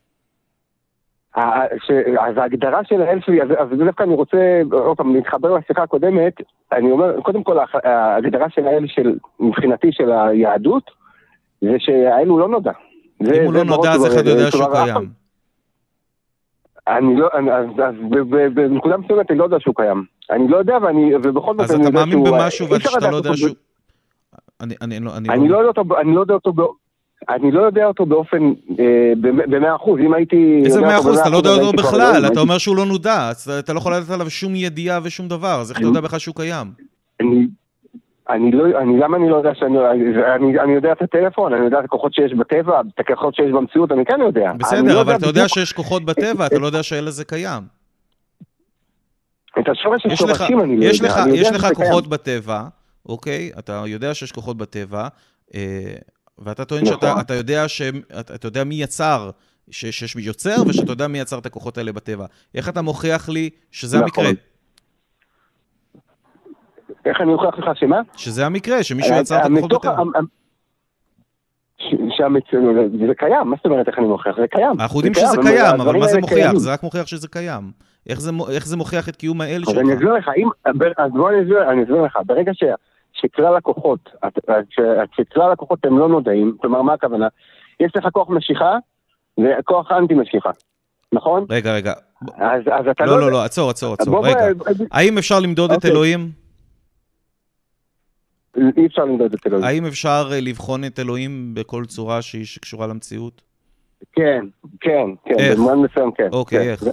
אז ההגדרה של האל שלי, אז דווקא אני רוצה, עוד פעם, להתחבר לשיחה הקודמת, אני אומר, קודם כל, ההגדרה של האל מבחינתי של היהדות, זה שהאל הוא לא נודע. אם הוא לא נודע, אז אחד יודע שהוא קיים. אני לא, אז בנקודה מסוימת אני לא יודע שהוא קיים. אני לא יודע, ובכל זאת... אז אתה מאמין במשהו ואתה לא יודע שהוא... אני לא יודע אותו... אני לא יודע אותו באופן, במאה אחוז, אם הייתי... איזה מאה אחוז? אתה לא יודע אותו בכלל, אתה אומר שהוא לא נודע, אתה לא יכול לדעת עליו שום ידיעה ושום דבר, אז איך אתה יודע בכלל שהוא קיים? אני לא, למה אני לא יודע שאני, אני יודע את הטלפון, אני יודע את הכוחות שיש בטבע, את הכוחות שיש במציאות, אני כן יודע. בסדר, אבל אתה יודע שיש כוחות בטבע, אתה לא יודע שאלה זה קיים. את השורש של שורשים אני לא יודע. יש לך כוחות בטבע, אוקיי? אתה יודע שיש כוחות בטבע, ואתה טוען שאתה אתה יודע שאתה יודע מי יצר, שיש מי יוצר, ושאתה יודע מי יצר את הכוחות האלה בטבע. איך אתה מוכיח לי שזה המקרה? איך אני מוכיח לך שמה? שזה המקרה, שמישהו יצר את הכוחות בטבע. זה קיים, מה זאת אומרת איך אני מוכיח? זה קיים. אנחנו יודעים שזה קיים, אבל מה זה מוכיח? זה רק מוכיח שזה קיים. איך זה מוכיח את קיום האל שלך? אז אני אסביר לך, אז בוא אני אסביר לך, ברגע ש... שכלל הכוחות, שכלל הכוחות הם לא נודעים, כלומר מה הכוונה? יש לך כוח משיכה וכוח אנטי משיכה, נכון? רגע, רגע. אז, אז אתה לא, לא, לא, עצור, עצור, עצור, רגע. האם אפשר למדוד את אלוהים? אי אפשר למדוד את אלוהים. האם אפשר לבחון את אלוהים בכל צורה שהיא שקשורה למציאות? כן, כן, כן, במובן מסוים כן. אוקיי, איך?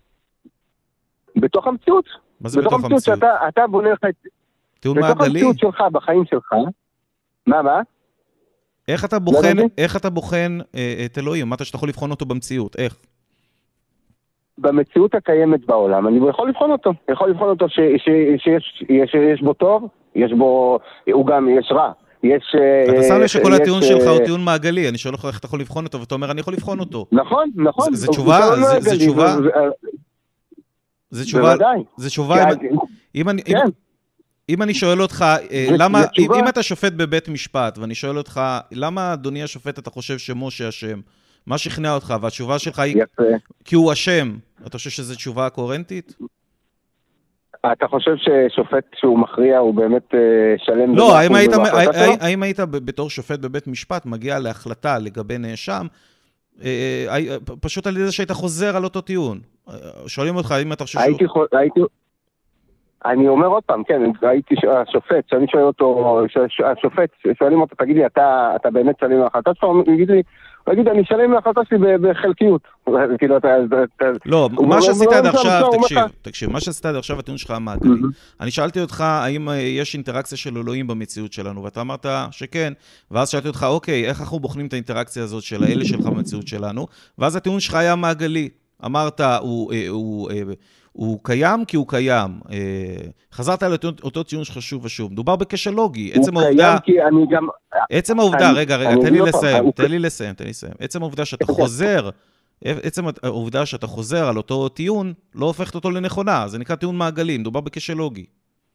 בתוך המציאות. מה זה בתוך המציאות? שאתה בונה לך את... טיעון מעגלי? בתוך המציאות שלך, בחיים שלך, מה, מה? איך אתה בוחן, איך אתה בוחן את אלוהים? אמרת שאתה יכול לבחון אותו במציאות, איך? במציאות הקיימת בעולם, אני יכול לבחון אותו. יכול לבחון אותו שיש בו טוב, יש בו, הוא גם, יש רע. יש... אתה שם לי שכל הטיעון שלך הוא טיעון מעגלי, אני שואל לך איך אתה יכול לבחון אותו, ואתה אומר, אני יכול לבחון אותו. נכון, נכון. זה תשובה? זה תשובה? זה תשובה? זה תשובה? אם אני... אם אני שואל אותך, למה, אם אתה שופט בבית משפט, ואני שואל אותך, למה אדוני השופט אתה חושב שמשה אשם? מה שכנע אותך? והתשובה שלך היא, כי הוא אשם. אתה חושב שזו תשובה קוהרנטית? אתה חושב ששופט שהוא מכריע הוא באמת שלם? לא, האם היית בתור שופט בבית משפט מגיע להחלטה לגבי נאשם, פשוט על ידי שהיית חוזר על אותו טיעון. שואלים אותך, האם אתה חושב שהוא... אני אומר עוד פעם, כן, הייתי השופט, שאני שואל אותו, השופט, שואלים אותו, תגיד לי, אתה, אתה באמת שלם להחלטה שלך? הוא יגיד לי, הוא יגיד, אני שלם להחלטה שלי בחלקיות. כאילו, אתה... לא, מה שעשית עד עכשיו, תקשיב, תקשיב, מה שעשית עד עכשיו, הטיעון שלך המעגלי. אני שאלתי אותך, האם יש אינטראקציה של אלוהים במציאות שלנו, ואתה אמרת שכן, ואז שאלתי אותך, אוקיי, איך אנחנו בוחנים את האינטראקציה הזאת של האלה שלך במציאות שלנו, ואז הטיעון שלך היה מעגלי. אמרת, הוא... הוא הוא קיים כי הוא קיים. חזרת על אותו טיעון שחשוב ושוב. מדובר בקשר לוגי. עצם העובדה... הוא קיים כי אני גם... עצם העובדה, רגע, רגע, תן לי לסיים, תן לי לסיים, תן לי לסיים. עצם העובדה שאתה חוזר, עצם העובדה שאתה חוזר על אותו טיעון, לא הופכת אותו לנכונה. זה נקרא טיעון מעגלי, מדובר בקשר לוגי.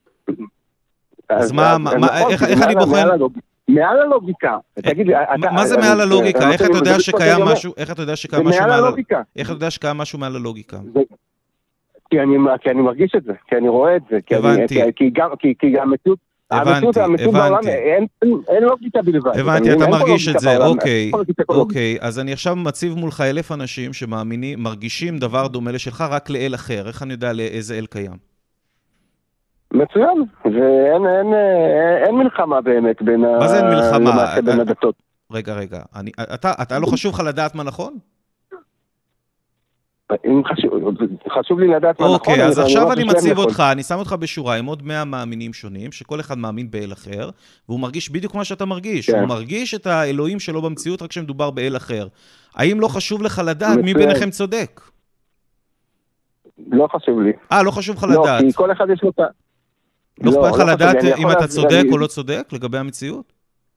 אז מה, איך אני בוחן... מעל הלוגיקה. תגיד לי, מה זה מעל הלוגיקה? איך אתה יודע שקיים משהו, איך אתה יודע שקיים משהו מעל הלוגיקה? איך אתה יודע שקיים משהו מעל הלוגיקה? כי אני, כי אני מרגיש את זה, כי אני רואה את זה, כי הבנתי. אני, כי גם, כי, כי גם המציאות, המציאות, המציאות בעולם, אין, אין לוגיקה בלבד. הבנתי, אתה מרגיש את זה, אוקיי, אוקיי, אז אני עכשיו מציב מולך אלף אנשים שמאמינים, מרגישים דבר דומה לשלך רק לאל אחר, איך אני יודע לאיזה אל קיים? מצוין, ואין, אין, אין מלחמה באמת בין, מה זה אין מלחמה? בין הדתות. רגע, רגע, אני, אתה, אתה לא חשוב לך לדעת מה נכון? חשוב, חשוב לי לדעת מה נכון. אוקיי, אז עכשיו אני מציב אותך, אני שם אותך בשורה עם עוד מאה מאמינים שונים, שכל אחד מאמין באל אחר, והוא מרגיש בדיוק מה שאתה מרגיש. הוא מרגיש את האלוהים שלו במציאות רק כשמדובר באל אחר. האם לא חשוב לך לדעת מי ביניכם צודק? לא חשוב לי. אה, לא חשוב לך לדעת. לא, כי כל אחד יש לו את ה... לא אכפת לך לדעת אם אתה צודק או לא צודק לגבי המציאות?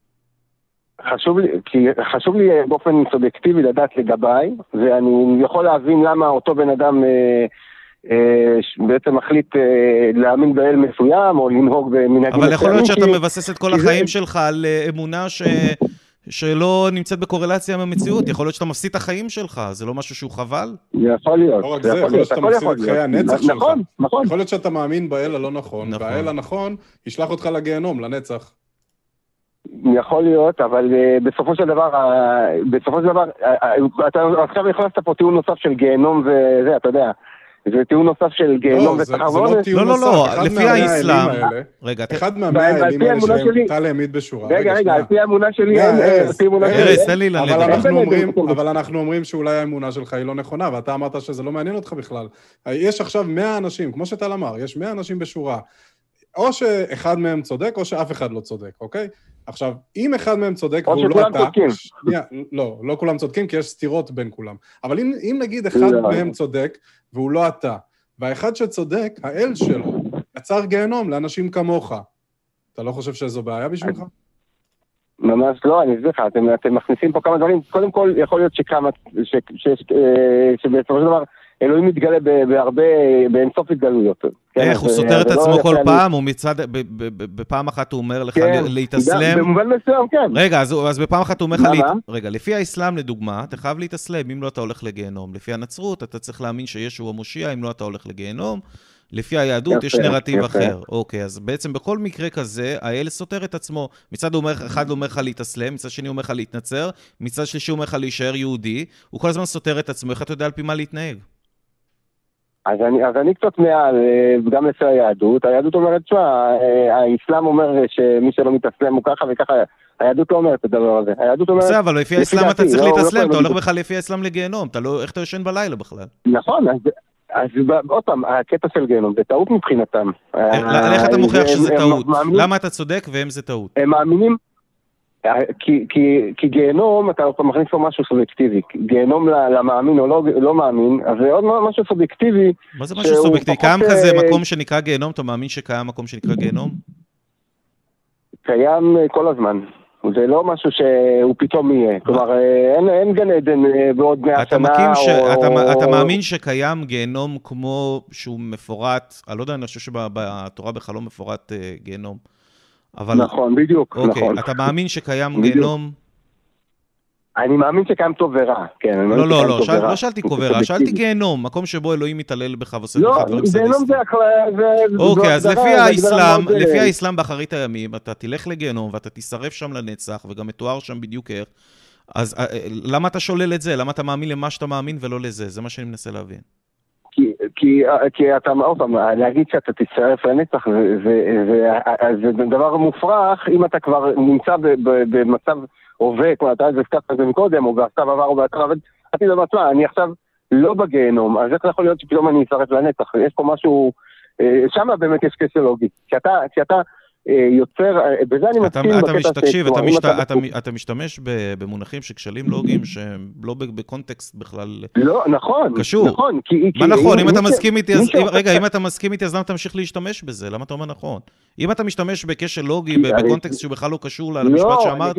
חשוב לי, כי חשוב לי באופן סובייקטיבי לדעת לגביי, ואני יכול להבין למה אותו בן אדם אה, אה, בעצם מחליט אה, להאמין באל מסוים, או לנהוג במנהגים מסוימים. אבל יכול להיות שאתה מבסס את כל החיים שלך על אמונה ש... שלא נמצאת בקורלציה עם המציאות. יכול להיות שאתה מפסיד את החיים שלך, זה לא משהו שהוא חבל? יכול להיות. לא רק זה, יכול להיות שאתה מפסיד את חיי הנצח שלך. נכון, נכון. יכול להיות שאתה מאמין באל הלא נכון, והאל הנכון ישלח אותך לגיהנום, לנצח. יכול להיות, אבל בסופו של דבר, בסופו של דבר, אתה עכשיו הכנסת פה טיעון נוסף של גיהנום וזה, אתה יודע, זה טיעון נוסף של גיהנום ושכר ועונש. לא, לא, לא, לפי האסלאם, רגע, אחד מהמאה האלים האלה שהם טל העמיד בשורה. רגע, רגע, על פי האמונה שלי, ארז, תן לי ללדת. אבל אנחנו אומרים שאולי האמונה שלך היא לא נכונה, ואתה אמרת שזה לא מעניין אותך בכלל. יש עכשיו מאה אנשים, כמו שטל אמר, יש מאה אנשים בשורה. או שאחד מהם צודק, או שאף אחד לא צודק, אוקיי? עכשיו, אם אחד מהם צודק והוא לא אתה... שנייה, לא, לא כולם צודקים, כי יש סתירות בין כולם. אבל אם, אם נגיד אחד מהם צודק והוא לא אתה, והאחד שצודק, האל שלו, יצר גיהנום לאנשים כמוך, אתה לא חושב שזו בעיה בשבילך? ממש לא, אני אסביר לך, אתם, אתם מכניסים פה כמה דברים. קודם כל, יכול להיות שכמה, שבסופו של דבר, אלוהים מתגלה בהרבה, באינסוף התגלויות. איך, הוא סותר את עצמו כל פעם, הוא מצד, בפעם אחת הוא אומר לך להתאסלם. במובן מסוים, כן. רגע, אז בפעם אחת הוא אומר לך, רגע, לפי האסלאם לדוגמה, אתה חייב להתאסלם, אם לא אתה הולך לגיהנום. לפי הנצרות, אתה צריך להאמין שישו המושיע, אם לא אתה הולך לגיהנום. לפי היהדות יש נרטיב אחר. אוקיי, אז בעצם בכל מקרה כזה, האל סותר את עצמו. מצד אחד אומר לך להתאסלם, מצד שני אומר לך להתנצר, מצד שלישי אומר לך להישאר יהודי, הוא כל הזמן סותר את עצמו, איך אתה יודע על פי מה להתנהג? אז אני, אז אני קצת מעל, גם לפי היהדות, היהדות אומרת, שמה, האסלאם אומר שמי שלא מתאסלם הוא ככה וככה, היהדות לא אומרת את הדבר הזה, היהדות אומרת... בסדר, אבל לפי האסלאם אתה צריך להתאסלם, אתה הולך בכלל לפי האסלאם לגיהנום, אתה לא, איך אתה יושן בלילה בכלל? נכון, אז... אז עוד פעם, הקטע של גיהנום, זה טעות מבחינתם. איך אתה מוכיח שזה טעות? למה אתה צודק והם זה טעות? הם מאמינים, כי גיהנום, אתה מכניס פה משהו סובייקטיבי. גיהנום למאמין או לא מאמין, אז זה עוד משהו סובייקטיבי. מה זה משהו סובייקטיבי? קיים כזה מקום שנקרא גיהנום? אתה מאמין שקיים מקום שנקרא גיהנום? קיים כל הזמן. זה לא משהו שהוא פתאום יהיה. כלומר, אין גן עדן בעוד מאה שנה או... אתה מאמין שקיים גיהנום כמו שהוא מפורט, אני לא יודע, אני חושב שבתורה בכלל לא מפורט גיהנום. נכון, בדיוק. אוקיי, אתה מאמין שקיים גיהנום? אני מאמין שקיים טוב ורע, כן. לא, לא, לא, לא שאלתי טוב ורע, שאלתי גיהנום, מקום שבו אלוהים מתעלל בך ועושה לך דברים סדיסטיים. לא, גיהנום זה... אוקיי, אז לפי האסלאם, לפי האסלאם באחרית הימים, אתה תלך לגיהנום ואתה תשרף שם לנצח, וגם מתואר שם בדיוק איך. אז למה אתה שולל את זה? למה אתה מאמין למה שאתה מאמין ולא לזה? זה מה שאני מנסה להבין. כי אתה, עוד פעם, להגיד שאתה תצטרף לנצח, זה דבר מופרך, אם אתה כבר נמצא במצב הווה, כמו אתה הזכרת את זה מקודם, או עכשיו עבר או בעצם עובד, אתה יודע בעצמה, אני עכשיו לא בגיהנום, אז איך יכול להיות שפתאום אני אצטרף לנצח? יש פה משהו, שם באמת יש קשר לוגי. כשאתה יוצר, בזה אני מסכים בקטע תקשיב, אתה משתמש במונחים שכשלים לוגיים שהם לא בקונטקסט בכלל לא, נכון, קשור. נכון. מה נכון? אם אתה מסכים איתי, רגע, אם אתה מסכים איתי, אז למה תמשיך להשתמש בזה? למה אתה אומר נכון? אם אתה משתמש בקשר לוגי, בקונטקסט שהוא בכלל לא קשור למשפט שאמרת,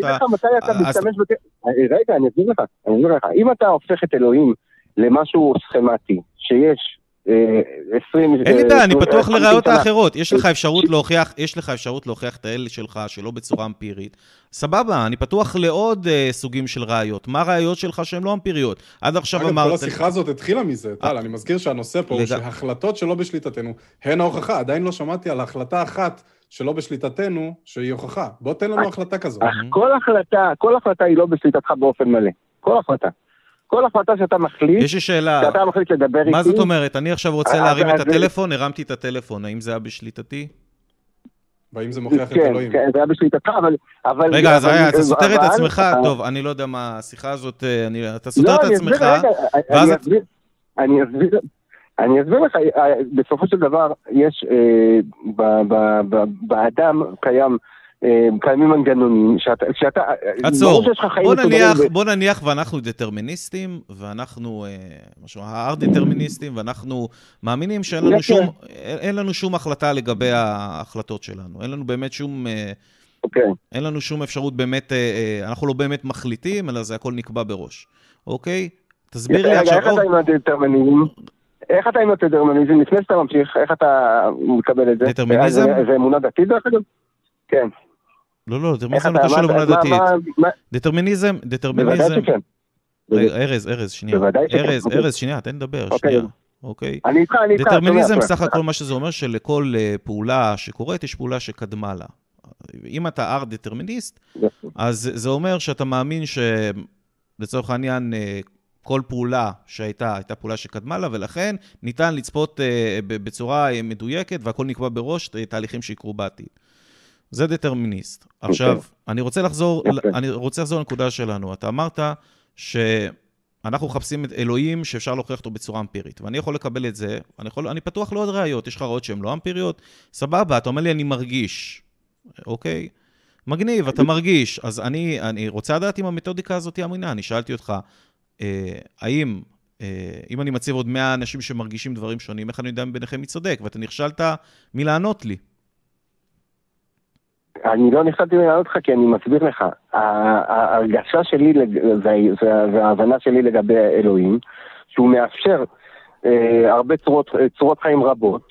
רגע, אני אסביר לך, אני אסביר לך, אם אתה הופך את אלוהים למשהו סכמטי, שיש אין לי בעיה, אני פתוח לראיות האחרות. יש לך אפשרות להוכיח, יש לך אפשרות להוכיח את האלה שלך שלא בצורה אמפירית. סבבה, אני פתוח לעוד סוגים של ראיות. מה הראיות שלך שהן לא אמפיריות? עד עכשיו אמרת... אגב, כל השיחה הזאת התחילה מזה, טל, אני מזכיר שהנושא פה הוא שהחלטות שלא בשליטתנו הן ההוכחה. עדיין לא שמעתי על החלטה אחת שלא בשליטתנו שהיא הוכחה. בוא תן לנו החלטה כזאת. כל החלטה, כל החלטה היא לא בשליטתך באופן מלא. כל החלטה. כל החלטה שאתה מחליט, יש לי שאלה, שאתה מחליט לדבר איתי. מה זאת אומרת? אני עכשיו רוצה להרים את הטלפון, הרמתי את הטלפון, האם זה היה בשליטתי? והאם זה מוכיח את אלוהים? כן, זה היה בשליטתך, אבל... רגע, אז אתה סותר את עצמך, טוב, אני לא יודע מה השיחה הזאת, אתה סותר את עצמך, ואז... אני אסביר, אני אסביר לך, בסופו של דבר, יש, באדם קיים, קיימים מנגנונים, שאתה... עצור, בוא נניח, בוא נניח ואנחנו דטרמיניסטים, ואנחנו, משהו, האר-דטרמיניסטים, ואנחנו מאמינים שאין לנו שום, אין לנו שום החלטה לגבי ההחלטות שלנו. אין לנו באמת שום, אין לנו שום אפשרות באמת, אנחנו לא באמת מחליטים, אלא זה הכל נקבע בראש. אוקיי? תסביר לי עכשיו... איך אתה עם הדטרמיניזם? איך אתה עם הדטרמיניזם? לפני שאתה ממשיך, איך אתה מקבל את זה? דטרמיניזם? זה אמונה דתית דרך אגב? כן. לא, לא, דטרמיניזם לא קשור לאמונה דתית. דטרמיניזם, דטרמיניזם... ארז, ארז, שנייה. ארז, ארז, שנייה, תן לדבר, שנייה. אוקיי. אני איתך, אני איתך. דטרמיניזם, סך הכל מה שזה אומר, שלכל פעולה שקורית, יש פעולה שקדמה לה. אם אתה אר-דטרמיניסט, אז זה אומר שאתה מאמין שלצורך העניין, כל פעולה שהייתה, הייתה פעולה שקדמה לה, ולכן ניתן לצפות בצורה מדויקת, והכל נקבע בראש, תהליכים שיקרו בעתיד. זה דטרמיניסט. עכשיו, אני רוצה לחזור, אני רוצה לחזור לנקודה שלנו. אתה אמרת שאנחנו מחפשים את אלוהים שאפשר להוכיח אותו בצורה אמפירית, ואני יכול לקבל את זה, אני יכול, אני פתוח לעוד ראיות, יש לך ראיות שהן לא אמפיריות, סבבה, אתה אומר לי, אני מרגיש, אוקיי? מגניב, אתה מרגיש, אז אני, אני רוצה לדעת אם המתודיקה הזאת היא אמינה, אני שאלתי אותך, אה, האם, אה, אם אני מציב עוד מאה אנשים שמרגישים דברים שונים, איך אני יודע ביניכם מי צודק, ואתה נכשלת מלענות לי. אני לא נכנסתי לענות לך כי אני מסביר לך. ההרגשה שלי וההבנה שלי לגבי אלוהים, שהוא מאפשר הרבה צורות, צורות חיים רבות,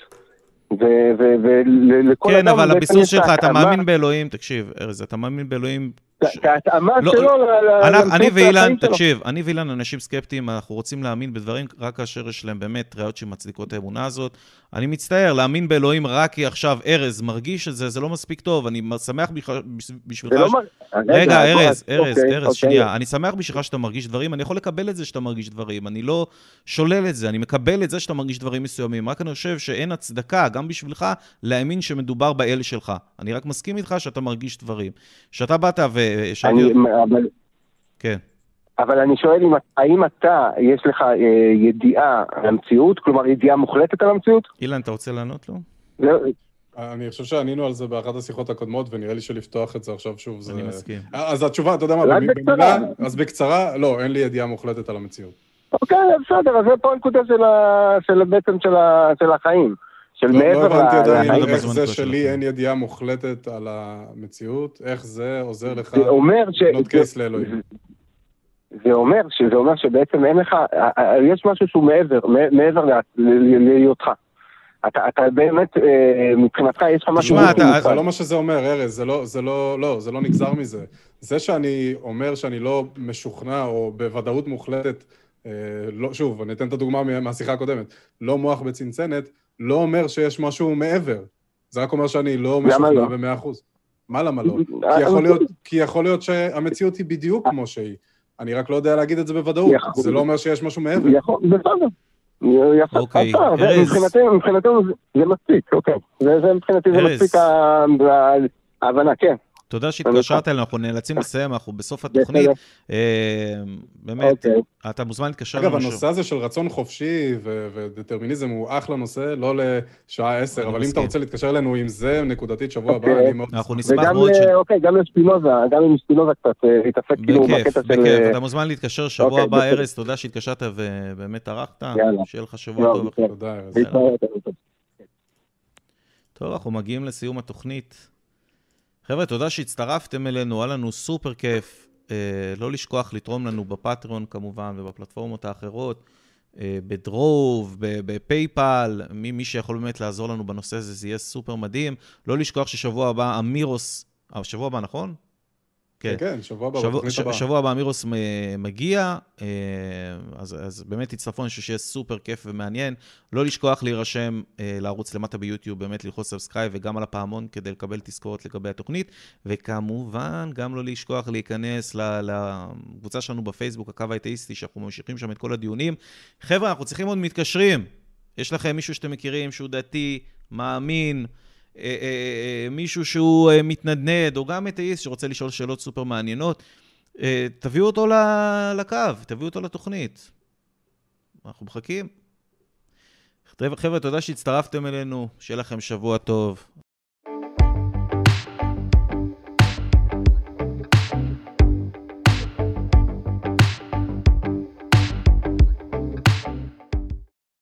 ולכל כן, אבל הביסוס שלך, אתה מאמין באלוהים, תקשיב, ארז, אתה מאמין באלוהים... ההתאמה שלו... אני ואילן, תקשיב, אני ואילן אנשים סקפטיים, אנחנו רוצים להאמין בדברים רק כאשר יש להם באמת ראיות שמצדיקות האמונה הזאת. אני מצטער, להאמין באלוהים רק כי עכשיו ארז מרגיש את זה, זה לא מספיק טוב, אני שמח בשבילך... רגע, ארז, ארז, ארז, שנייה, אני שמח בשבילך שאתה מרגיש דברים, אני יכול לקבל את זה שאתה מרגיש דברים, אני לא שולל את זה, אני מקבל את זה שאתה מרגיש דברים מסוימים, רק אני חושב שאין הצדקה, גם בשבילך, להאמין שמדובר באל שלך. אני רק מסכים איתך שאתה מרגיש דברים. שאתה באת ו... אני, אבל, כן. אבל אני שואל, האם אתה, יש לך אה, ידיעה על המציאות, כלומר ידיעה מוחלטת על המציאות? אילן, אתה רוצה לענות לו? זה... אני חושב שענינו על זה באחת השיחות הקודמות, ונראה לי שלפתוח את זה עכשיו שוב. זה... אני מסכים. אז התשובה, אתה יודע מה, במילה, אז בקצרה, לא, אין לי ידיעה מוחלטת על המציאות. אוקיי, בסדר, אז זה פה הנקודה של, ה... של בעצם של, ה... של החיים. של לא, מעבר לא הבנתי לה... עדיין איך זה שלי אין ידיעה מוחלטת על המציאות, איך זה עוזר לך לבנות קייס לאלוהים. זה אומר, שזה אומר שבעצם אין לך, יש משהו שהוא מעבר, מעבר להיותך. אתה, אתה באמת, מבחינתך יש לך משהו... תשמע, אתה, זה לא מה שזה אומר, ארז, זה לא, זה לא, לא, זה לא נגזר מזה. זה שאני אומר שאני לא משוכנע או בוודאות מוחלטת, לא, שוב, אני אתן את הדוגמה מהשיחה הקודמת, לא מוח בצנצנת, לא אומר שיש משהו מעבר. זה רק אומר שאני לא משוכנע במאה אחוז. מה למה לא? כי יכול להיות, כי יכול להיות שהמציאות היא בדיוק כמו שהיא. אני רק לא יודע להגיד את זה בוודאות. זה לא אומר שיש משהו מעבר. בסדר. יפה, מבחינתנו זה מספיק, אוקיי. זה מבחינתי זה מספיק ההבנה, כן. תודה שהתקשרת אלינו, אנחנו נאלצים לסיים, אנחנו בסוף התוכנית. באמת, אתה מוזמן להתקשר לנו. אגב, הנושא הזה של רצון חופשי ודטרמיניזם הוא אחלה נושא, לא לשעה עשר, אבל אם אתה רוצה להתקשר אלינו עם זה נקודתית שבוע הבא, אני מאוד... אנחנו נשמח מאוד ש... אוקיי, גם לספינוזה, גם עם ספינוזה קצת להתעסק כאילו בקטע של... בכיף, אתה מוזמן להתקשר שבוע הבא, ארז, תודה שהתקשרת ובאמת ערכת, שיהיה לך שבוע טוב. תודה, ארז. טוב, אנחנו מגיעים לסיום התוכנית. חבר'ה, תודה שהצטרפתם אלינו, היה לנו סופר כיף. אה, לא לשכוח לתרום לנו בפטריון כמובן, ובפלטפורמות האחרות, אה, בדרוב, בפייפל, מי, מי שיכול באמת לעזור לנו בנושא הזה, זה יהיה סופר מדהים. לא לשכוח ששבוע הבא אמירוס, אה, שבוע הבא, נכון? כן, כן, שבוע הבא, שבוע, ש, שבוע הבא אמירוס מגיע, אז, אז באמת תצטרפו, אני חושב שיהיה סופר כיף ומעניין. לא לשכוח להירשם לערוץ למטה ביוטיוב, באמת ללחוץ סאבסקרייב וגם על הפעמון כדי לקבל תזכורת לגבי התוכנית, וכמובן גם לא לשכוח להיכנס לקבוצה שלנו בפייסבוק, הקו האתאיסטי, שאנחנו ממשיכים שם את כל הדיונים. חבר'ה, אנחנו צריכים עוד מתקשרים. יש לכם מישהו שאתם מכירים שהוא דתי, מאמין, מישהו שהוא מתנדנד, או גם אתאיסט שרוצה לשאול שאלות סופר מעניינות, תביאו אותו לקו, תביאו אותו לתוכנית. אנחנו מחכים. חבר'ה, תודה שהצטרפתם אלינו, שיהיה לכם שבוע טוב.